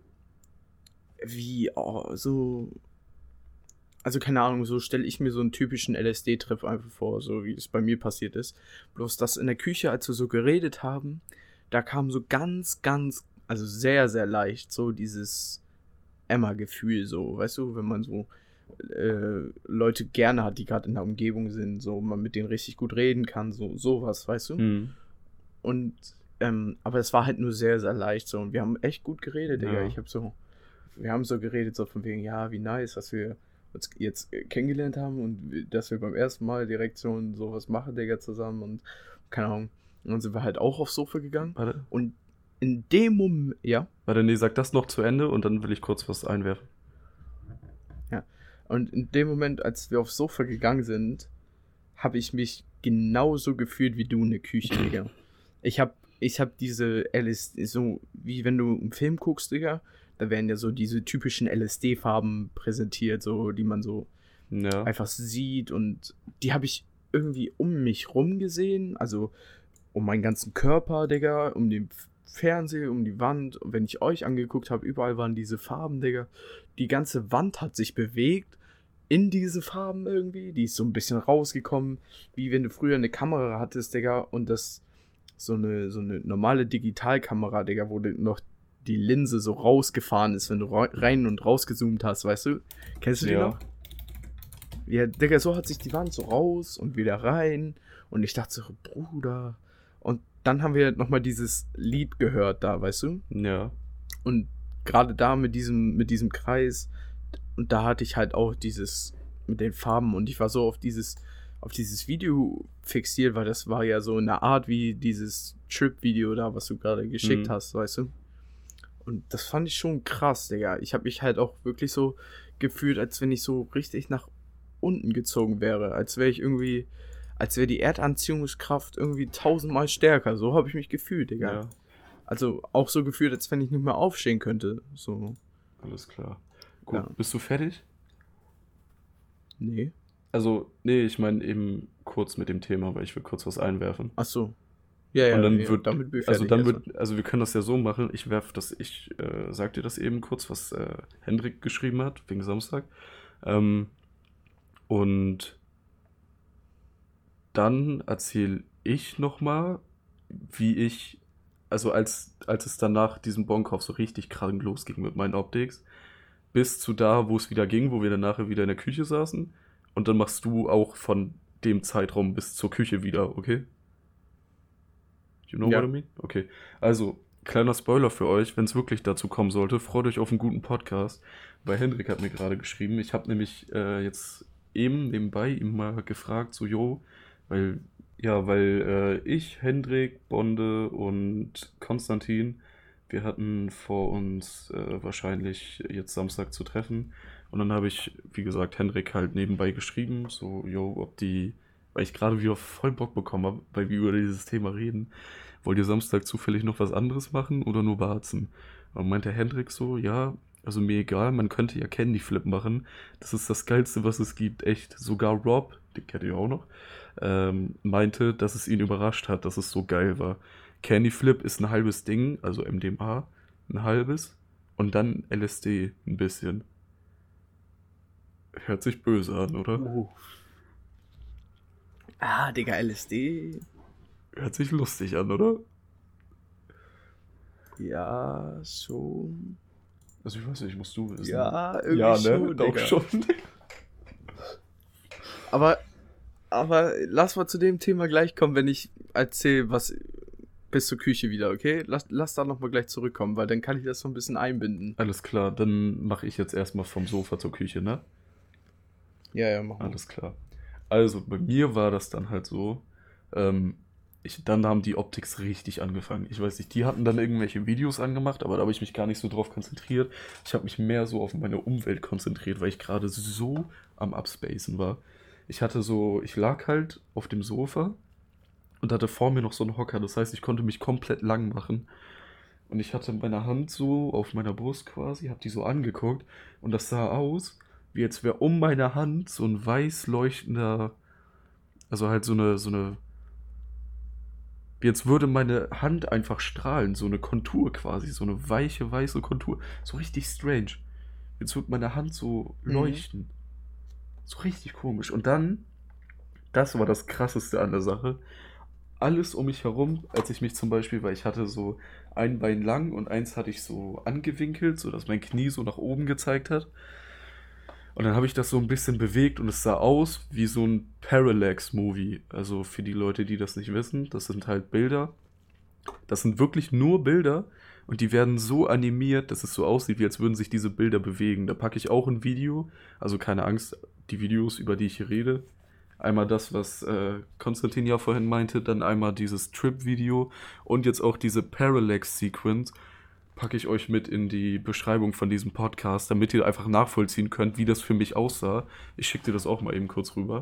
wie oh, so, also keine Ahnung, so stelle ich mir so einen typischen L S D-Trip einfach vor, so wie es bei mir passiert ist. Bloß, dass in der Küche, als wir so geredet haben, da kam so ganz, ganz, also sehr, sehr leicht so dieses Emma-Gefühl, so, weißt du, wenn man so äh, Leute gerne hat, die gerade in der Umgebung sind, so man mit denen richtig gut reden kann, so sowas, weißt du? Mhm. Und, ähm, aber es war halt nur sehr, sehr leicht so und wir haben echt gut geredet, Digga. Ja. Ich hab so, wir haben so geredet, so von wegen, ja, wie nice, dass wir uns jetzt äh, kennengelernt haben und wir- dass wir beim ersten Mal direkt so und sowas machen, Digga, zusammen und keine Ahnung. Und dann sind wir halt auch aufs Sofa gegangen Warte, und in dem Moment, ja, warte, nee, sag das noch zu Ende und dann will ich kurz was einwerfen. ja. Und in dem Moment, als wir aufs Sofa gegangen sind, habe ich mich genauso gefühlt wie du in der Küche, Digga. Ich hab, ich hab diese L S D, so wie wenn du einen Film guckst, Digga, da werden ja so diese typischen L S D-Farben präsentiert, so, die man so Ja. einfach sieht und die habe ich irgendwie um mich rum gesehen, also um meinen ganzen Körper, Digga, um den F- Fernseher, um die Wand. Und wenn ich euch angeguckt habe, überall waren diese Farben, Digga. Die ganze Wand hat sich bewegt in diese Farben irgendwie. Die ist so ein bisschen rausgekommen, wie wenn du früher eine Kamera hattest, Digga, und das so eine, so eine normale Digitalkamera, Digga, wo du noch die Linse so rausgefahren ist, wenn du rei- rein und rausgezoomt hast, weißt du? Kennst du die Ja. noch? Ja, Digga, so hat sich die Wand so raus und wieder rein. Und ich dachte so, Bruder. Und dann haben wir nochmal dieses Lied gehört da, weißt du? Ja. Und gerade da mit diesem, mit diesem Kreis. Und da hatte ich halt auch dieses mit den Farben. Und ich war so auf dieses, auf dieses Video fixiert, weil das war ja so eine Art wie dieses Trip-Video da, was du gerade geschickt Mhm. hast, weißt du? Und das fand ich schon krass, Digga. Ich habe mich halt auch wirklich so gefühlt, als wenn ich so richtig nach unten gezogen wäre. Als wäre ich irgendwie, als wäre die Erdanziehungskraft irgendwie tausendmal stärker. So habe ich mich gefühlt, Digga. Ja. Also auch so gefühlt, als wenn ich nicht mehr aufstehen könnte. So, Alles klar. Gut, ja. bist du fertig? Nee. Also, nee, ich meine eben kurz mit dem Thema, weil ich will kurz was einwerfen. Ach so. Ja, ja, Und dann ja, wird, damit bin ich also fertig dann erstmal. wird, also wir können das ja so machen, ich werf das, ich äh, sag dir das eben kurz, was äh, Hendrik geschrieben hat, wegen Samstag. Ähm, und dann erzähle ich nochmal, wie ich, also als, als es dann nach diesem Bonkauf so richtig krank losging mit meinen Optics, bis zu da, wo es wieder ging, wo wir dann nachher wieder in der Küche saßen. Und dann machst du auch von dem Zeitraum bis zur Küche wieder, okay? You know Ja. what I mean? Okay. Also, kleiner Spoiler für euch, wenn es wirklich dazu kommen sollte, freut euch auf einen guten Podcast. Weil Hendrik hat mir gerade geschrieben, ich habe nämlich äh, jetzt eben nebenbei ihm mal gefragt, so, jo, weil, ja, weil äh, ich, Hendrik, Bonde und Konstantin, wir hatten vor uns äh, wahrscheinlich jetzt Samstag zu treffen. Und dann habe ich, wie gesagt, Hendrik halt nebenbei geschrieben, so, jo, ob die, weil ich gerade wieder voll Bock bekommen habe, weil wir über dieses Thema reden. Wollt ihr Samstag zufällig noch was anderes machen oder nur Warzen? Und meinte Hendrik so, ja, also mir egal, man könnte ja Candy Flip machen. Das ist das Geilste, was es gibt, echt. Sogar Rob, den kennt ihr auch noch, ähm, meinte, dass es ihn überrascht hat, dass es so geil war. Candy Flip ist ein halbes Ding, also M D M A, ein halbes und dann L S D ein bisschen. Hört sich böse an, oder? Oh. Ah, Digga, L S D. Hört sich lustig an, oder? Ja, schon. Also ich weiß nicht, musst du wissen. Ja, irgendwie Ja, ne? schon, Doch Digga. schon. Aber, aber lass mal zu dem Thema gleich kommen, wenn ich erzähle, was bis zur Küche wieder, okay? Lass, lass da nochmal gleich zurückkommen, weil dann kann ich das so ein bisschen einbinden. Alles klar, dann mache ich jetzt erstmal vom Sofa zur Küche, ne? Ja, ja, mach mal. Alles klar. Also bei mir war das dann halt so, ähm, ich, dann haben die Optics richtig angefangen. Ich weiß nicht, die hatten dann irgendwelche Videos angemacht, aber da habe ich mich gar nicht so drauf konzentriert. Ich habe mich mehr so auf meine Umwelt konzentriert, weil ich gerade so am Upspacen war. Ich hatte so, ich lag halt auf dem Sofa und hatte vor mir noch so einen Hocker. Das heißt, ich konnte mich komplett lang machen. Und ich hatte meine Hand so auf meiner Brust quasi, habe die so angeguckt und das sah aus, wie als wäre um meine Hand so ein weiß leuchtender, also halt so eine, so eine, Jetzt würde meine Hand einfach strahlen, so eine Kontur quasi, so eine weiche, weiße Kontur. So richtig strange. Jetzt wird meine Hand so Mhm. leuchten. So richtig komisch. Und dann, das war das Krasseste an der Sache, alles um mich herum, als ich mich zum Beispiel, weil ich hatte so ein Bein lang und eins hatte ich so angewinkelt, sodass mein Knie so nach oben gezeigt hat. Und dann habe ich das so ein bisschen bewegt und es sah aus wie so ein Parallax-Movie. Also für die Leute, die das nicht wissen, das sind halt Bilder. Das sind wirklich nur Bilder und die werden so animiert, dass es so aussieht, wie als würden sich diese Bilder bewegen. Da packe ich auch ein Video, also keine Angst, die Videos, über die ich hier rede. Einmal das, was äh, Konstantin ja vorhin meinte, dann einmal dieses Trip-Video und jetzt auch diese Parallax-Sequence packe ich euch mit in die Beschreibung von diesem Podcast, damit ihr einfach nachvollziehen könnt, wie das für mich aussah. Ich schicke dir das auch mal eben kurz rüber.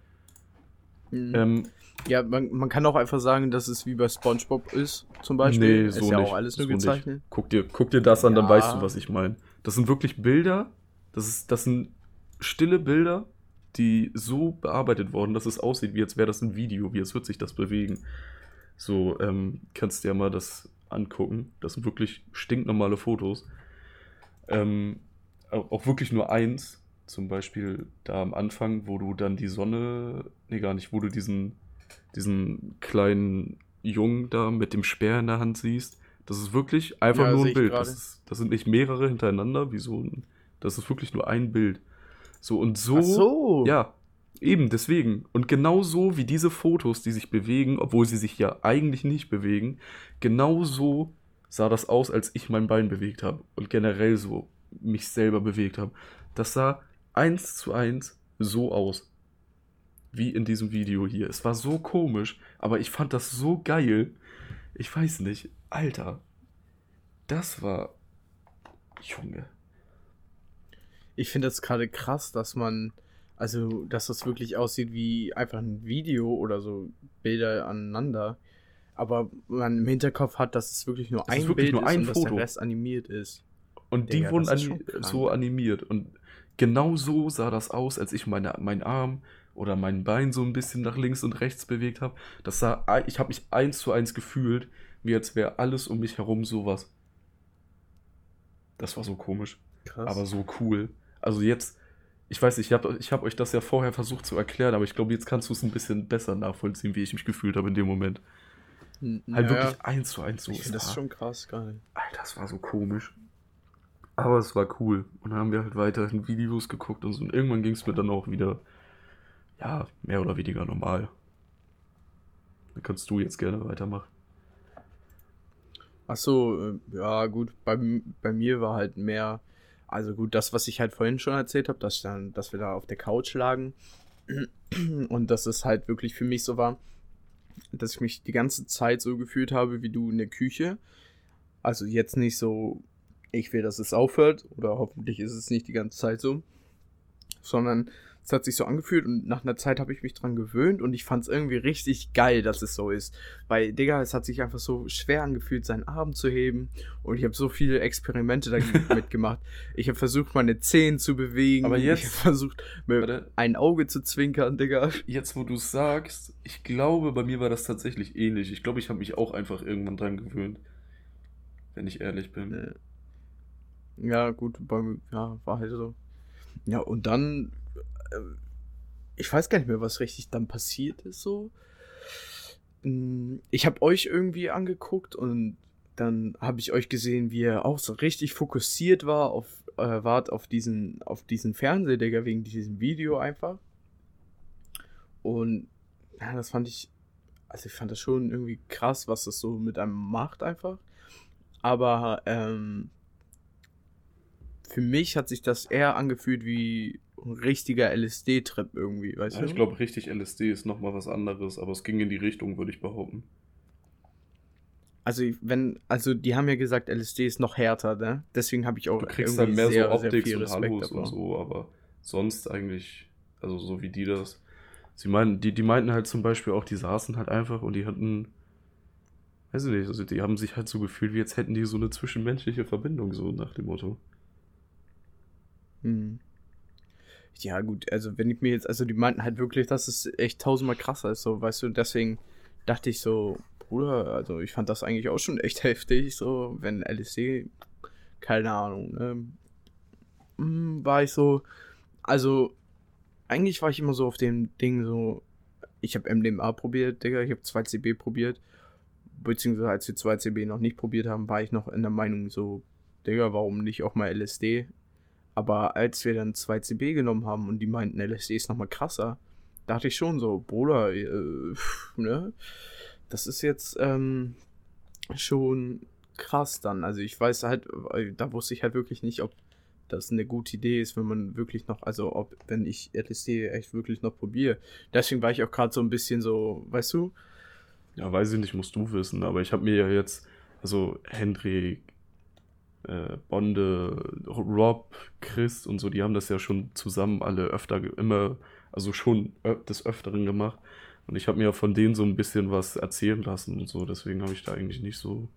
Mhm. Ähm, Ja, man, man kann auch einfach sagen, dass es wie bei SpongeBob ist, zum Beispiel. nee, Ist so ja nicht. auch alles So nur nicht. gezeichnet. Guck dir, guck dir das an, dann weißt du, Ja. was ich meine. Das sind wirklich Bilder, das, ist, das sind stille Bilder, die so bearbeitet wurden, dass es aussieht, wie als wäre das ein Video, wie als würde sich das bewegen. So, ähm, kannst dir ja mal das angucken. Das sind wirklich stinknormale Fotos. Ähm, auch auch wirklich nur eins, zum Beispiel da am Anfang, wo du dann die Sonne, nee, gar nicht, wo du diesen, diesen kleinen Jungen da mit dem Speer in der Hand siehst. Das ist wirklich einfach Ja, nur sehe ein ich Bild. Das, gerade. ist, das sind nicht mehrere hintereinander, wie so ein, das ist wirklich nur ein Bild. So und Ach so, so. ja, eben deswegen. Und genau so wie diese Fotos, die sich bewegen, obwohl sie sich ja eigentlich nicht bewegen, genau so sah das aus, als ich mein Bein bewegt habe und generell so mich selber bewegt habe. Das sah eins zu eins so aus, wie in diesem Video hier. Es war so komisch, aber ich fand das so geil. Ich weiß nicht, Alter, das war, Junge. Ich finde das gerade krass, dass man, also, dass das wirklich aussieht wie einfach ein Video oder so Bilder aneinander. Aber man im Hinterkopf hat, dass es wirklich nur Es ist ein wirklich Bild nur ist ein und dass der Foto. Rest animiert ist. Und die Digga, wurden das ist ani schon krank. so animiert. Und genau so sah das aus, als ich meine, meinen Arm oder mein Bein so ein bisschen nach links und rechts bewegt habe. Das sah, ei- ich habe mich eins zu eins gefühlt, wie als wäre alles um mich herum sowas. Das war so komisch, aber Krass. so cool. Also jetzt, ich weiß nicht, ich habe ich hab euch das ja vorher versucht zu erklären, aber ich glaube, jetzt kannst du es ein bisschen besser nachvollziehen, wie ich mich gefühlt habe in dem Moment. N- Halt Naja, wirklich eins zu eins so. ich Es finde das war, schon krass gerade. Alter, das war so komisch. Aber es war cool. Und dann haben wir halt weiterhin Videos geguckt und so. Und irgendwann ging es mir dann auch wieder, ja, mehr oder weniger normal. Dann kannst du jetzt gerne weitermachen. Ach so, äh, ja gut, bei, m- bei mir war halt mehr, also gut, das, was ich halt vorhin schon erzählt habe, dass, ich dann, dass wir da auf der Couch lagen und dass es halt wirklich für mich so war, dass ich mich die ganze Zeit so gefühlt habe wie du in der Küche. Also jetzt nicht so, ich will, dass es aufhört oder hoffentlich ist es nicht die ganze Zeit so, sondern es hat sich so angefühlt und nach einer Zeit habe ich mich dran gewöhnt und ich fand es irgendwie richtig geil, dass es so ist. Weil, Digga, es hat sich einfach so schwer angefühlt, seinen Arm zu heben und ich habe so viele Experimente damit gemacht. Ich habe versucht, meine Zehen zu bewegen. Aber jetzt- Ich habe versucht, mir Warte. ein Auge zu zwinkern, Digga. Jetzt, wo du es sagst, ich glaube, bei mir war das tatsächlich ähnlich. Ich glaube, ich habe mich auch einfach irgendwann dran gewöhnt. Wenn ich ehrlich bin. Äh, Ja, gut, bei mir, ja, war halt so. Ja, und dann, äh, ich weiß gar nicht mehr, was richtig dann passiert ist, so. Mm, Ich habe euch irgendwie angeguckt und dann habe ich euch gesehen, wie ihr auch so richtig fokussiert war auf, äh, wart auf diesen, auf diesen Fernseher, Digga, wegen diesem Video einfach. Und ja, das fand ich, also ich fand das schon irgendwie krass, was das so mit einem macht einfach. Aber, ähm, für mich hat sich das eher angefühlt wie ein richtiger L S D-Trip irgendwie, weißt Ja, du? ich glaube, richtig L S D ist nochmal was anderes, aber es ging in die Richtung, würde ich behaupten. Also, ich- wenn, also die haben ja gesagt, L S D ist noch härter, ne? Deswegen habe ich auch Du kriegst irgendwie dann mehr sehr, so sehr Optics viel und Respekt Hallos und davor. so, aber sonst eigentlich, also so wie die das. Sie meinen, die, die meinten halt zum Beispiel auch, die saßen halt einfach und die hatten, weiß ich nicht, also die haben sich halt so gefühlt, wie jetzt hätten die so eine zwischenmenschliche Verbindung, so nach dem Motto. Hm. Ja, gut, also wenn ich mir jetzt, also die meinten halt wirklich, dass es echt tausendmal krasser ist, so, weißt du, deswegen dachte ich so, Bruder, also ich fand das eigentlich auch schon echt heftig, so, wenn L S D, keine Ahnung, ne, hm, war ich so, also, eigentlich war ich immer so auf dem Ding so, ich habe M D M A probiert, Digga, ich habe zwei C B probiert, beziehungsweise als wir zwei C B noch nicht probiert haben, war ich noch in der Meinung so, Digga, warum nicht auch mal L S D? Aber als wir dann zwei C B genommen haben und die meinten, L S D ist nochmal krasser, dachte ich schon so, Bruder, äh, ne, das ist jetzt, ähm, schon krass dann. Also ich weiß halt, da wusste ich halt wirklich nicht, ob das eine gute Idee ist, wenn man wirklich noch, also ob, wenn ich L S D echt wirklich noch probiere. Deswegen war ich auch gerade so ein bisschen so, weißt du? Ja, weiß ich nicht, musst du wissen, aber ich habe mir ja jetzt, also Hendrik, äh, Bonde, Rob, Chris und so, die haben das ja schon zusammen alle öfter, ge- immer, also schon ö- des Öfteren gemacht. Und ich habe mir ja von denen so ein bisschen was erzählen lassen und so, deswegen habe ich da eigentlich nicht so.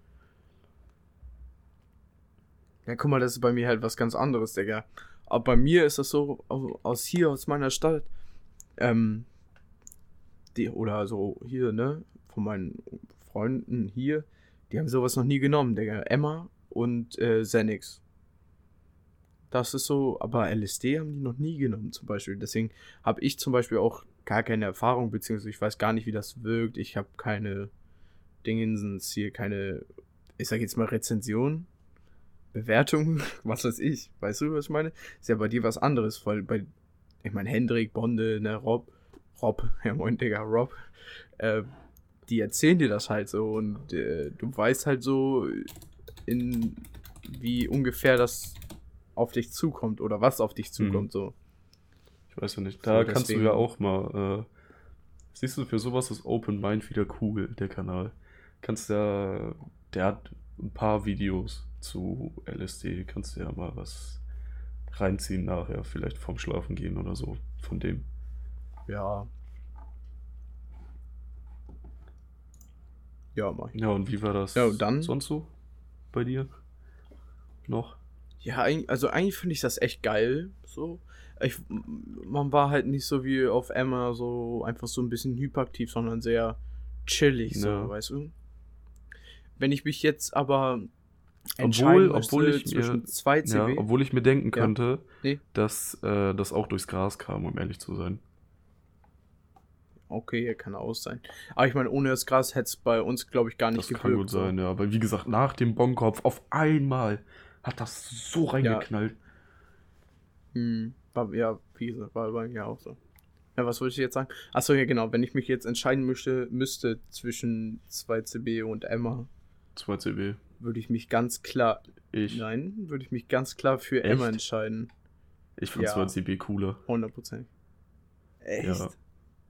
Ja, guck mal, das ist bei mir halt was ganz anderes, Digga. Aber bei mir ist das so, au- aus hier, aus meiner Stadt, ähm, die, oder so hier, ne, von meinen Freunden hier, die haben sowas noch nie genommen, Digga. Emma und äh, Xanax. Das ist so, aber L S D haben die noch nie genommen, zum Beispiel. Deswegen habe ich zum Beispiel auch gar keine Erfahrung, beziehungsweise ich weiß gar nicht, wie das wirkt. Ich habe keine Dingensens hier, keine, ich sag jetzt mal Rezension, Bewertung, was weiß ich. Weißt du, was ich meine? Ist ja bei dir was anderes, weil bei, ich meine, Hendrik, Bonde, ne, Rob, Rob, ja moin, Digga, Rob, äh, die erzählen dir das halt so und äh, du weißt halt so, in wie ungefähr das auf dich zukommt oder was auf dich zukommt, Mhm. so. Ich weiß ja nicht. Da So, kannst du deswegen, ja auch mal, äh, siehst du, für sowas ist Open Mind wieder cool, der Kanal. Kannst ja, der hat ein paar Videos zu L S D, kannst du ja mal was reinziehen nachher, vielleicht vorm Schlafen gehen oder so, von dem. ja, ja, mach ich. Ja, und wie war Ja, und das dann, sonst so bei dir noch? ja, eigentlich, also eigentlich finde ich das echt geil, so. Ich, man war halt nicht so wie auf Emma so einfach so ein bisschen hyperaktiv, sondern sehr chillig, so, Ja. weißt du? Wenn ich mich jetzt aber Obwohl, entscheiden obwohl müsste ich mir, zwischen zwei ja, C B, obwohl ich mir denken ja, könnte, nee, dass äh, das auch durchs Gras kam, um ehrlich zu sein. okay, kann auch sein. Aber ich meine, ohne das Gras hätte es bei uns, glaube ich, gar nicht Das kann gut gewirkt, so. sein, ja. Weil wie gesagt, nach dem Bonkopf auf einmal hat das so Ja, reingeknallt. hm, war, ja, wie gesagt, war bei mir auch so. Ja, was wollte ich jetzt sagen? Achso, ja, genau, wenn ich mich jetzt entscheiden müsste, müsste zwischen zwei C B und Emma, zwei C B. würde ich mich ganz klar, Ich. nein, würde ich mich ganz klar für Emma Echt? entscheiden. Ich fand zwei Ja, C B cooler. hundert Prozent. Echt? Ja.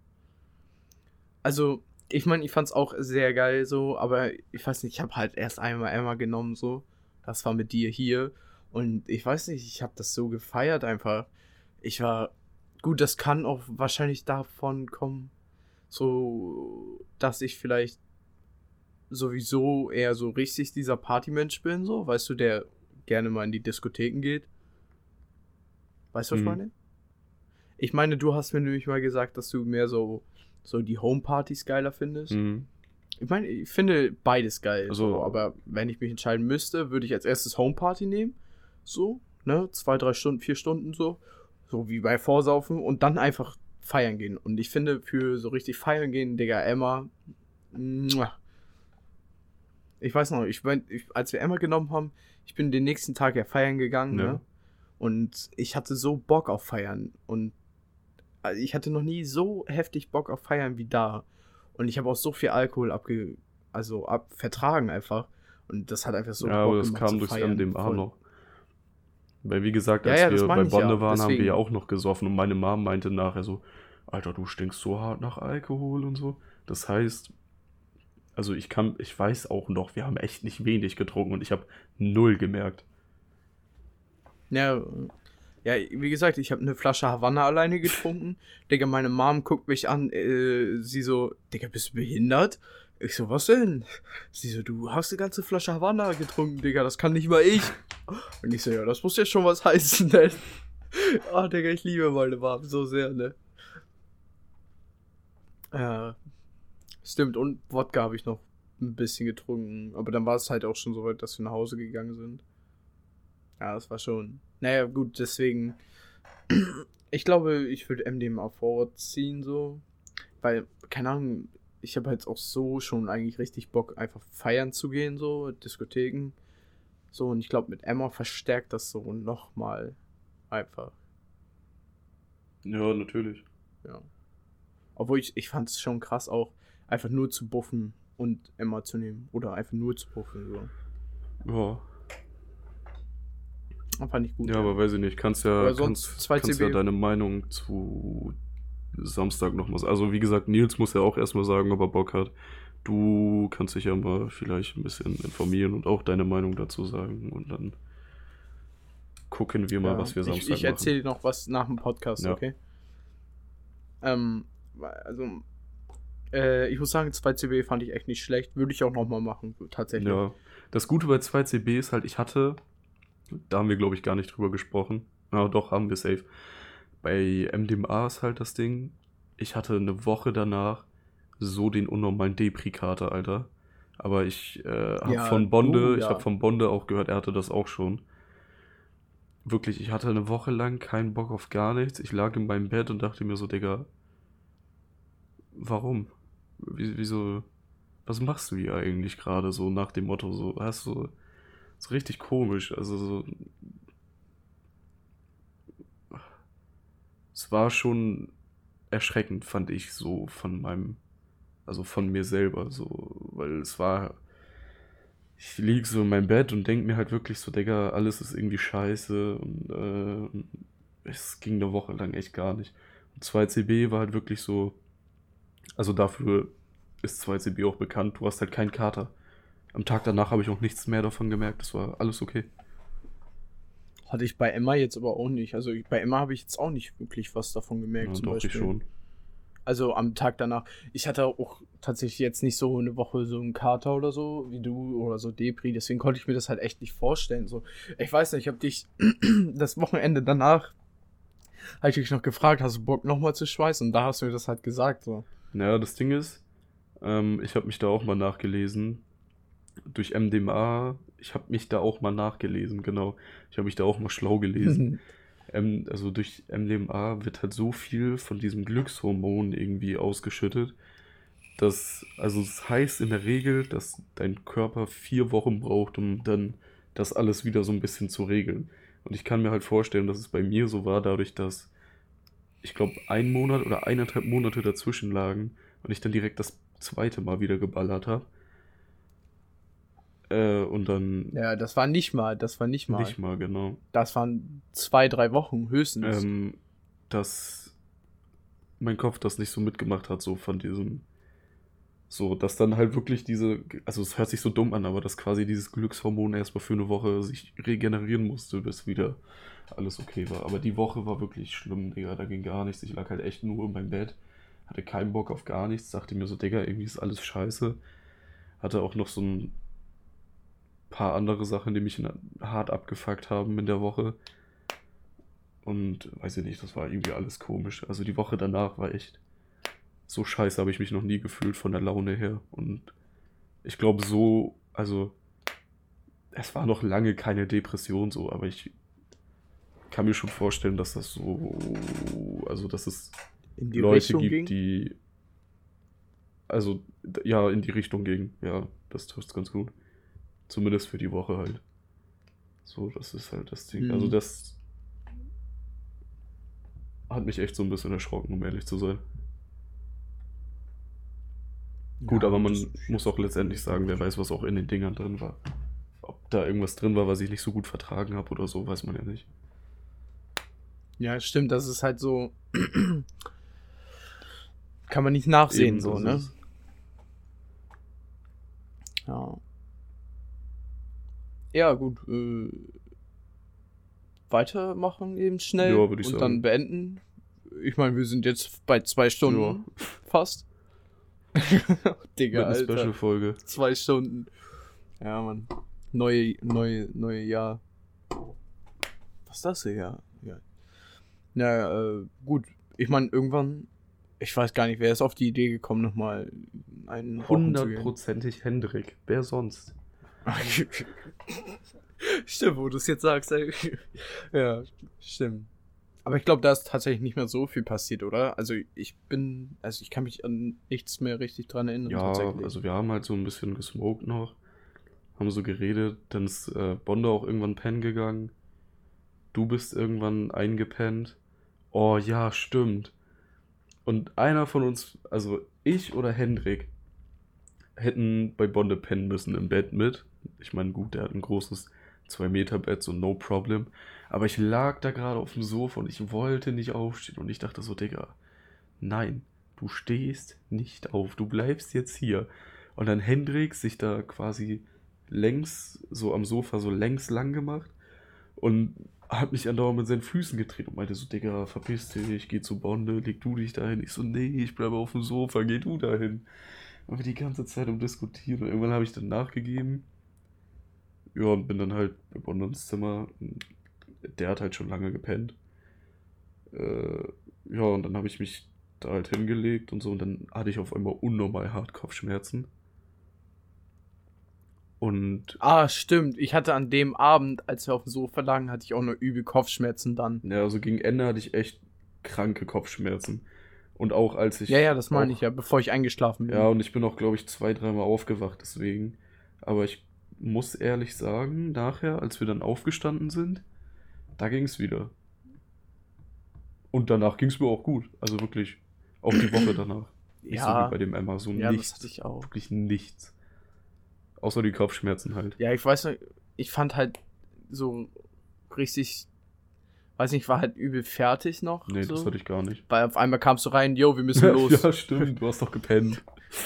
Also, ich meine, ich fand's auch sehr geil so, aber ich weiß nicht, ich habe halt erst einmal Emma genommen so. Das war mit dir hier. Und ich weiß nicht, ich habe das so gefeiert einfach. Ich war, gut, das kann auch wahrscheinlich davon kommen, so, dass ich vielleicht sowieso eher so richtig dieser Partymensch bin, so, weißt du, der gerne mal in die Diskotheken geht. Weißt du, was ich Mhm. meine? Ich meine, du hast mir nämlich mal gesagt, dass du mehr so, so die Homepartys geiler findest. Mhm. Ich meine, ich finde beides geil, Also- so, aber wenn ich mich entscheiden müsste, würde ich als erstes Homeparty nehmen. So, ne? Zwei, drei Stunden, vier Stunden so. So wie bei Vorsaufen und dann einfach feiern gehen. Und ich finde, für so richtig feiern gehen, Digga, Emma. Muah. Ich weiß noch, ich, mein, ich, als wir Emma genommen haben, ich bin den nächsten Tag ja feiern gegangen, Ja. ne? Und ich hatte so Bock auf Feiern. Und also ich hatte noch nie so heftig Bock auf Feiern wie da. Und ich habe auch so viel Alkohol abge, also ab, vertragen einfach. Und das hat einfach so Ja, aber Bock das gemacht kam zu durchs feiern. M D M A Voll. noch. Weil wie gesagt, Ja, als ja, das wir meine bei ich ja, Bonde waren, haben wir deswegen. ja auch noch gesoffen. Und meine Mom meinte nachher so, Alter, du stinkst so hart nach Alkohol und so. Das heißt, also ich kann, ich weiß auch noch, wir haben echt nicht wenig getrunken und ich habe null gemerkt. Ja, ja, wie gesagt, ich habe eine Flasche Havanna alleine getrunken. Digga, meine Mom guckt mich an, äh, sie so, Digga, bist du behindert? Ich so, was denn? Sie so, du hast eine ganze Flasche Havanna getrunken, Digga, das kann nicht mal ich. Und ich so, ja, das muss ja schon was heißen, ne? Oh, Digga, ich liebe meine Mom so sehr, ne? Ja, stimmt, und Wodka habe ich noch ein bisschen getrunken. Aber dann war es halt auch schon so weit, dass wir nach Hause gegangen sind. Ja, das war schon. Naja, gut, deswegen. Ich glaube, ich würde M D M A vorziehen, so. Weil, keine Ahnung, ich habe halt auch so schon eigentlich richtig Bock, einfach feiern zu gehen, so, Diskotheken. So, und ich glaube, mit Emma verstärkt das so nochmal einfach. Ja, natürlich. Ja. Obwohl ich, ich fand es schon krass auch, einfach nur zu buffen und Emma zu nehmen. Oder einfach nur zu buffen, so. Ja. Das fand ich gut. Ja, ja, aber weiß ich nicht, kannst ja, Aber sonst kannst, zwei kannst C B. ja deine Meinung zu Samstag noch mal. Also wie gesagt, Nils muss ja auch erstmal sagen, ob er Bock hat. Du kannst dich ja mal vielleicht ein bisschen informieren und auch deine Meinung dazu sagen. Und dann gucken wir mal, Ja, was wir Samstag ich, ich erzähle dir noch was nach dem Podcast, Ja. okay? Ähm, also, äh, ich muss sagen, zwei C B fand ich echt nicht schlecht. Würde ich auch nochmal machen, tatsächlich. Ja, das Gute bei zwei C B ist halt, ich hatte, da haben wir glaube ich gar nicht drüber gesprochen. Ja, doch, haben wir safe. Bei M D M A ist halt das Ding, ich hatte eine Woche danach so den unnormalen Depri-Kater, Alter. Aber ich äh, habe Ja, von Bonde, du, ich ja. habe von Bonde auch gehört, er hatte das auch schon. Wirklich, ich hatte eine Woche lang keinen Bock auf gar nichts. Ich lag in meinem Bett und dachte mir so, Digga, warum? Wie, wieso, was machst du hier eigentlich gerade so nach dem Motto, so, hast du, so richtig komisch, also so, es war schon erschreckend, fand ich so von meinem, also von mir selber, so, weil es war, ich lieg so in meinem Bett und denk mir halt wirklich so, Digga, alles ist irgendwie scheiße und äh, es ging eine Woche lang echt gar nicht. Und zwei C B war halt wirklich so, also dafür ist zwei C B auch bekannt, du hast halt keinen Kater. Am Tag danach habe ich auch nichts mehr davon gemerkt, das war alles okay. Hatte ich bei Emma jetzt aber auch nicht. Also ich, bei Emma habe ich jetzt auch nicht wirklich was davon gemerkt, Ja, zum doch, Beispiel. ich schon. Also am Tag danach. Ich hatte auch tatsächlich jetzt nicht so eine Woche so einen Kater oder so, wie du, oder so Depri. Deswegen konnte ich mir das halt echt nicht vorstellen. So, ich weiß nicht, ich habe dich das Wochenende danach, habe ich dich noch gefragt, hast du Bock nochmal zu schweißen? Und da hast du mir das halt gesagt. So. Naja, das Ding ist, ähm, ich habe mich da auch mal nachgelesen. Durch M D M A, ich habe mich da auch mal nachgelesen, genau. Ich habe mich da auch mal schlau gelesen. ähm, also durch M D M A wird halt so viel von diesem Glückshormon irgendwie ausgeschüttet, dass, also es heißt in der Regel, dass dein Körper vier Wochen braucht, um dann das alles wieder so ein bisschen zu regeln. Und ich kann mir halt vorstellen, dass es bei mir so war, dadurch, dass ich glaube ein Monat oder eineinhalb Monate dazwischen lagen und ich dann direkt das zweite Mal wieder geballert habe. Äh, und dann Ja, das war nicht mal, das war nicht mal. nicht mal, genau. Das waren zwei, drei Wochen höchstens. Ähm, dass mein Kopf das nicht so mitgemacht hat, so von diesem, so, dass dann halt wirklich diese, also es hört sich so dumm an, aber dass quasi dieses Glückshormon erstmal für eine Woche sich regenerieren musste, bis wieder alles okay war. Aber die Woche war wirklich schlimm, Digga, da ging gar nichts. Ich lag halt echt nur in meinem Bett, hatte keinen Bock auf gar nichts, dachte mir so, Digga, irgendwie ist alles scheiße. Hatte auch noch so ein paar andere Sachen, die mich hart abgefuckt haben in der Woche. Und weiß ich nicht, das war irgendwie alles komisch. Also die Woche danach war echt so scheiße, habe ich mich noch nie gefühlt von der Laune her. Und ich glaube so, also es war noch lange keine Depression so, aber ich kann mir schon vorstellen, dass das so, also dass es In die Leute Richtung gibt, ging. die, also ja, in die Richtung ging. Ja, das trifft ganz gut. Zumindest für die Woche halt. So, das ist halt das Ding. Hm. Also das hat mich echt so ein bisschen erschrocken, um ehrlich zu sein. Gut, Ja, aber man das- muss auch letztendlich sagen, wer weiß, was auch in den Dingern drin war. Ob da irgendwas drin war, was ich nicht so gut vertragen habe oder so, weiß man ja nicht. Ja, stimmt, das ist halt so. Kann man nicht nachsehen, Eben, so, das ne? ist- Ja. Ja, gut. Äh, weitermachen eben schnell Ja, würd ich und sagen. dann beenden. Ich meine, wir sind jetzt bei zwei Stunden fast. Digga, Mit einer Alter. Special-Folge. Zwei Stunden. Ja, Mann. Neue, neue, neue Jahr. Was ist das hier? Ja. Ja, äh, gut. Ich meine, irgendwann Ich weiß gar nicht, wer ist auf die Idee gekommen, nochmal einen rauchen zu gehen. Hundertprozentig Hendrik. Wer sonst? Stimmt, wo du es jetzt sagst. Ey. Ja, stimmt. Aber ich glaube, da ist tatsächlich nicht mehr so viel passiert, oder? Also ich bin, also ich kann mich an nichts mehr richtig dran erinnern. Ja, tatsächlich. also wir haben halt so ein bisschen gesmoked noch, haben so geredet, dann ist äh, Bonde auch irgendwann pennen gegangen. Du bist irgendwann eingepennt. Oh ja, stimmt. Und einer von uns, also ich oder Hendrik, hätten bei Bonde pennen müssen im Bett mit. Ich meine, gut, der hat ein großes zwei Meter Bett, so no problem. Aber ich lag da gerade auf dem Sofa und ich wollte nicht aufstehen. Und ich dachte so, Digga, nein, du stehst nicht auf. Du bleibst jetzt hier. Und dann Hendrik sich da quasi längs, so am Sofa, so längs lang gemacht. Und hat mich andauernd mit seinen Füßen getreten und meinte so, Digga, verpiss dich, geh zu Bonde, leg du dich dahin. Ich so, nee, ich bleibe auf dem Sofa, geh du dahin. Und wir die ganze Zeit um diskutieren und irgendwann habe ich dann nachgegeben. Ja, und bin dann halt bei Bonde ins Zimmer. Der hat halt schon lange gepennt. Äh, ja, und dann habe ich mich da halt hingelegt und so und dann hatte ich auf einmal unnormal hart Kopfschmerzen. Und Ah, stimmt. Ich hatte an dem Abend, als wir auf dem Sofa lagen, hatte ich auch nur übel Kopfschmerzen dann. ja, also gegen Ende hatte ich echt kranke Kopfschmerzen. Und auch als ich... Ja, ja, das meine auch, ich ja, bevor ich eingeschlafen bin. Ja, und ich bin auch, glaube ich, zwei, dreimal aufgewacht deswegen. Aber ich muss ehrlich sagen, nachher, als wir dann aufgestanden sind, da ging es wieder. Und danach ging es mir auch gut. Also wirklich, auch die Woche danach. Nicht so Ja, wie bei dem Emma, so ja, nichts. das hatte ich auch. Wirklich nichts. Außer die Kopfschmerzen halt. Ja, ich weiß nicht, ich fand halt so richtig, weiß nicht, war halt übel fertig noch. Nee, so. das hatte ich gar nicht. Weil auf einmal kamst du rein, yo, wir müssen los. Ja, stimmt, du hast doch gepennt.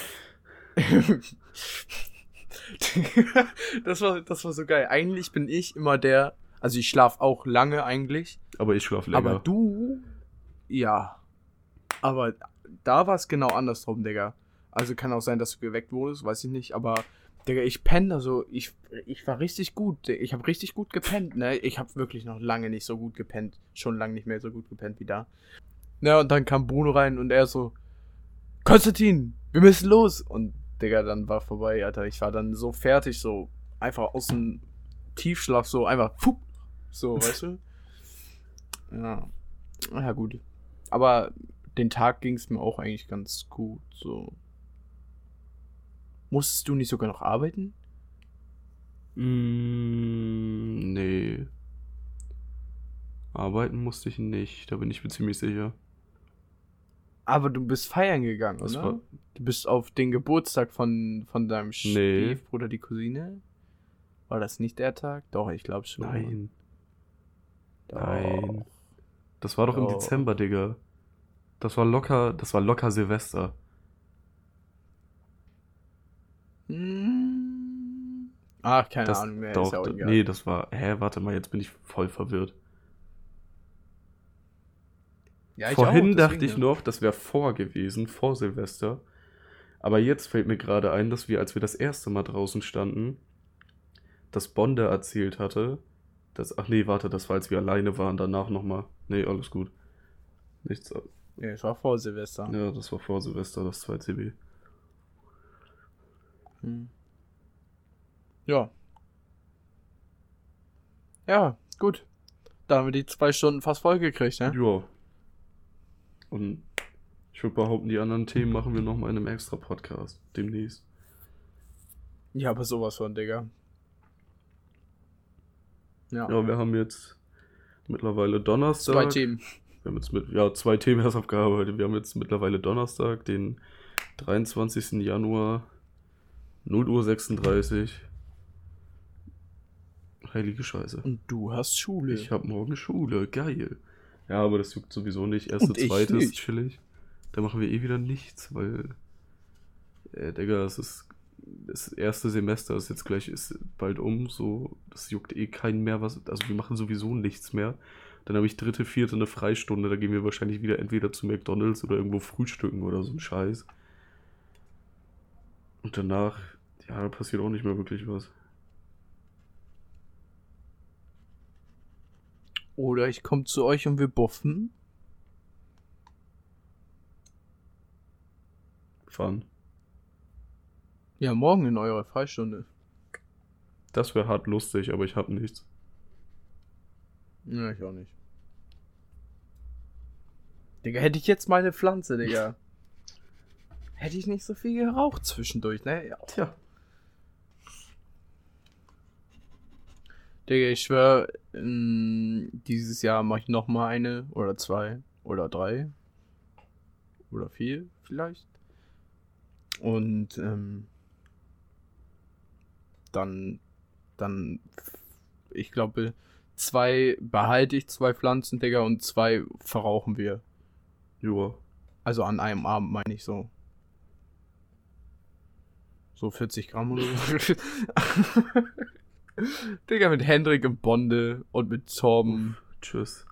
das, war, das war so geil. Eigentlich bin ich immer der, also ich schlaf auch lange eigentlich. Aber ich schlaf länger. Aber du, ja. Aber da war es genau andersrum, Digga. Also kann auch sein, dass du geweckt wurdest, weiß ich nicht, aber Digga, ich penne, also ich, ich war richtig gut. Ich habe richtig gut gepennt, ne? Ich habe wirklich noch lange nicht so gut gepennt. Schon lange nicht mehr so gut gepennt wie da. Na, und dann kam Bruno rein und er so, Konstantin, wir müssen los. Und Digga, dann war vorbei, Alter. Ich war dann so fertig, so einfach aus dem Tiefschlaf, so einfach, pfup, so, weißt du? Ja. Ja, gut. Aber den Tag ging es mir auch eigentlich ganz gut, so. Musstest du nicht sogar noch arbeiten? Mm, nee. Arbeiten musste ich nicht, da bin ich mir ziemlich sicher. Aber du bist feiern gegangen, Das oder? war- Du bist auf den Geburtstag von, von deinem Nee. Stiefbruder, die Cousine? War das nicht der Tag? Doch, ich glaube schon. Nein, Doch. nein. Das war doch im Doch. Dezember, Digga. Das war locker, das war locker Silvester. Hm. Ach, keine Das, Ahnung mehr. doch, ist ja auch da- egal. nee, das war, hä, warte mal, jetzt bin ich voll verwirrt. Ja, ich Vorhin auch, dachte deswegen, ich ja. noch, das wäre vor gewesen, vor Silvester. Aber jetzt fällt mir gerade ein, dass wir, als wir das erste Mal draußen standen, dass Bonde erzählt hatte, dass, ach nee, warte, das war, als wir alleine waren, danach nochmal. Nee, alles gut. Nichts. Ja, es war vor Silvester. Ja, das war vor Silvester, das zwei C B. Hm. Ja. Ja, gut. Da haben wir die zwei Stunden fast voll gekriegt, ne? Ja. Und ich würde behaupten, die anderen Themen machen wir nochmal in einem extra Podcast demnächst. Ja, aber sowas von, Digga. Ja. Ja, wir haben jetzt mittlerweile Donnerstag. Zwei Themen. Wir haben jetzt mit, ja, zwei Themen erst abgearbeitet. Wir haben jetzt mittlerweile Donnerstag, den dreiundzwanzigsten Januar, null Uhr sechsunddreißig. Heilige Scheiße. Und du hast Schule. Ich habe morgen Schule, geil. Ja, aber das juckt sowieso nicht. Erste, Und ich zweite ist nicht. chillig. Da machen wir eh wieder nichts, weil, äh, Digga, es ist, das erste Semester ist jetzt gleich, ist bald um, so, das juckt eh keinen mehr, was, also wir machen sowieso nichts mehr. Dann habe ich dritte, vierte eine Freistunde, da gehen wir wahrscheinlich wieder entweder zu McDonald's oder irgendwo frühstücken oder so ein Scheiß. Und danach, ja, da passiert auch nicht mehr wirklich was. Oder ich komme zu euch und wir buffen. Wann? Ja, morgen in eurer Freistunde. Das wäre hart lustig, aber ich hab nichts. Ja, ich auch nicht. Digga, hätte ich jetzt meine Pflanze, Digga. Hätte ich nicht so viel geraucht zwischendurch, ne? Ja. Tja. Digga, ich schwör, dieses Jahr mache ich nochmal eine oder zwei oder drei oder vier vielleicht. Und ähm, dann, dann, ich glaube, zwei behalte ich, zwei Pflanzen, Digga, und zwei verrauchen wir. Joa. Also an einem Abend meine ich so. So vierzig Gramm oder so. Digga, mit Hendrik im Bonde und mit Torben. Uff, tschüss.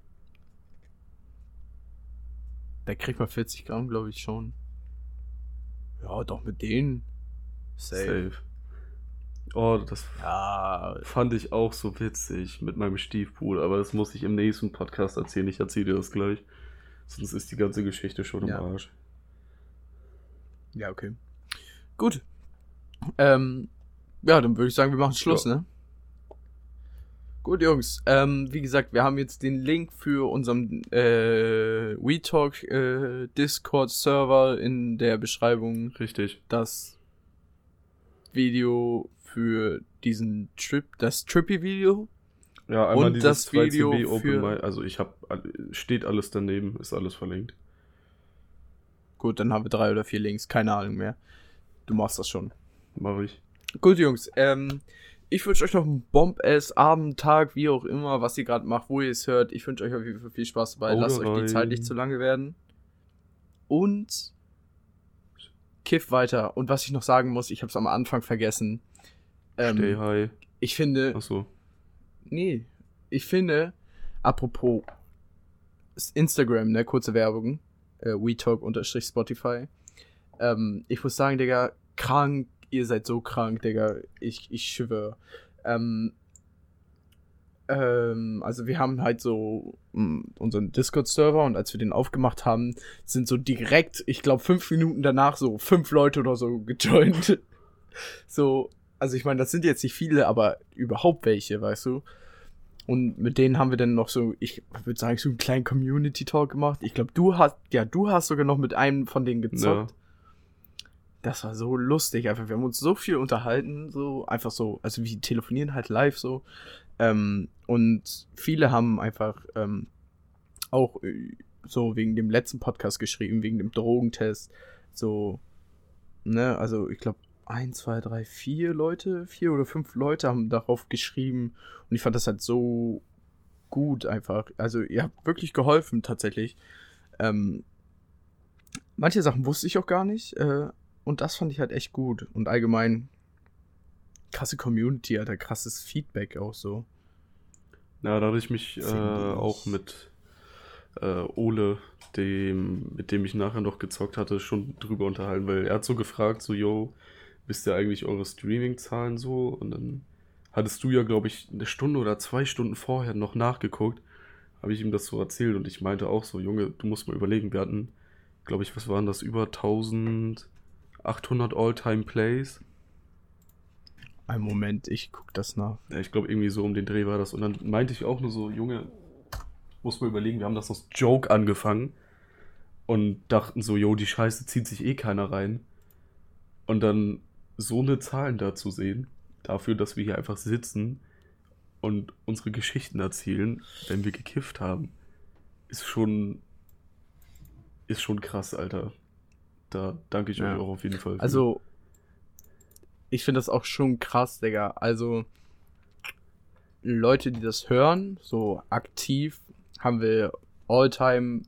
Da kriegt man vierzig Gramm, glaube ich, schon. Ja, doch mit denen. Safe. Safe. Oh, das Ja, fand ich auch so witzig mit meinem Stiefbruder, aber das muss ich im nächsten Podcast erzählen. Ich erzähle dir das gleich. Sonst ist die ganze Geschichte schon Ja. im Arsch. ja, okay. Gut. Ähm, ja, dann würde ich sagen, wir machen Schluss, Ja. ne? Gut, Jungs. Ähm, wie gesagt, wir haben jetzt den Link für unseren äh, WeTalk äh, Discord-Server in der Beschreibung. Richtig. Das Video für diesen Trip, das Trippy-Video. Ja, einmal Und dieses das Video dreizehn B Open für- Mic, also ich habe, steht alles daneben, ist alles verlinkt. Gut, dann haben wir drei oder vier Links, keine Ahnung mehr. Du machst das schon. Mach ich. Gut, Jungs, ähm, ich wünsche euch noch einen Bomb-Ass Abend, Tag, wie auch immer, was ihr gerade macht, wo ihr es hört. Ich wünsche euch auf jeden Fall viel Spaß dabei. Haut Lasst euch die rein. Zeit nicht zu lange werden. Und kiff weiter. Und was ich noch sagen muss, ich habe es am Anfang vergessen. Stay Ähm, high. ich finde, Achso. nee, ich finde, apropos Instagram, ne, kurze Werbung, äh, WeTalk-Spotify. Ähm, ich muss sagen, Digga, krank, ihr seid so krank, Digga, ich, ich schwöre. Ähm, ähm, also wir haben halt so mh, unseren Discord-Server und als wir den aufgemacht haben, sind so direkt, ich glaube fünf Minuten danach so fünf Leute oder so gejoint. So, also ich meine, das sind jetzt nicht viele, aber überhaupt welche, weißt du? Und mit denen haben wir dann noch so, ich würde sagen, so einen kleinen Community-Talk gemacht. Ich glaube, du hast, ja, du hast sogar noch mit einem von denen gezockt. Ja. Das war so lustig, einfach. Wir haben uns so viel unterhalten, so einfach so, also wir telefonieren halt live so. Ähm, und viele haben einfach ähm, auch äh, so wegen dem letzten Podcast geschrieben, wegen dem Drogentest. So, ne, also ich glaube, ein, zwei, drei, vier Leute, vier oder fünf Leute haben darauf geschrieben. Und ich fand das halt so gut einfach. Also ihr habt wirklich geholfen tatsächlich. Ähm, manche Sachen wusste ich auch gar nicht. Äh, und das fand ich halt echt gut. Und allgemein krasse Community, Alter, krasses Feedback auch so. Ja, da hatte ich mich äh, Finde ich. auch mit äh, Ole, dem, mit dem ich nachher noch gezockt hatte, schon drüber unterhalten, weil er hat so gefragt, so, yo, wisst ihr eigentlich eure Streaming-Zahlen so? Und dann hattest du ja, glaube ich, eine Stunde oder zwei Stunden vorher noch nachgeguckt, habe ich ihm das so erzählt und ich meinte auch so, Junge, du musst mal überlegen, wir hatten, glaube ich, was waren das, über eintausendachthundert All-Time-Plays? Ein Moment, ich guck das nach. Ja, ich glaube, irgendwie so um den Dreh war das. Und dann meinte ich auch nur so, Junge, muss man überlegen, wir haben das als Joke angefangen und dachten so, jo, die Scheiße zieht sich eh keiner rein. Und dann so eine Zahlen da zu sehen, dafür, dass wir hier einfach sitzen und unsere Geschichten erzählen, wenn wir gekifft haben, ist schon, ist schon krass, Alter. Da danke ich Ja. euch auch auf jeden Fall für. Also, ich finde das auch schon krass, Digga. Also, Leute, die das hören, so aktiv, haben wir Alltime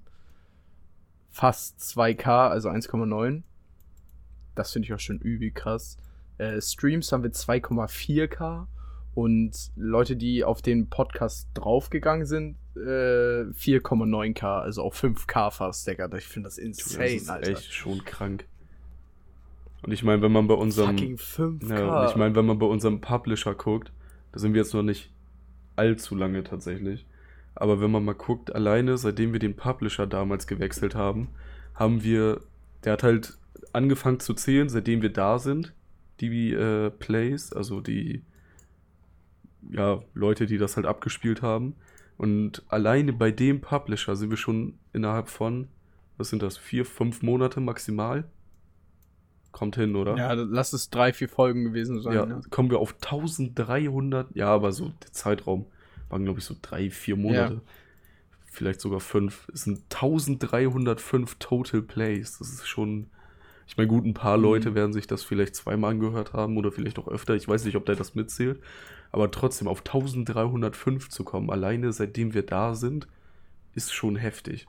fast zwei K, also eins Komma neun. Das finde ich auch schon übel krass. Äh, Streams haben wir zwei Komma vier K. Und Leute, die auf den Podcast draufgegangen sind, äh, vier Komma neun K, also auch fünf K fast, Digga. Ich finde das Du, insane, das ist Alter. echt schon krank. Und ich meine, wenn man bei unserem Fucking fünf K. Ja, und ich meine, wenn man bei unserem Publisher guckt, da sind wir jetzt noch nicht allzu lange tatsächlich. Aber wenn man mal guckt, alleine seitdem wir den Publisher damals gewechselt haben, haben wir, der hat halt angefangen zu zählen, seitdem wir da sind, die äh, Plays, also die ja, Leute, die das halt abgespielt haben. Und alleine bei dem Publisher sind wir schon innerhalb von, was sind das, vier, fünf Monate maximal? Kommt hin, oder? Ja, lass es drei, vier Folgen gewesen sein. Ja, ne? kommen wir auf eintausenddreihundert, ja, aber so der Zeitraum waren, glaube ich, so drei, vier Monate. Ja. Vielleicht sogar fünf. Es sind eintausenddreihundertfünf Total Plays. Das ist schon, ich meine, gut, ein paar mhm. Leute werden sich das vielleicht zweimal angehört haben oder vielleicht auch öfter. Ich weiß nicht, ob der das mitzählt. Aber trotzdem auf eintausenddreihundertfünf zu kommen, alleine seitdem wir da sind, ist schon heftig.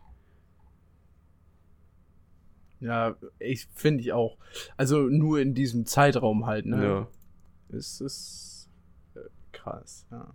Ja, ich finde ich auch. Also nur in diesem Zeitraum halt, ne? Ja. Es ist äh, krass, ja.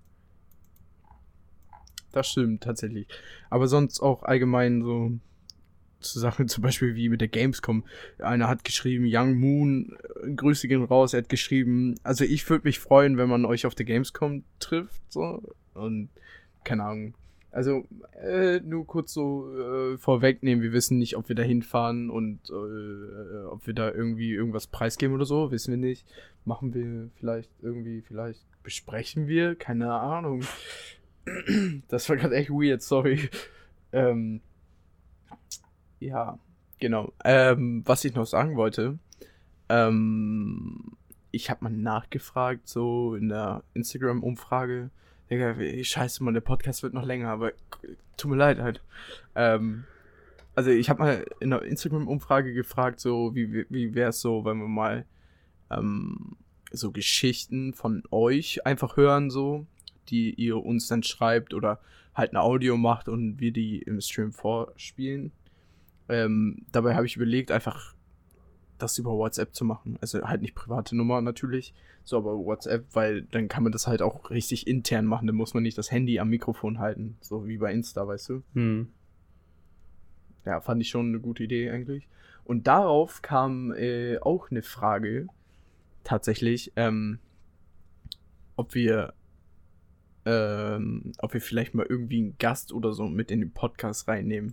Das stimmt tatsächlich. Aber sonst auch allgemein so zu Sachen, zum Beispiel wie mit der Gamescom. Einer hat geschrieben, Young Moon, Grüße gehen raus, er hat geschrieben, also ich würde mich freuen, wenn man euch auf der Gamescom trifft, so. Und keine Ahnung. Also, äh, nur kurz so äh, vorwegnehmen, wir wissen nicht, ob wir da hinfahren und äh, ob wir da irgendwie irgendwas preisgeben oder so, wissen wir nicht. Machen wir vielleicht irgendwie, vielleicht besprechen wir, keine Ahnung. Das war gerade echt weird, sorry. Ähm, ja, genau. Ähm, was ich noch sagen wollte, ähm, ich habe mal nachgefragt, so in der Instagram-Umfrage, Digga, scheiße, Mann, der Podcast wird noch länger, aber tut mir leid halt. Ähm, also ich habe mal in der Instagram-Umfrage gefragt, so wie, wie wäre es so, wenn wir mal ähm, so Geschichten von euch einfach hören, so, die ihr uns dann schreibt oder halt ein Audio macht und wir die im Stream vorspielen. Ähm, dabei habe ich überlegt, einfach das über WhatsApp zu machen. Also halt nicht private Nummer natürlich, so aber WhatsApp, weil dann kann man das halt auch richtig intern machen. Dann muss man nicht das Handy am Mikrofon halten, so wie bei Insta, weißt du? Hm. Ja, fand ich schon eine gute Idee eigentlich. Und darauf kam äh, auch eine Frage, tatsächlich, ähm, ob wir ähm, ob wir vielleicht mal irgendwie einen Gast oder so mit in den Podcast reinnehmen.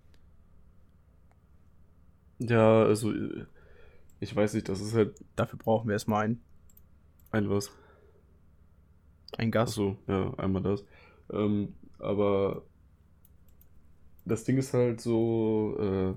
Ja, also ich weiß nicht, das ist halt... Dafür brauchen wir erstmal einen. Ein was? Ein Gast. Achso, ja, einmal das. Ähm, aber das Ding ist halt so, äh,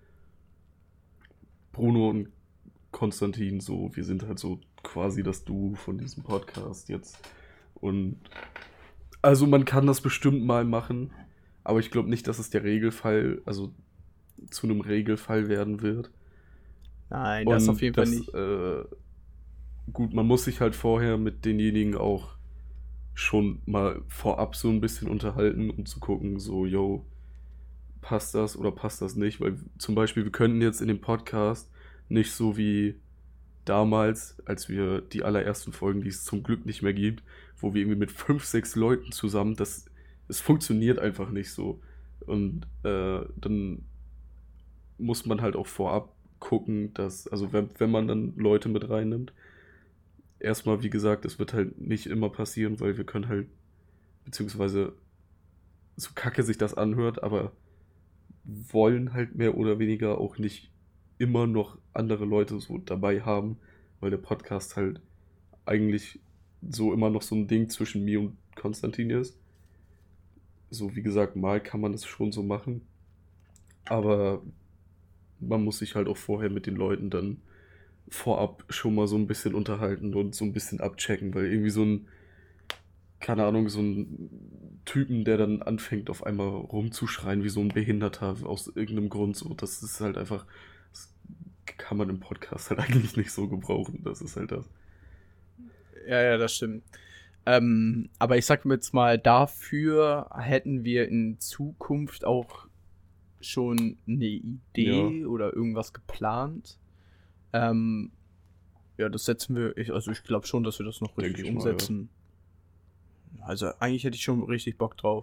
Bruno und Konstantin, so, wir sind halt so quasi das Duo von diesem Podcast jetzt. Und also man kann das bestimmt mal machen, aber ich glaube nicht, dass es der Regelfall, also zu einem Regelfall werden wird. Nein, das und auf jeden das, Fall nicht. Äh, gut, man muss sich halt vorher mit denjenigen auch schon mal vorab so ein bisschen unterhalten, um zu gucken, so, yo, passt das oder passt das nicht? Weil zum Beispiel, wir könnten jetzt in dem Podcast nicht so wie damals, als wir die allerersten Folgen, die es zum Glück nicht mehr gibt, wo wir irgendwie mit fünf, sechs Leuten zusammen, das, es funktioniert einfach nicht so. Und äh, dann muss man halt auch vorab gucken, dass, also wenn, wenn man dann Leute mit reinnimmt, erstmal, wie gesagt, es wird halt nicht immer passieren, weil wir können halt, beziehungsweise so kacke sich das anhört, aber wollen halt mehr oder weniger auch nicht immer noch andere Leute so dabei haben, weil der Podcast halt eigentlich so immer noch so ein Ding zwischen mir und Konstantin ist. So, wie gesagt, mal kann man das schon so machen, aber man muss sich halt auch vorher mit den Leuten dann vorab schon mal so ein bisschen unterhalten und so ein bisschen abchecken, weil irgendwie so ein, keine Ahnung, so ein Typen, der dann anfängt auf einmal rumzuschreien wie so ein Behinderter aus irgendeinem Grund, so, das ist halt einfach, das kann man im Podcast halt eigentlich nicht so gebrauchen, das ist halt das. Ja, ja, das stimmt. Ähm, aber ich sag mir jetzt mal, dafür hätten wir in Zukunft auch schon eine Idee ja. oder irgendwas geplant. Ähm, ja, das setzen wir, ich, also ich glaube schon, dass wir das noch richtig umsetzen. Mal, ja. Also eigentlich hätte ich schon richtig Bock drauf.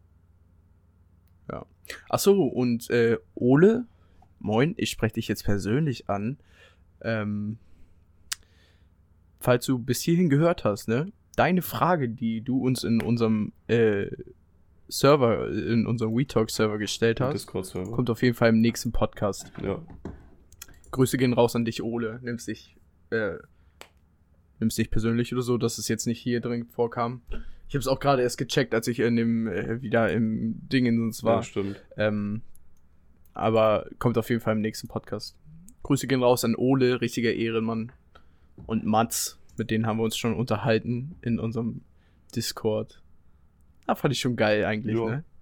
Ja. Achso, und äh, Ole, moin, ich spreche dich jetzt persönlich an. Ähm, falls du bis hierhin gehört hast, ne? Deine Frage, die du uns in unserem äh, Server, in unserem WeTalk-Server gestellt hast, Discord-Server, kommt auf jeden Fall im nächsten Podcast. Ja. Grüße gehen raus an dich, Ole. Nimmst dich, äh, nimmst dich persönlich oder so, dass es jetzt nicht hier drin vorkam. Ich habe es auch gerade erst gecheckt, als ich in dem, äh, wieder im Dingens war. Ja, stimmt. Ähm, aber kommt auf jeden Fall im nächsten Podcast. Grüße gehen raus an Ole, richtiger Ehrenmann. Und Mats, mit denen haben wir uns schon unterhalten in unserem Discord. Ah, fand ich schon geil eigentlich, Ja. ne?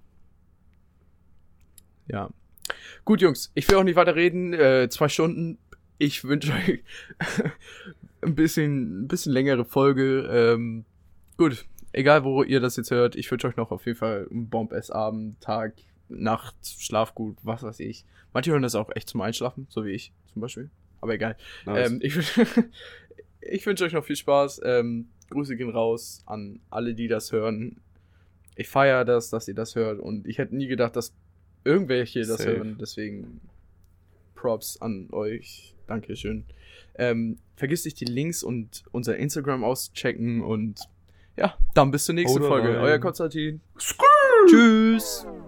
Ja. Gut, Jungs, ich will auch nicht weiter reden. Äh, zwei Stunden. Ich wünsche euch ein bisschen, ein bisschen längere Folge. Ähm, gut, egal wo ihr das jetzt hört, ich wünsche euch noch auf jeden Fall einen Bomb-Ess-Abend, Tag, Nacht, Schlaf gut, was weiß ich. Manche hören das auch echt zum Einschlafen, so wie ich zum Beispiel. Aber egal. Nice. Ähm, ich ich wünsche euch noch viel Spaß. Ähm, Grüße gehen raus an alle, die das hören. Ich feiere das, dass ihr das hört. Und ich hätte nie gedacht, dass irgendwelche das Safe. hören. Deswegen Props an euch. Dankeschön. Ähm, vergiss nicht die Links und unser Instagram auschecken. Und ja, dann bis zur nächsten Haut Folge. rein. Euer Konstantin. Skrrr. Tschüss.